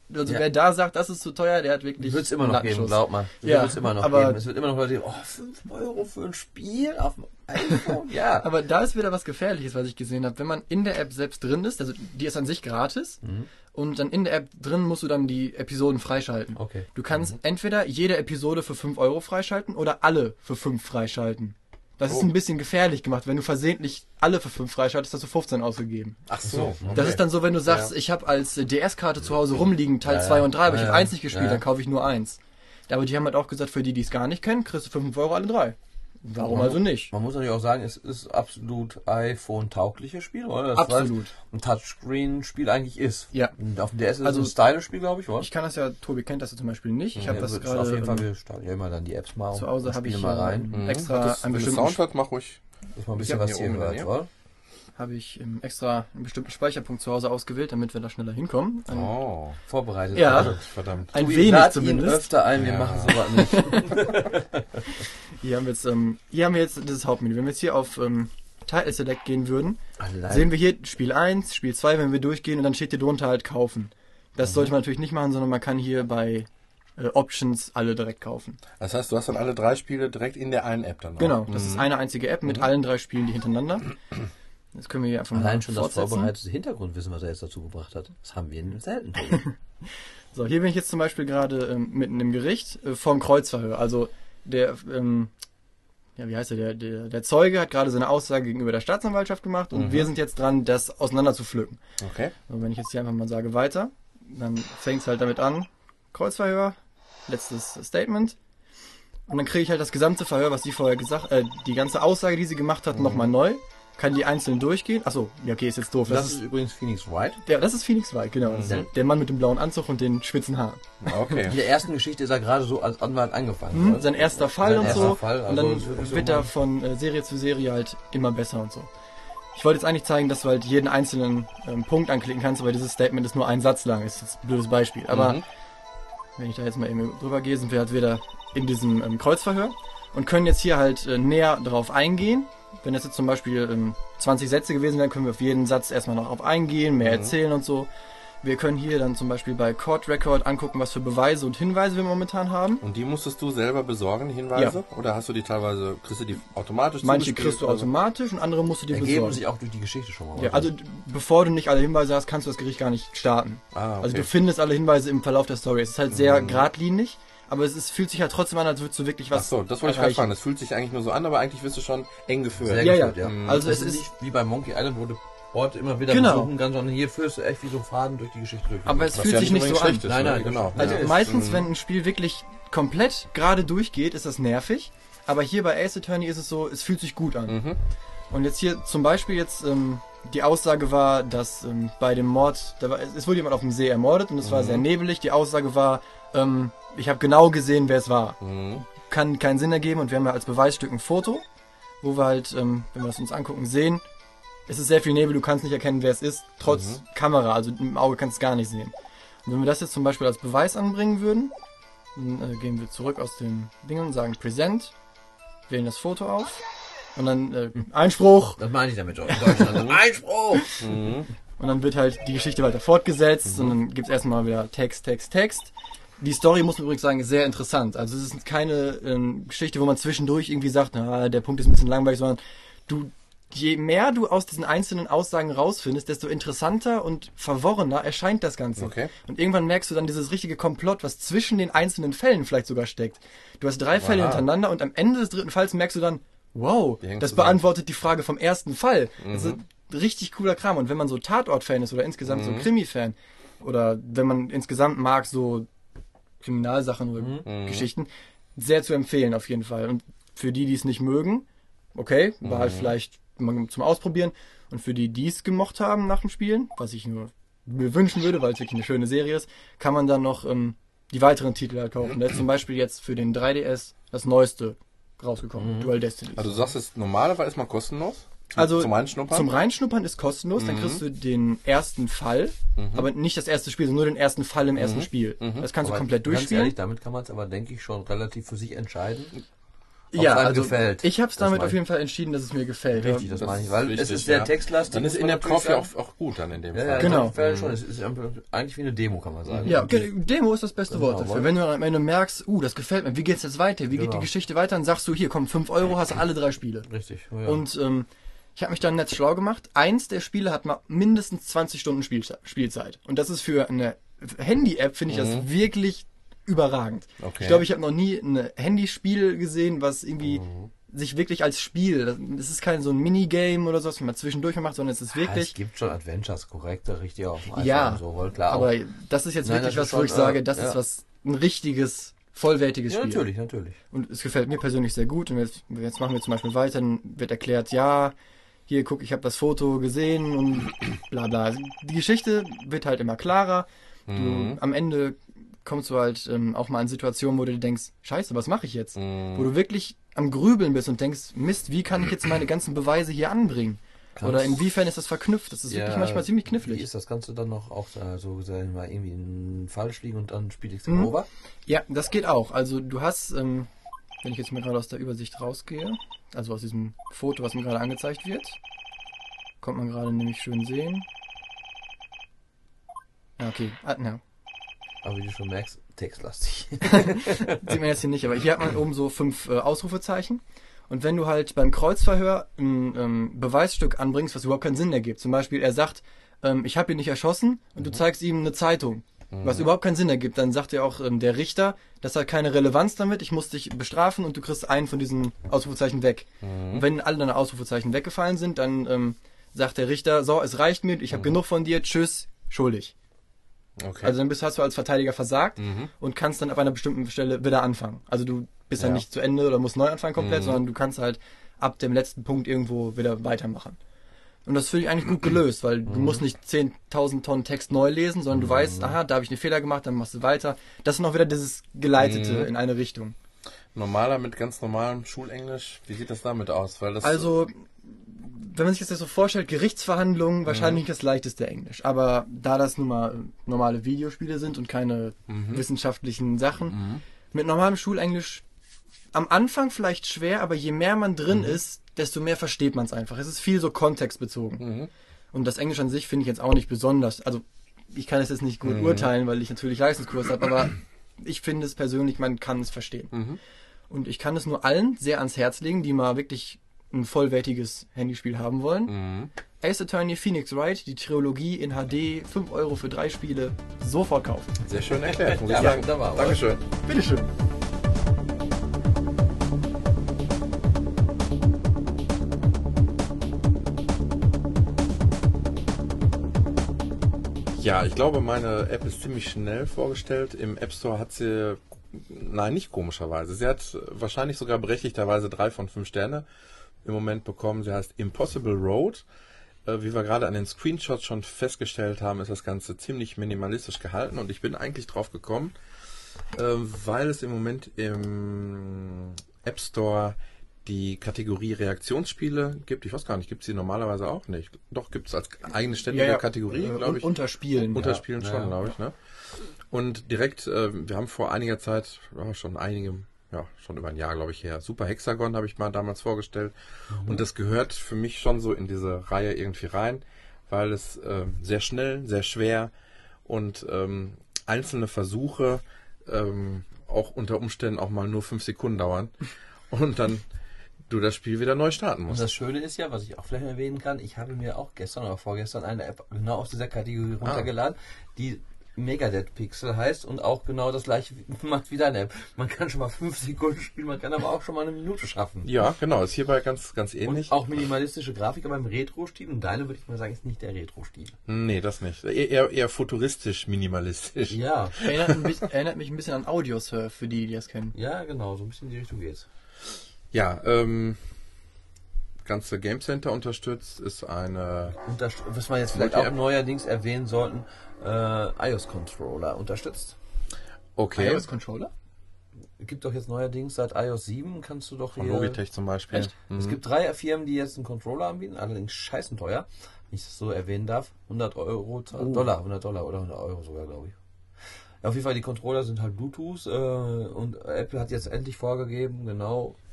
Also wer da sagt, das ist zu teuer, der hat wirklich Wird es immer noch geben, glaub mal. Ja, Wird es immer noch aber geben. Es wird immer noch Leute, 5 Euro für ein Spiel auf dem iPhone, ja. Aber da ist wieder was Gefährliches, was ich gesehen habe. Wenn man in der App selbst drin ist, also die ist an sich gratis und dann in der App drin musst du dann die Episoden freischalten. Okay. Du kannst entweder jede Episode für 5 Euro freischalten oder alle für 5 freischalten. Das ist ein bisschen gefährlich gemacht. Wenn du versehentlich alle für 5 freischaltest, hast du 15 ausgegeben. Ach so. Okay. Das ist dann so, wenn du sagst, ich habe als DS-Karte zu Hause rumliegen, Teil 2 und 3, aber ich habe 1 nicht gespielt, dann kaufe ich nur 1. Aber die haben halt auch gesagt, für die es gar nicht kennen, kriegst du für 5 Euro alle 3. Warum also nicht? Man muss natürlich auch sagen, es ist absolut iPhone-taugliches Spiel, oder? Das Absolut. Ein Touchscreen-Spiel eigentlich ist. Ja. Und auf dem DS ist Also es ein Stylish-Spiel, glaube ich, oder? Ich kann das ja, Tobi kennt das ja zum Beispiel nicht. Ich habe das Auf gerade jeden Fall, wir starten ja immer dann die Apps mal. zu Hause habe ich mal rein. extra einen Wenn du bestimmten Sound hat, mach ruhig. Dass man ein bisschen Ja, was hier hier oben hört, dann, ja. oder? habe ich extra einen bestimmten Speicherpunkt zu Hause ausgewählt, damit wir da schneller hinkommen. Oh, Vorbereitet. Ja. Also, verdammt. Ein wir wenig laden ihn zumindest. öfter ein, wir Ja. machen sowas nicht. Hier haben wir jetzt das Hauptmenü. Wenn wir jetzt hier auf Title Select gehen würden, Allein. sehen wir hier Spiel 1, Spiel 2, wenn wir durchgehen und dann steht hier drunter halt kaufen. Das sollte man natürlich nicht machen, sondern man kann hier bei Options alle direkt kaufen. Das heißt, du hast dann alle 3 Spiele direkt in der einen App dann. Genau, das ist eine einzige App mit allen 3 Spielen, die hintereinander. Jetzt können wir hier einfach Allein mal schon das fortsetzen. vorbereitete Hintergrundwissen, was er jetzt dazu gebracht hat. Das haben wir selten. So, hier bin ich jetzt zum Beispiel gerade mitten im Gericht vom Kreuzverhör. Also der, wie heißt der Zeuge hat gerade seine Aussage gegenüber der Staatsanwaltschaft gemacht und wir sind jetzt dran, das auseinander zu pflücken. Okay. Und wenn ich jetzt hier einfach mal sage weiter, dann fängt es halt damit an, Kreuzverhör, letztes Statement. Und dann kriege ich halt das gesamte Verhör, was sie vorher gesagt, die ganze Aussage, die sie gemacht hat, nochmal neu. Kann die einzeln durchgehen. Achso, ja okay, ist jetzt doof. Das ist übrigens Phoenix Wright. ja, das ist Phoenix Wright, genau. Das ist der Mann mit dem blauen Anzug und den spitzen Haaren. Okay. In der ersten Geschichte ist er gerade so als Anwalt angefangen. oder? Sein erster Fall Sein und erster so. Fall, und also dann es wird so wird er von Serie zu Serie halt immer besser und so. Ich wollte jetzt eigentlich zeigen, dass du halt jeden einzelnen Punkt anklicken kannst, aber dieses Statement ist nur ein Satz lang. Ist jetzt ein blödes Beispiel. Aber wenn ich da jetzt mal eben drüber gehe, sind wir halt wieder in diesem Kreuzverhör und können jetzt hier halt näher drauf eingehen. Wenn das jetzt zum Beispiel 20 Sätze gewesen wären, können wir auf jeden Satz erstmal noch drauf eingehen, mehr erzählen und so. Wir können hier dann zum Beispiel bei Court Record angucken, was für Beweise und Hinweise wir momentan haben. Und die musstest du selber besorgen, die Hinweise? Oder hast du die teilweise, kriegst du die automatisch Manche zugespielt kriegst du oder so? automatisch und andere musst du dir Ergeben besorgen. sich auch durch die Geschichte schon mal. Ja, also bevor du nicht alle Hinweise hast, kannst du das Gericht gar nicht starten. Ah, okay. Also du findest alle Hinweise im Verlauf der Story. Es ist halt sehr geradlinig, aber fühlt sich halt trotzdem an, als würdest du wirklich was Ach so, das wollte ich gerade fragen. Das fühlt sich eigentlich nur so an, aber eigentlich wirst du schon eng geführt. Sehr Ja, geführt, ja. Also es es ist ist- nicht wie bei Monkey Island, wo du Orte immer wieder Genau. besuchen kannst, sondern hier führst du echt wie so Faden durch die Geschichte durch. Aber es Was fühlt ja sich nicht so übrigens an. schlecht ist, Nein, ne? nein, genau. Also Ja, meistens, wenn ein Spiel wirklich komplett gerade durchgeht, ist das nervig. Aber hier bei Ace Attorney ist es so, es fühlt sich gut an. Und jetzt hier zum Beispiel jetzt die Aussage war, dass bei dem Mord, es wurde jemand auf dem See ermordet und es war sehr nebelig. Die Aussage war, ich habe genau gesehen, wer es war. Kann keinen Sinn ergeben und wir haben ja als Beweisstück ein Foto, wo wir halt, wenn wir es uns angucken, sehen, es ist sehr viel Nebel, du kannst nicht erkennen, wer es ist, trotz Kamera, also im Auge kannst du es gar nicht sehen. Und wenn wir das jetzt zum Beispiel als Beweis anbringen würden, dann gehen wir zurück aus den Dingen und sagen Present, wählen das Foto auf und dann Einspruch Das meine ich damit in Deutschland. Einspruch! und dann wird halt die Geschichte weiter fortgesetzt und dann gibt's erstmal wieder Text. Die Story, muss man übrigens sagen, ist sehr interessant. Also es ist keine Geschichte, wo man zwischendurch irgendwie sagt, na, der Punkt ist ein bisschen langweilig, sondern je mehr du aus diesen einzelnen Aussagen rausfindest, desto interessanter und verworrener erscheint das Ganze. Okay. Und irgendwann merkst du dann dieses richtige Komplott, was zwischen den einzelnen Fällen vielleicht sogar steckt. Du hast 3 Fälle hintereinander und am Ende des 3. Falls merkst du dann, wow, Die hängen das zusammen. beantwortet die Frage vom ersten Fall. Also richtig cooler Kram. Und wenn man so Tatort-Fan ist oder insgesamt so Krimi-Fan oder wenn man insgesamt mag so Kriminalsachen oder Geschichten, sehr zu empfehlen auf jeden Fall. Und für die es nicht mögen, okay, war halt vielleicht mal zum Ausprobieren. Und für die es gemocht haben nach dem Spielen, was ich nur mir wünschen würde, weil es wirklich eine schöne Serie ist, kann man dann noch die weiteren Titel halt kaufen. Da ist zum Beispiel jetzt für den 3DS das neueste rausgekommen, Dual Destiny. Also du sagst es normalerweise erstmal kostenlos? Also zum Reinschnuppern? Zum Reinschnuppern ist kostenlos, dann kriegst du den ersten Fall, aber nicht das erste Spiel, sondern nur den ersten Fall im ersten Spiel. Das kannst du komplett Ganz durchspielen. ehrlich, damit kann man es aber, denke ich, schon relativ für sich entscheiden. Ob Ja, es einem also gefällt. ich habe es Das damit meine auf jeden Fall entschieden, dass es mir gefällt. Richtig, das Das meine ich, ist weil es richtig, ist sehr ja. textlastig. Dann ist muss in man der natürlich Kauf ja sagen. auch gut dann in dem Ja, Fall. ja, Genau. in Fällen schon. Es ist eigentlich wie eine Demo, kann man sagen. Ja, Demo ist das beste Wort dafür. weil- Wenn du dann am Ende merkst, das gefällt mir, wie geht's jetzt weiter? Wie geht die Genau. Geschichte weiter? Dann sagst du, hier, komm, 5 Euro, hast du alle 3 Spiele. Richtig. Ja. Und ich habe mich dann nett schlau gemacht. Eins der Spiele hat mal mindestens 20 Stunden Spielzeit. Und das ist für eine Handy-App, finde ich das wirklich überragend. Okay. Ich glaube, ich habe noch nie ein Handyspiel gesehen, was irgendwie sich wirklich als Spiel, das ist kein so ein Minigame oder so, was man mal zwischendurch macht, sondern es ist Ja, es wirklich... gibt schon Adventures, korrekte, richtig auf dem iPhone Ja, und so, wohl klar. Aber auch. das ist jetzt Nein, wirklich das was, ist wo schon, ich sage, das ja. ist was, ein richtiges, vollwertiges Ja, Spiel. natürlich. Und es gefällt mir persönlich sehr gut. Und jetzt machen wir zum Beispiel weiter, dann wird erklärt, ja, hier, guck, ich habe das Foto gesehen und bla bla. Also die Geschichte wird halt immer klarer. Am Ende kommst du halt auch mal in Situationen, wo du dir denkst, scheiße, was mache ich jetzt? Wo du wirklich am Grübeln bist und denkst, Mist, wie kann ich jetzt meine ganzen Beweise hier anbringen? Oder inwiefern ist das verknüpft? Das ist wirklich manchmal ziemlich Wie knifflig. ist das Ganze dann noch auch so, sagen wir mal, irgendwie einen falsch liegen und dann spielt es Mhm. over? Ja, das geht auch. Also du hast, wenn ich jetzt mal gerade aus der Übersicht rausgehe, also aus diesem Foto, was mir gerade angezeigt wird, kommt man gerade nämlich schön sehen. Ja, okay. Ja. Aber wie du schon merkst, textlastig. Sieht man jetzt hier nicht, aber hier hat man oben so 5 Ausrufezeichen. Und wenn du halt beim Kreuzverhör ein Beweisstück anbringst, was überhaupt keinen Sinn ergibt, zum Beispiel er sagt, ich habe ihn nicht erschossen und du zeigst ihm eine Zeitung, was überhaupt keinen Sinn ergibt, dann sagt ja auch der Richter, das hat keine Relevanz damit, ich muss dich bestrafen und du kriegst einen von diesen Ausrufezeichen weg. Und wenn alle deine Ausrufezeichen weggefallen sind, dann sagt der Richter, so, es reicht mir, ich habe genug von dir, tschüss, schuldig. Okay. Also dann hast du als Verteidiger versagt und kannst dann ab einer bestimmten Stelle wieder anfangen. Also du bist dann nicht zu Ende oder musst neu anfangen komplett, sondern du kannst halt ab dem letzten Punkt irgendwo wieder weitermachen. Und das finde ich eigentlich gut gelöst, weil du musst nicht 10.000 Tonnen Text neu lesen, sondern du weißt, aha, da habe ich einen Fehler gemacht, dann machst du weiter. Das ist noch wieder dieses Geleitete in eine Richtung. Normaler mit ganz normalem Schulenglisch, wie sieht das damit aus? Weil das Also, wenn man sich das jetzt so vorstellt, Gerichtsverhandlungen, wahrscheinlich nicht das leichteste Englisch. Aber da das nun mal normale Videospiele sind und keine wissenschaftlichen Sachen, mit normalem Schulenglisch am Anfang vielleicht schwer, aber je mehr man drin ist, desto mehr versteht man es einfach. Es ist viel so kontextbezogen. Und das Englisch an sich finde ich jetzt auch nicht besonders. Also, ich kann es jetzt nicht gut urteilen, weil ich natürlich Leistungskurs habe, aber ich finde es persönlich, man kann es verstehen. Und ich kann es nur allen sehr ans Herz legen, die mal wirklich ein vollwertiges Handyspiel haben wollen. Ace Attorney Phoenix Wright, die Trilogie in HD, 5 Euro für 3 Spiele, sofort kaufen. sehr schön erklärt, muss ich Ja, sagen. wunderbar, oder? Dankeschön. Bitteschön. Ja, ich glaube, meine App ist ziemlich schnell vorgestellt. Im App Store hat sie, nein, nicht komischerweise. Sie hat wahrscheinlich sogar berechtigterweise 3 von 5 Sterne im Moment bekommen. Sie heißt Impossible Road. Wie wir gerade an den Screenshots schon festgestellt haben, ist das Ganze ziemlich minimalistisch gehalten und ich bin eigentlich drauf gekommen, weil es im Moment im App Store die Kategorie Reaktionsspiele gibt. Ich weiß gar nicht, gibt es die normalerweise auch nicht? Doch, gibt es als eigene ständige Kategorie, glaube ich. Unterspielen. Unterspielen schon, glaube ich. Ne? Und direkt, wir haben vor einiger Zeit, schon über ein Jahr, glaube ich, her, Super Hexagon habe ich mal damals vorgestellt. Und das gehört für mich schon so in diese Reihe irgendwie rein, weil es sehr schnell, sehr schwer und einzelne Versuche auch unter Umständen auch mal nur 5 Sekunden dauern. Und dann du das Spiel wieder neu starten Und musst. das Schöne ist ja, was ich auch vielleicht erwähnen kann, ich habe mir auch gestern oder vorgestern eine App genau aus dieser Kategorie runtergeladen, die Megadead Pixel heißt und auch genau das gleiche macht wie deine App. Man kann schon mal 5 Sekunden spielen, man kann aber auch schon mal eine Minute schaffen. Ja, genau, ist hierbei ganz, ganz ähnlich. Und auch minimalistische Grafik, aber im Retro-Stil. Und deine, würde ich mal sagen, ist nicht der Retro-Stil. Nee, das nicht. Eher futuristisch, minimalistisch. Ja. Erinnert mich ein bisschen an Audiosurf, für die das kennen. Ja, genau, so ein bisschen in die Richtung geht's. Ja, ganze Game Center unterstützt, ist eine... Und das, was wir jetzt vielleicht auch neuerdings erwähnen sollten, iOS-Controller unterstützt. Okay. iOS-Controller? Gibt doch jetzt neuerdings seit iOS 7 kannst du doch Von hier... Logitech zum Beispiel. Echt? Es gibt 3 Firmen, die jetzt einen Controller anbieten, allerdings scheißen teuer, wenn ich das so erwähnen darf. $100 Dollar oder 100 Euro sogar, glaube ich. Ja, auf jeden Fall, die Controller sind halt Bluetooth und Apple hat jetzt endlich vorgegeben, genau,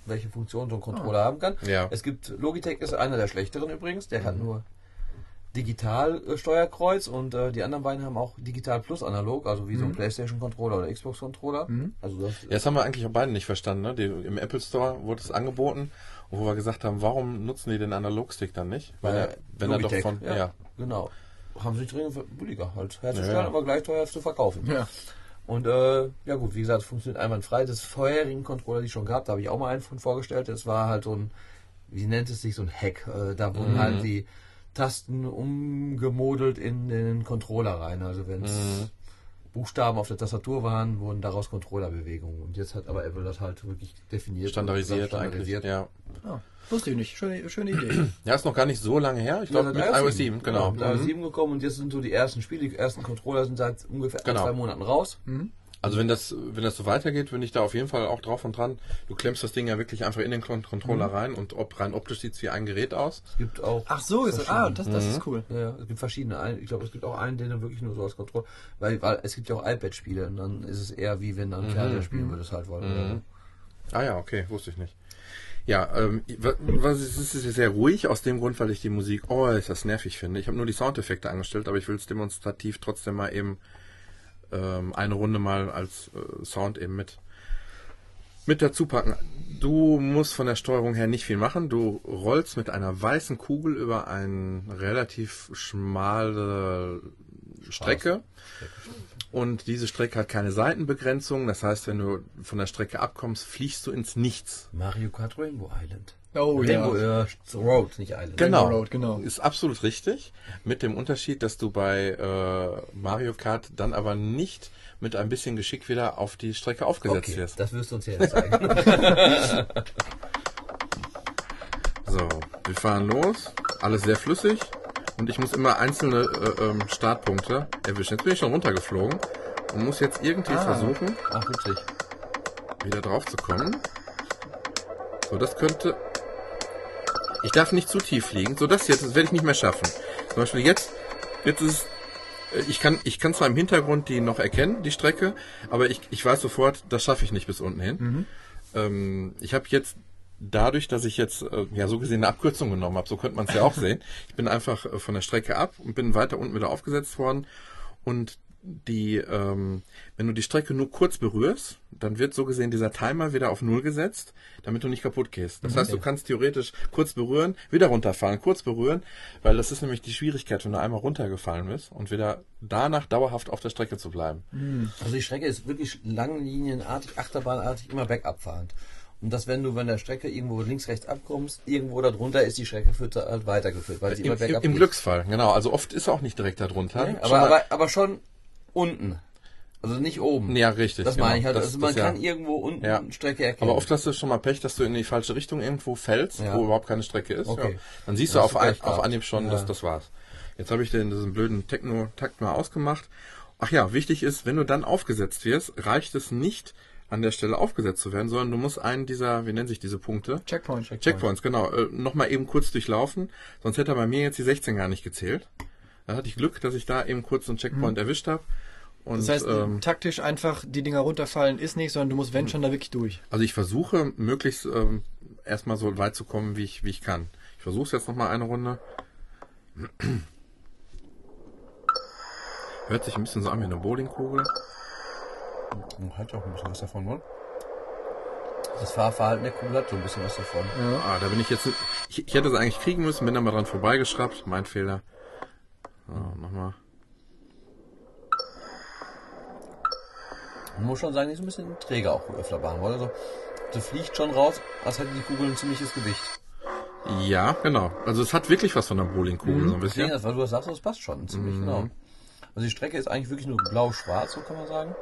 welche Funktion so ein Controller haben kann. Ja. Es gibt, Logitech ist einer der schlechteren übrigens, der hat nur Digital-Steuerkreuz und die anderen beiden haben auch Digital plus analog, also wie so ein PlayStation-Controller oder Xbox-Controller. Also das Ja, das haben wir eigentlich auch beide nicht verstanden. Ne? Im Apple Store wurde es angeboten, wo wir gesagt haben, warum nutzen die den Analogstick dann nicht? Weil wenn er doch Logitech, von... Ja. genau. Haben sie dringend billiger halt herzustellen, Ja. aber gleich teuer zu verkaufen. Ja. Und ja gut, wie gesagt, es funktioniert einwandfrei. Das vorherigen Controller, die ich schon gehabt, da habe ich auch mal einen von vorgestellt. Das war halt so ein, wie nennt es sich, so ein Hack. Da wurden halt die Tasten umgemodelt in den Controller rein. Also wenn es Buchstaben auf der Tastatur waren, wurden daraus Controllerbewegungen. Und jetzt hat aber Apple das halt wirklich definiert. Standardisiert eigentlich. Ja. Ah, wusste ich nicht. Schöne Idee. Ja, ist noch gar nicht so lange her. Ich glaube mit iOS 7, genau. Mit iOS 7 gekommen und jetzt sind so die ersten Spiele, die ersten Controller sind seit ungefähr 1-2 Monaten raus. Also wenn das so weitergeht, bin ich da auf jeden Fall auch drauf und dran. Du klemmst das Ding ja wirklich einfach in den Controller rein und rein optisch sieht es wie ein Gerät aus. Es gibt auch Ach so, ist das ist cool. ja, es gibt verschiedene. Ich glaube, es gibt auch einen, den du wirklich nur so als Controller, weil es gibt ja auch iPad-Spiele und dann ist es eher wie wenn dann ein Kerl spielen würde es halt wollen. Ah ja, okay, wusste ich nicht. Ja, es ist sehr ruhig, aus dem Grund, weil ich die Musik äußerst nervig finde. Ich habe nur die Soundeffekte angestellt, aber ich will es demonstrativ trotzdem mal eben eine Runde mal als Sound eben mit dazu packen. Du musst von der Steuerung her nicht viel machen. Du rollst mit einer weißen Kugel über eine relativ schmale Strecke. Und diese Strecke hat keine Seitenbegrenzung. Das heißt, wenn du von der Strecke abkommst, fliegst du ins Nichts. Mario Kart Rainbow Island. Oh Rainbow ja. Road, nicht Island. Genau. Rainbow Road, genau. Ist absolut richtig. Mit dem Unterschied, dass du bei Mario Kart dann aber nicht mit ein bisschen Geschick wieder auf die Strecke aufgesetzt Okay, wirst. das wirst du uns jetzt zeigen. So, wir fahren los. Alles sehr flüssig. Und ich muss immer einzelne Startpunkte erwischen. Jetzt bin ich schon runtergeflogen und muss jetzt irgendwie versuchen, Ach, witzig. wieder drauf zu kommen. So, das könnte... Ich darf nicht zu tief fliegen. So, das werde ich nicht mehr schaffen. Zum Beispiel jetzt ist es... Ich kann zwar im Hintergrund die noch erkennen, die Strecke, aber ich weiß sofort, das schaffe ich nicht bis unten hin. Ich habe jetzt dadurch, dass ich jetzt so gesehen eine Abkürzung genommen habe, so könnte man es ja auch sehen. Ich bin einfach von der Strecke ab und bin weiter unten wieder aufgesetzt worden. Und wenn du die Strecke nur kurz berührst, dann wird so gesehen dieser Timer wieder auf 0 gesetzt, damit du nicht kaputt gehst. Das heißt, du kannst theoretisch kurz berühren, wieder runterfallen, kurz berühren, weil das ist nämlich die Schwierigkeit, wenn du einmal runtergefallen bist und wieder danach dauerhaft auf der Strecke zu bleiben. Also die Strecke ist wirklich langlinienartig, achterbahnartig, immer bergabfahrend. Und das, wenn der Strecke irgendwo links, rechts abkommst, irgendwo da drunter ist die Strecke halt weitergeführt, weil sie immer bergab Im geht. Glücksfall, genau. Also oft ist er auch nicht direkt da drunter. Nee, aber schon unten. Also nicht oben. Ja, richtig. Das meine ich halt. Also man kann ja. irgendwo unten Strecke erkennen. Aber oft hast du schon mal Pech, dass du in die falsche Richtung irgendwo fällst, wo überhaupt keine Strecke ist. Okay. Ja. Dann siehst du auf Anhieb schon, dass das war's. Jetzt habe ich diesen blöden Techno-Takt mal ausgemacht. Ach ja, wichtig ist, wenn du dann aufgesetzt wirst, reicht es nicht, an der Stelle aufgesetzt zu werden, sondern du musst einen dieser, wie nennen sich diese Punkte? Checkpoints, genau. Nochmal eben kurz durchlaufen, sonst hätte er bei mir jetzt die 16 gar nicht gezählt. Da hatte ich Glück, dass ich da eben kurz so einen Checkpoint erwischt habe. Und, das heißt, taktisch einfach die Dinger runterfallen ist nicht, sondern du musst, wenn schon, da wirklich durch. Also ich versuche, möglichst erstmal so weit zu kommen, wie ich kann. Ich versuche es jetzt nochmal eine Runde. Hört sich ein bisschen so an wie eine Bowlingkugel. Hat auch ein bisschen was davon, ne? Das Fahrverhalten der Kugel hat so ein bisschen was davon. Ja. Da bin ich jetzt... Ich hätte es eigentlich kriegen müssen, bin dann mal dran vorbeigeschraubt. Mein Fehler. So, nochmal. Man muss schon sagen, die ist ein bisschen träger auch auf der Bahn. Also, sie fliegt schon raus, als hätte die Kugel ein ziemliches Gewicht. Ja, genau. Also es hat wirklich was von einer Bowlingkugel, so ein bisschen. Ja, weil du das sagst, das passt schon ziemlich genau. Also die Strecke ist eigentlich wirklich nur blau-schwarz, so kann man sagen.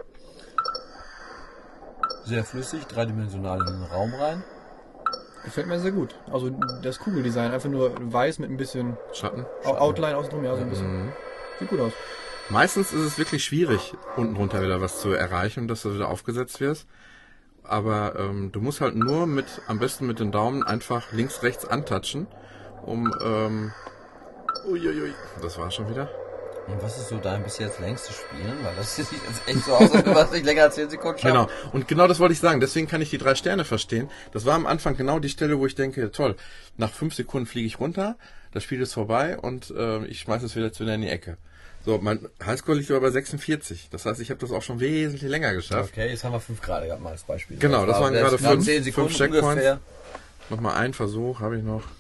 Sehr flüssig, dreidimensional in den Raum rein. Gefällt mir sehr gut. Also das Kugeldesign, einfach nur weiß mit ein bisschen Schatten. Outline außenrum, ja, so ein bisschen. Sieht gut aus. Meistens ist es wirklich schwierig, unten runter wieder was zu erreichen, dass du wieder aufgesetzt wirst. Aber du musst halt nur am besten mit den Daumen einfach links, rechts antatschen, uiuiui, das war schon wieder. Und was ist so dein bis jetzt längstes Spielen? Weil das sieht jetzt echt so aus, als du was nicht länger als 10 Sekunden schaffst. Genau. Und genau das wollte ich sagen. Deswegen kann ich die 3 Sterne verstehen. Das war am Anfang genau die Stelle, wo ich denke, toll, nach 5 Sekunden fliege ich runter, das Spiel ist vorbei und ich schmeiße es wieder in die Ecke. So, mein Highscore liegt aber bei 46. Das heißt, ich habe das auch schon wesentlich länger geschafft. Okay, jetzt haben wir 5 gerade gehabt, mal als Beispiel. Genau, das waren gerade 5 Sekunden Checkpoints. ungefähr. Nochmal einen Versuch habe ich noch.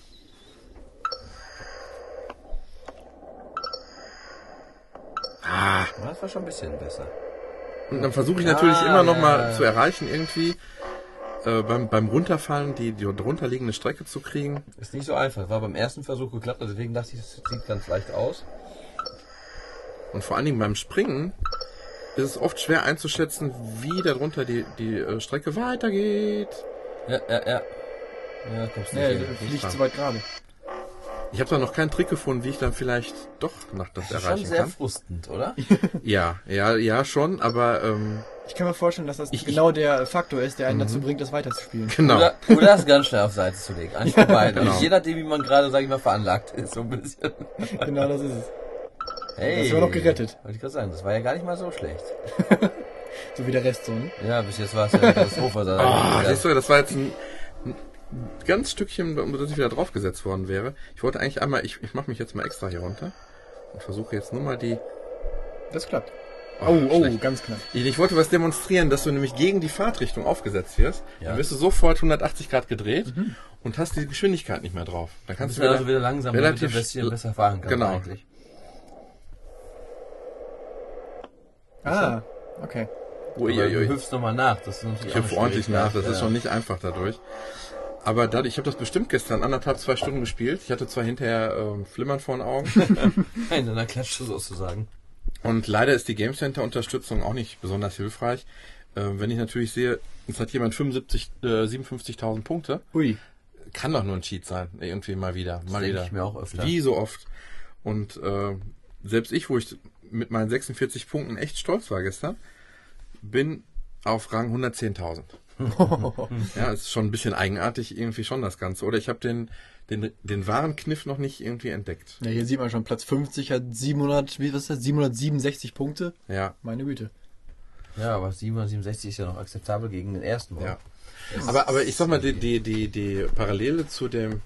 Das war schon ein bisschen besser. Und dann versuche ich natürlich immer noch mal ja. zu erreichen, irgendwie beim Runterfallen die drunter liegende Strecke zu kriegen. Ist nicht so einfach. War beim ersten Versuch geklappt, also deswegen dachte ich, es sieht ganz leicht aus. Und vor allen Dingen beim Springen ist es oft schwer einzuschätzen, wie darunter die Strecke weitergeht. Ja. Ja, kommst nicht Nee, hin. du fliegst zu weit gerade. Ich habe da noch keinen Trick gefunden, wie ich dann vielleicht doch noch das Das ist schon erreichen sehr kann. frustend, oder? Ja, schon, aber Ich kann mir vorstellen, dass das genau der Faktor ist, der einen dazu bringt, das weiterzuspielen. genau. Oder das ganz schnell auf Seite zu legen. Eigentlich vorbei. Genau. Je nachdem, wie man gerade, sag ich mal, veranlagt ist, so ein bisschen. Genau, das ist es. Hey. Das war noch gerettet. Wollte ich gerade sagen, das war ja gar nicht mal so schlecht. So wie der Rest so, ne? Ja, bis jetzt war es ja eine Katastrophe. Siehst du, das war jetzt ein ganz Stückchen, dass ich wieder draufgesetzt worden wäre. Ich wollte eigentlich einmal, ich mache mich jetzt mal extra hier runter und versuche jetzt nur mal die... Das klappt. Oh, Oh, ganz knapp. Ich wollte was demonstrieren, dass du nämlich gegen die Fahrtrichtung aufgesetzt wirst. Ja. Dann wirst du sofort 180 Grad gedreht und hast die Geschwindigkeit nicht mehr drauf. Dann kannst du also wieder langsam, damit du ein bisschen besser fahren kannst. Genau. Eigentlich. Ah, okay. Aber du hüpfst nochmal nach. Das ist natürlich Ich auch hüpfe eine ordentlich nach, das Schwierigkeit. ist schon nicht einfach dadurch. Aber ich habe das bestimmt gestern 1,5-2 Stunden gespielt. Ich hatte zwar hinterher Flimmern vor den Augen. Nein, dann klatscht du sozusagen. Und leider ist die Game Center Unterstützung auch nicht besonders hilfreich. Wenn ich natürlich sehe, es hat jemand 57.000 Punkte, Ui. kann doch nur ein Cheat sein. Irgendwie mal wieder. Das denke ich mir auch öfter. Wie so oft. Und selbst ich, wo ich mit meinen 46 Punkten echt stolz war gestern, bin auf Rang 110.000. Ja, ist schon ein bisschen eigenartig irgendwie schon das Ganze. Oder ich habe den wahren Kniff noch nicht irgendwie entdeckt. Ja, hier sieht man schon, Platz 50 hat 767 Punkte. Ja. Meine Güte. Ja, aber 767 ist ja noch akzeptabel gegen den ersten Ball. Ja. Aber ich sag mal, die Parallele zu dem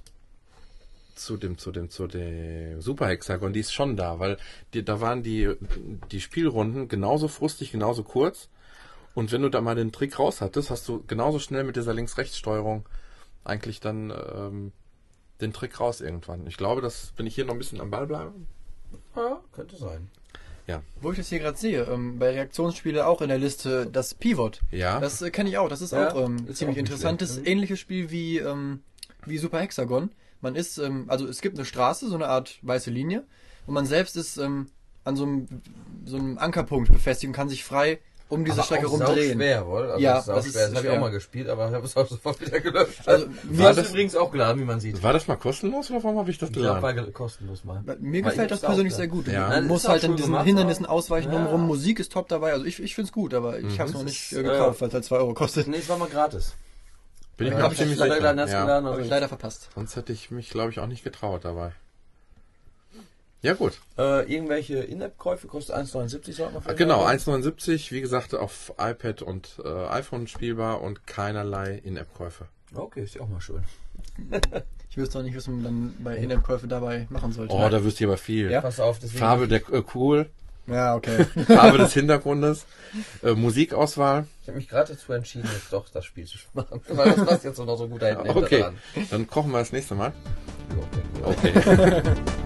Superhexagon, die ist schon da, weil da waren die Spielrunden genauso frustig, genauso kurz. Und wenn du da mal den Trick raus hattest, hast du genauso schnell mit dieser Links-Rechts-Steuerung eigentlich dann den Trick raus irgendwann. Ich glaube, wenn ich hier noch ein bisschen am Ball bleibe. Ja, könnte sein. Ja. Wo ich das hier gerade sehe, bei Reaktionsspiele auch in der Liste das Pivot. Ja. Das kenne ich auch. Das ist Ja, auch ist ziemlich auch nicht interessantes, schlecht. ähnliches Spiel wie Super Hexagon. Man ist, also es gibt eine Straße, so eine Art weiße Linie, und man selbst ist an so einem Ankerpunkt befestigt und kann sich frei um diese Strecke rumdrehen. Schwer, wohl? Also Ja, das ist auch das schwer. ist Das habe ich schwer. auch mal gespielt, aber ich habe es auch sofort wieder gelöscht. Also, mir war ist das- übrigens auch geladen, wie man sieht. War das mal kostenlos oder warum habe ich das Ja, geladen? war kostenlos mal. Mir Weil gefällt ich das hab's persönlich auch sehr gut. Ja. Man Das muss ist halt auch an cool diesen gemacht, Hindernissen aber- ausweichen Ja. drumherum. Musik ist top dabei. Also ich finde es gut, aber ich habe es noch nicht gekauft, weil es halt 2 Euro kostet. Nee, es war mal gratis. Bin ich mir hab auch ich ziemlich leider sicher. geladen, Ja. Habe ich leider verpasst. Sonst hätte ich mich, glaube ich, auch nicht getraut dabei. Ja, gut. Irgendwelche In-App-Käufe kostet 1,79, sollte man vielleicht Genau, sagen. 1,79, wie gesagt, auf iPad und iPhone spielbar und keinerlei In-App-Käufe. Okay, ist ja auch mal schön. Ich wüsste auch nicht, was man dann bei In-App-Käufe dabei machen sollte. Oh, da wüsste ich aber viel. Ja? Pass auf, deswegen. Farbe der Kugel, Ja, okay. Farbe des Hintergrundes, Musikauswahl. Ich habe mich gerade dazu entschieden, jetzt doch das Spiel zu machen. Weil das passt jetzt noch so gut da hinten Okay, dran. dann kochen wir das nächste Mal. Okay. Okay.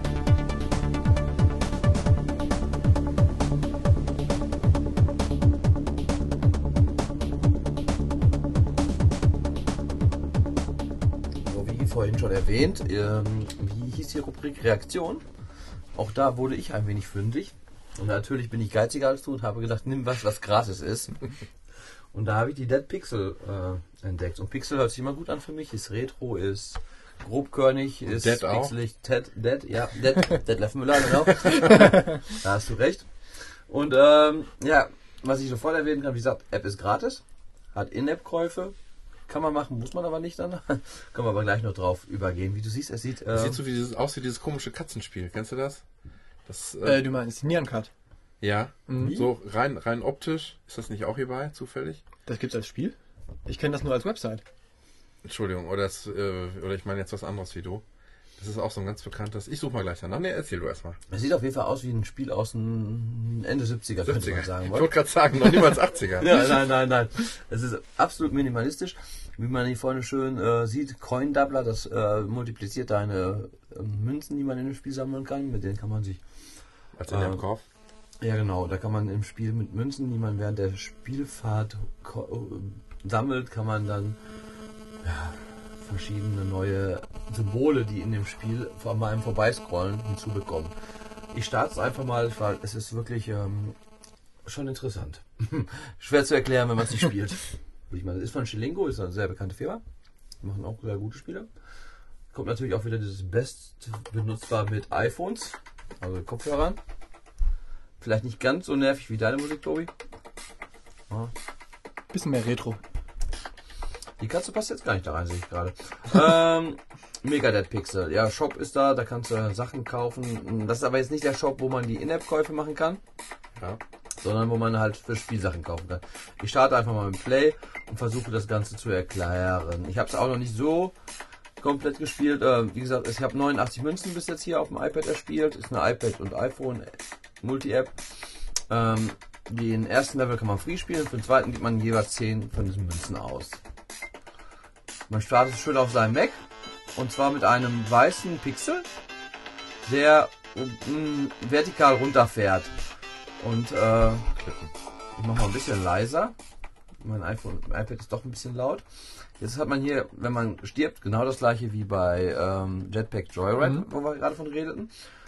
So, wie vorhin schon erwähnt, wie hieß die Rubrik Reaktion? Auch da wurde ich ein wenig fündig. Und natürlich bin ich geiziger als du und habe gedacht, nimm was gratis ist. Und da habe ich die Dead Pixel entdeckt. Und Pixel hört sich immer gut an für mich. Ist retro, ist grobkörnig, ist Dead auch? pixelig. Dead Leffenmüller, genau. Da hast du recht. Und ja, was ich sofort erwähnen kann, wie gesagt, App ist gratis, hat In-App-Käufe, kann man machen, muss man aber nicht dann. Können wir aber gleich noch drauf übergehen. Wie du siehst, es sieht... Das sieht so aus wie dieses komische Katzenspiel. Kennst du das? Das, Du meinst Neon Cut? ja, Mhm. so rein optisch. Ist das nicht auch hierbei, zufällig? Das gibt's als Spiel? Ich kenne das nur als Website. Entschuldigung, oder ich meine jetzt was anderes wie du. Das ist auch so ein ganz bekanntes. Ich suche mal gleich danach. Ne, erzähl du erstmal. Es sieht auf jeden Fall aus wie ein Spiel aus dem Ende 70er, könnte man sagen. Ich wollte gerade sagen, noch niemals 80er. Ja, nein. Es ist absolut minimalistisch. Wie man hier vorne schön sieht, Coin Doubler, das multipliziert deine Münzen, die man in dem Spiel sammeln kann. Mit denen kann man sich... Als in dem Kauf. Ja genau, da kann man im Spiel mit Münzen, die man während der Spielfahrt sammelt, kann man dann verschiedene neue Symbole, die in dem Spiel vor meinem Vorbeiscrollen hinzubekommen. Ich starte es einfach mal, weil es ist wirklich schon interessant. Schwer zu erklären, wenn man es nicht spielt. Ich meine, das ist von Shilingo, ist eine sehr bekannte Firma. Die machen auch sehr gute Spiele. Kommt natürlich auch wieder dieses Best benutzbar mit iPhones, also Kopfhörern. Vielleicht nicht ganz so nervig wie deine Musik, Tobi. Ja. Bisschen mehr Retro. Die Katze passt jetzt gar nicht da rein, sehe ich gerade. Megadeth Pixel. Ja, Shop ist da kannst du Sachen kaufen. Das ist aber jetzt nicht der Shop, wo man die In-App-Käufe machen kann. Ja. Sondern wo man halt für Spielsachen kaufen kann. Ich starte einfach mal mit Play und versuche das Ganze zu erklären. Ich habe es auch noch nicht so komplett gespielt. Wie gesagt, ich habe 89 Münzen bis jetzt hier auf dem iPad erspielt. Ist eine iPad und iPhone Multi-App. Den ersten Level kann man free spielen. Für den zweiten gibt man jeweils 10 von diesen Münzen aus. Man startet schön auf seinem Mac. Und zwar mit einem weißen Pixel, der vertikal runterfährt. Und ich mache mal ein bisschen leiser. Mein iPad ist doch ein bisschen laut. Jetzt hat man hier, wenn man stirbt, genau das gleiche wie bei Jetpack Joyride, wo wir gerade von redeten.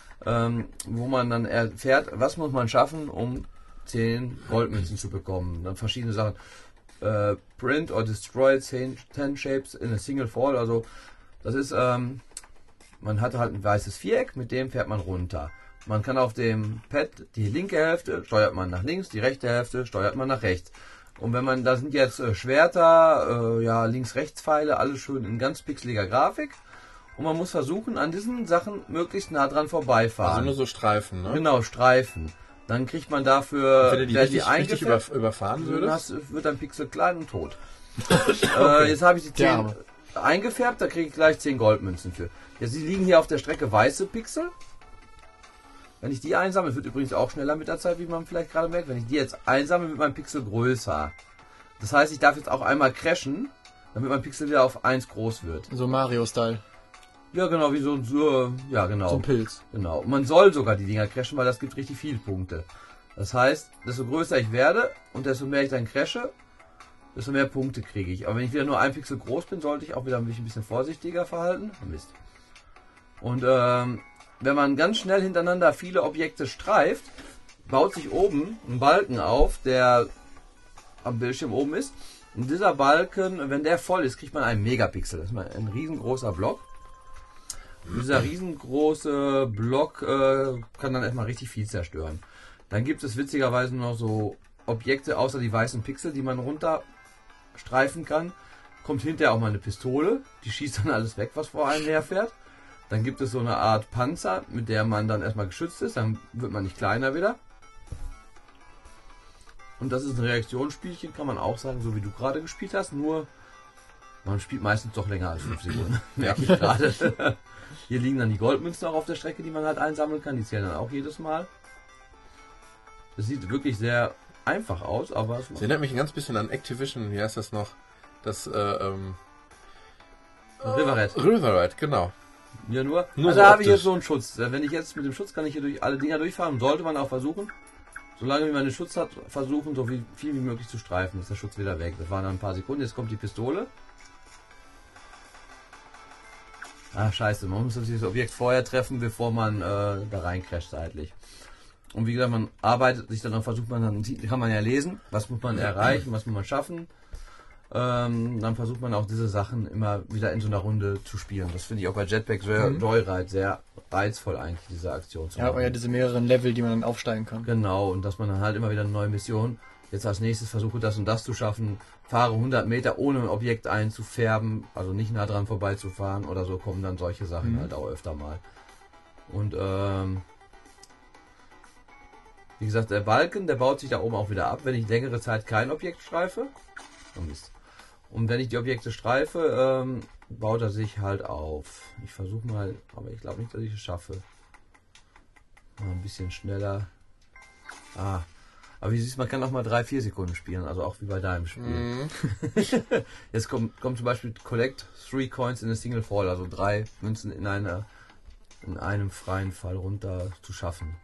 Wo man dann erfährt, was muss man schaffen, um 10 Goldmünzen zu bekommen. Dann verschiedene Sachen. Print or destroy 10 shapes in a single fall. Also das ist, man hat halt ein weißes Viereck, mit dem fährt man runter. Man kann auf dem Pad die linke Hälfte steuert man nach links, die rechte Hälfte steuert man nach rechts. Und wenn man, da sind jetzt Schwerter, Links-Rechts-Pfeile, alles schön in ganz pixeliger Grafik. Und man muss versuchen, an diesen Sachen möglichst nah dran vorbeifahren. Also nur so Streifen, ne? Genau, Streifen. Dann kriegt man dafür, wenn du die richtig überfahren würdest, wird ein Pixel klein und tot. Jetzt habe ich die 10 eingefärbt, da kriege ich gleich 10 Goldmünzen für. Jetzt liegen hier auf der Strecke weiße Pixel. Wenn ich die einsammle, wird übrigens auch schneller mit der Zeit, wie man vielleicht gerade merkt. Wenn ich die jetzt einsammle, wird mein Pixel größer. Das heißt, ich darf jetzt auch einmal crashen, damit mein Pixel wieder auf 1 groß wird. So Mario-Style. Ja, genau, wie so genau. So ein Pilz. Genau. Und man soll sogar die Dinger crashen, weil das gibt richtig viele Punkte. Das heißt, desto größer ich werde und desto mehr ich dann crashe, desto mehr Punkte kriege ich. Aber wenn ich wieder nur 1 Pixel groß bin, sollte ich auch wieder mich ein bisschen vorsichtiger verhalten. Mist. Und wenn man ganz schnell hintereinander viele Objekte streift, baut sich oben ein Balken auf, der am Bildschirm oben ist. Und dieser Balken, wenn der voll ist, kriegt man einen Megapixel. Das ist ein riesengroßer Block. Und dieser riesengroße Block kann dann erstmal richtig viel zerstören. Dann gibt es witzigerweise noch so Objekte, außer die weißen Pixel, die man runterstreifen kann. Kommt hinterher auch mal eine Pistole, die schießt dann alles weg, was vor einem herfährt. Dann gibt es so eine Art Panzer, mit der man dann erstmal geschützt ist, dann wird man nicht kleiner wieder. Und das ist ein Reaktionsspielchen, kann man auch sagen, so wie du gerade gespielt hast, nur man spielt meistens doch länger als 5 Sekunden, merke ich gerade. Hier liegen dann die Goldmünzen auch auf der Strecke, die man halt einsammeln kann, die zählen dann auch jedes Mal. Das sieht wirklich sehr einfach aus, aber... Das erinnert mich ein ganz bisschen an Activision, wie heißt das noch? Das, Riverhead, genau. Ja, nur so also da habe ich optisch. jetzt so einen Schutz. Wenn ich jetzt mit dem Schutz kann ich hier durch alle Dinger durchfahren, sollte man auch versuchen, solange man den Schutz hat, versuchen, so viel wie möglich zu streifen. Ist der Schutz wieder weg. Das waren dann ein paar Sekunden. Jetzt kommt die Pistole. Ah, scheiße. Man muss das Objekt vorher treffen, bevor man da reincrasht seitlich. Und wie gesagt, man arbeitet sich dann und versucht man dann, kann man ja lesen, was muss man erreichen, was muss man schaffen. Dann versucht man auch diese Sachen immer wieder in so einer Runde zu spielen. Das finde ich auch bei Jetpack Joyride sehr reizvoll eigentlich, diese Aktion zu machen. Ja, aber ja diese mehreren Level, die man dann aufsteigen kann. Genau, und dass man dann halt immer wieder eine neue Mission, jetzt als nächstes versuche das und das zu schaffen, fahre 100 Meter ohne ein Objekt einzufärben, also nicht nah dran vorbeizufahren oder so, kommen dann solche Sachen halt auch öfter mal. Und Wie gesagt, der Balken, der baut sich da oben auch wieder ab, wenn ich längere Zeit kein Objekt streife. Oh Mist. Und wenn ich die Objekte streife, baut er sich halt auf. Ich versuche mal, aber ich glaube nicht, dass ich es schaffe. Mal ein bisschen schneller. Aber wie siehst du, man kann auch mal 3-4 Sekunden spielen, also auch wie bei deinem Spiel. Jetzt kommt zum Beispiel Collect 3 Coins in a Single Fall, also 3 Münzen in einem freien Fall runter zu schaffen.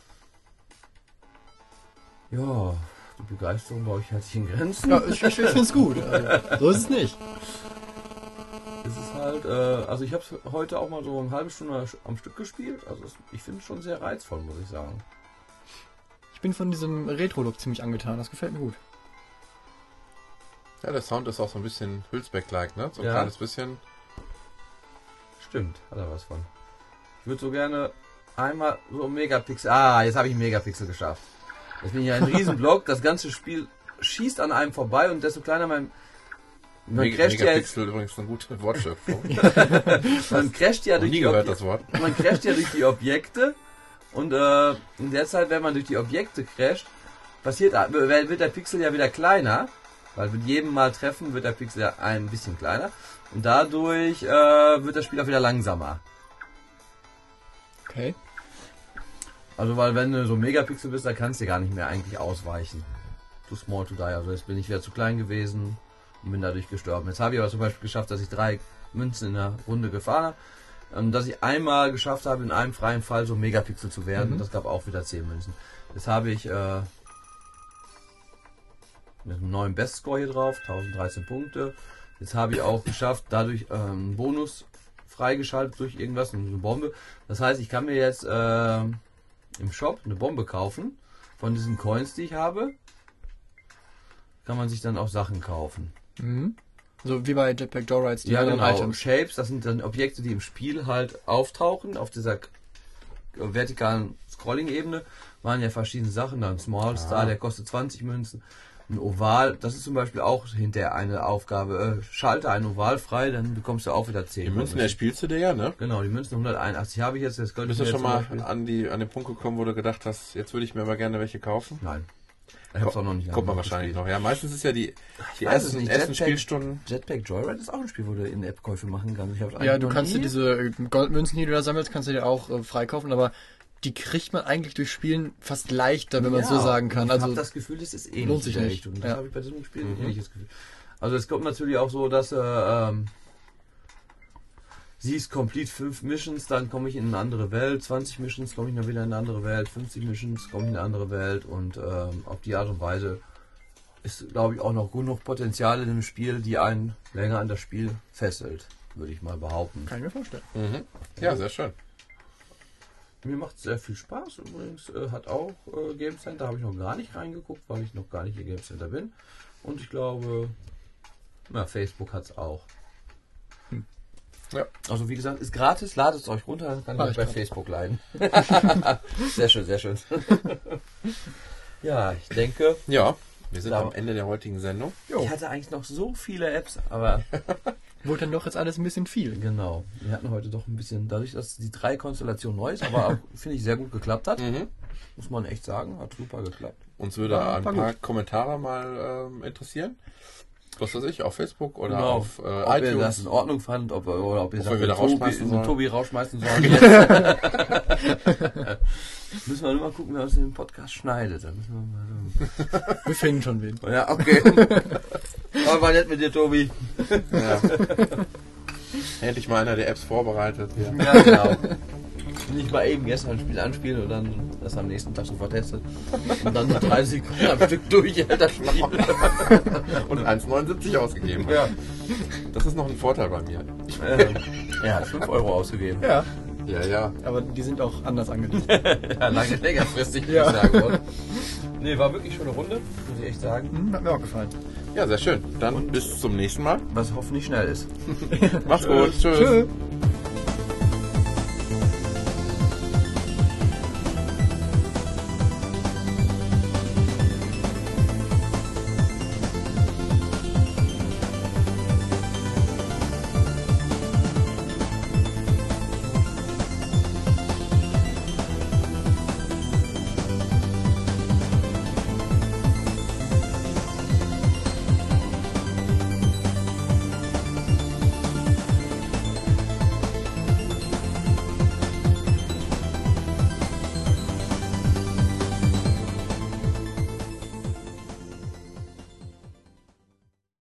Ja, die Begeisterung bei euch hält sich in Grenzen. Ja, ich finde es gut. Also, so ist es nicht. Es ist halt, also ich habe es heute auch mal so eine halbe Stunde am Stück gespielt. Also ich finde es schon sehr reizvoll, muss ich sagen. Ich bin von diesem Retro-Look ziemlich angetan. Das gefällt mir gut. Ja, der Sound ist auch so ein bisschen Hülsbeck-like, ne? So ein Ja. kleines bisschen. Stimmt, hat er was von. Ich würde so gerne einmal so Megapixel. Jetzt habe ich einen Megapixel geschafft. Jetzt bin ich ein Riesenblock. Das ganze Spiel schießt an einem vorbei und desto kleiner man crasht ja jetzt. Megapixel übrigens eine gute Wortschöpfung. Man crasht ja durch Nie die gehört das Wort. Man crasht ja durch die Objekte und in der Zeit, wenn man durch die Objekte crasht, wird der Pixel ja wieder kleiner, weil mit jedem Mal treffen wird der Pixel ja ein bisschen kleiner und dadurch wird das Spiel auch wieder langsamer. Okay. Also weil wenn du so ein Megapixel bist, dann kannst du gar nicht mehr eigentlich ausweichen. Too small to die, also jetzt bin ich wieder zu klein gewesen und bin dadurch gestorben. Jetzt habe ich aber zum Beispiel geschafft, dass ich 3 Münzen in der Runde gefahren habe. Dass ich einmal geschafft habe, in einem freien Fall so ein Megapixel zu werden. Das gab auch wieder 10 Münzen. Jetzt habe ich mit einem neuen Bestscore hier drauf, 1013 Punkte. Jetzt habe ich auch geschafft, dadurch einen Bonus freigeschaltet durch irgendwas, eine Bombe. Das heißt, ich kann mir jetzt im Shop eine Bombe kaufen. Von diesen Coins, die ich habe, kann man sich dann auch Sachen kaufen. Mhm. So wie bei Jetpack Joyrides, die Ja, anderen genau. Items. Shapes, das sind dann Objekte, die im Spiel halt auftauchen. Auf dieser vertikalen Scrolling-Ebene waren ja verschiedene Sachen. Dann Small Star, der kostet 20 Münzen. Ein Oval, das ist zum Beispiel auch hinterher eine Aufgabe. Schalte ein Oval frei, dann bekommst du auch wieder 10 Die Münzen erspielst du dir ja, ne? Genau, die Münzen 181 habe ich jetzt. Das könnte Bist du ich mir schon jetzt zum mal Beispiel- an den Punkt gekommen, wo du gedacht hast, jetzt würde ich mir mal gerne welche kaufen? Nein. Ich hab's auch noch nicht lange Kommt man wahrscheinlich gespielt. noch. Ja, meistens ist ja die weiß es ersten nicht. Spielstunden. Jetpack Joyride ist auch ein Spiel, wo du In-App-Käufe machen kannst. Ich hab's Ja, eigentlich du noch kannst dir nie- diese Goldmünzen, die du da sammelst, kannst du dir auch freikaufen, aber die kriegt man eigentlich durch Spielen fast leichter, wenn man es so sagen kann. Ich Also habe das Gefühl, das ist ähnlich lohnt sich in der nicht. Richtung. Das Ja. habe ich bei diesem Spiel ein ähnliches Gefühl. Also es kommt natürlich auch so, dass siehst Complete 5 Missions, dann komme ich in eine andere Welt, 20 Missions komme ich dann wieder in eine andere Welt, 50 Missions komme ich in eine andere Welt und auf die Art und Weise ist, glaube ich, auch noch genug Potenzial in dem Spiel, die einen länger an das Spiel fesselt, würde ich mal behaupten. kann ich mir vorstellen. Mhm. Ja, sehr schön. Mir macht es sehr viel Spaß. Übrigens hat auch Game Center, habe ich noch gar nicht reingeguckt, weil ich noch gar nicht im Game Center bin. Und ich glaube, Facebook hat es auch. Ja. Also wie gesagt, ist gratis, ladet es euch runter, dann kann Mach ich ich bei grad. Facebook leiden. Sehr schön, sehr schön. Ja, ich denke, Ja, wir sind Ja. am Ende der heutigen Sendung. ich hatte eigentlich noch so viele Apps, aber Wurde dann doch jetzt alles ein bisschen viel. genau, wir hatten heute doch ein bisschen, dadurch, dass die 3 Konstellation neu ist, aber auch, finde ich, sehr gut geklappt hat, muss man echt sagen, hat super geklappt. Uns würde Ja, ein war paar Kommentare mal interessieren. Was weiß ich, auf Facebook oder Genau. auf Ob ihr iTunes. das in Ordnung fandet, oder ob ihr sagt, wir wieder rausschmeißen sollen. Tobi rausschmeißen sollen. Müssen wir nur mal gucken, wer uns den Podcast schneidet. Da müssen wir mal Wir finden schon wen. ja, okay. Aber war nett mit dir, Tobi. Ja. Endlich mal einer der Apps vorbereitet. Ja. Ja, genau. Nicht mal eben gestern ein Spiel anspielen und dann das am nächsten Tag sofort testet. Und dann nach 30 Sekunden am Stück durch, das Spiel. Und 1,79 ausgegeben. hat. Ja. Das ist noch ein Vorteil bei mir. Er hat 5 Euro ausgegeben. Ja, Ja, ja. aber die sind auch anders angelegt. Ja, lange längerfristig, würde Ja. ich sagen. Oder? Nee, war wirklich schon eine Runde, muss ich echt sagen. Hat mir auch gefallen. Ja, sehr schön. Dann bis zum nächsten Mal. Was hoffentlich schnell ist. Macht's gut. Tschüss. Tschö.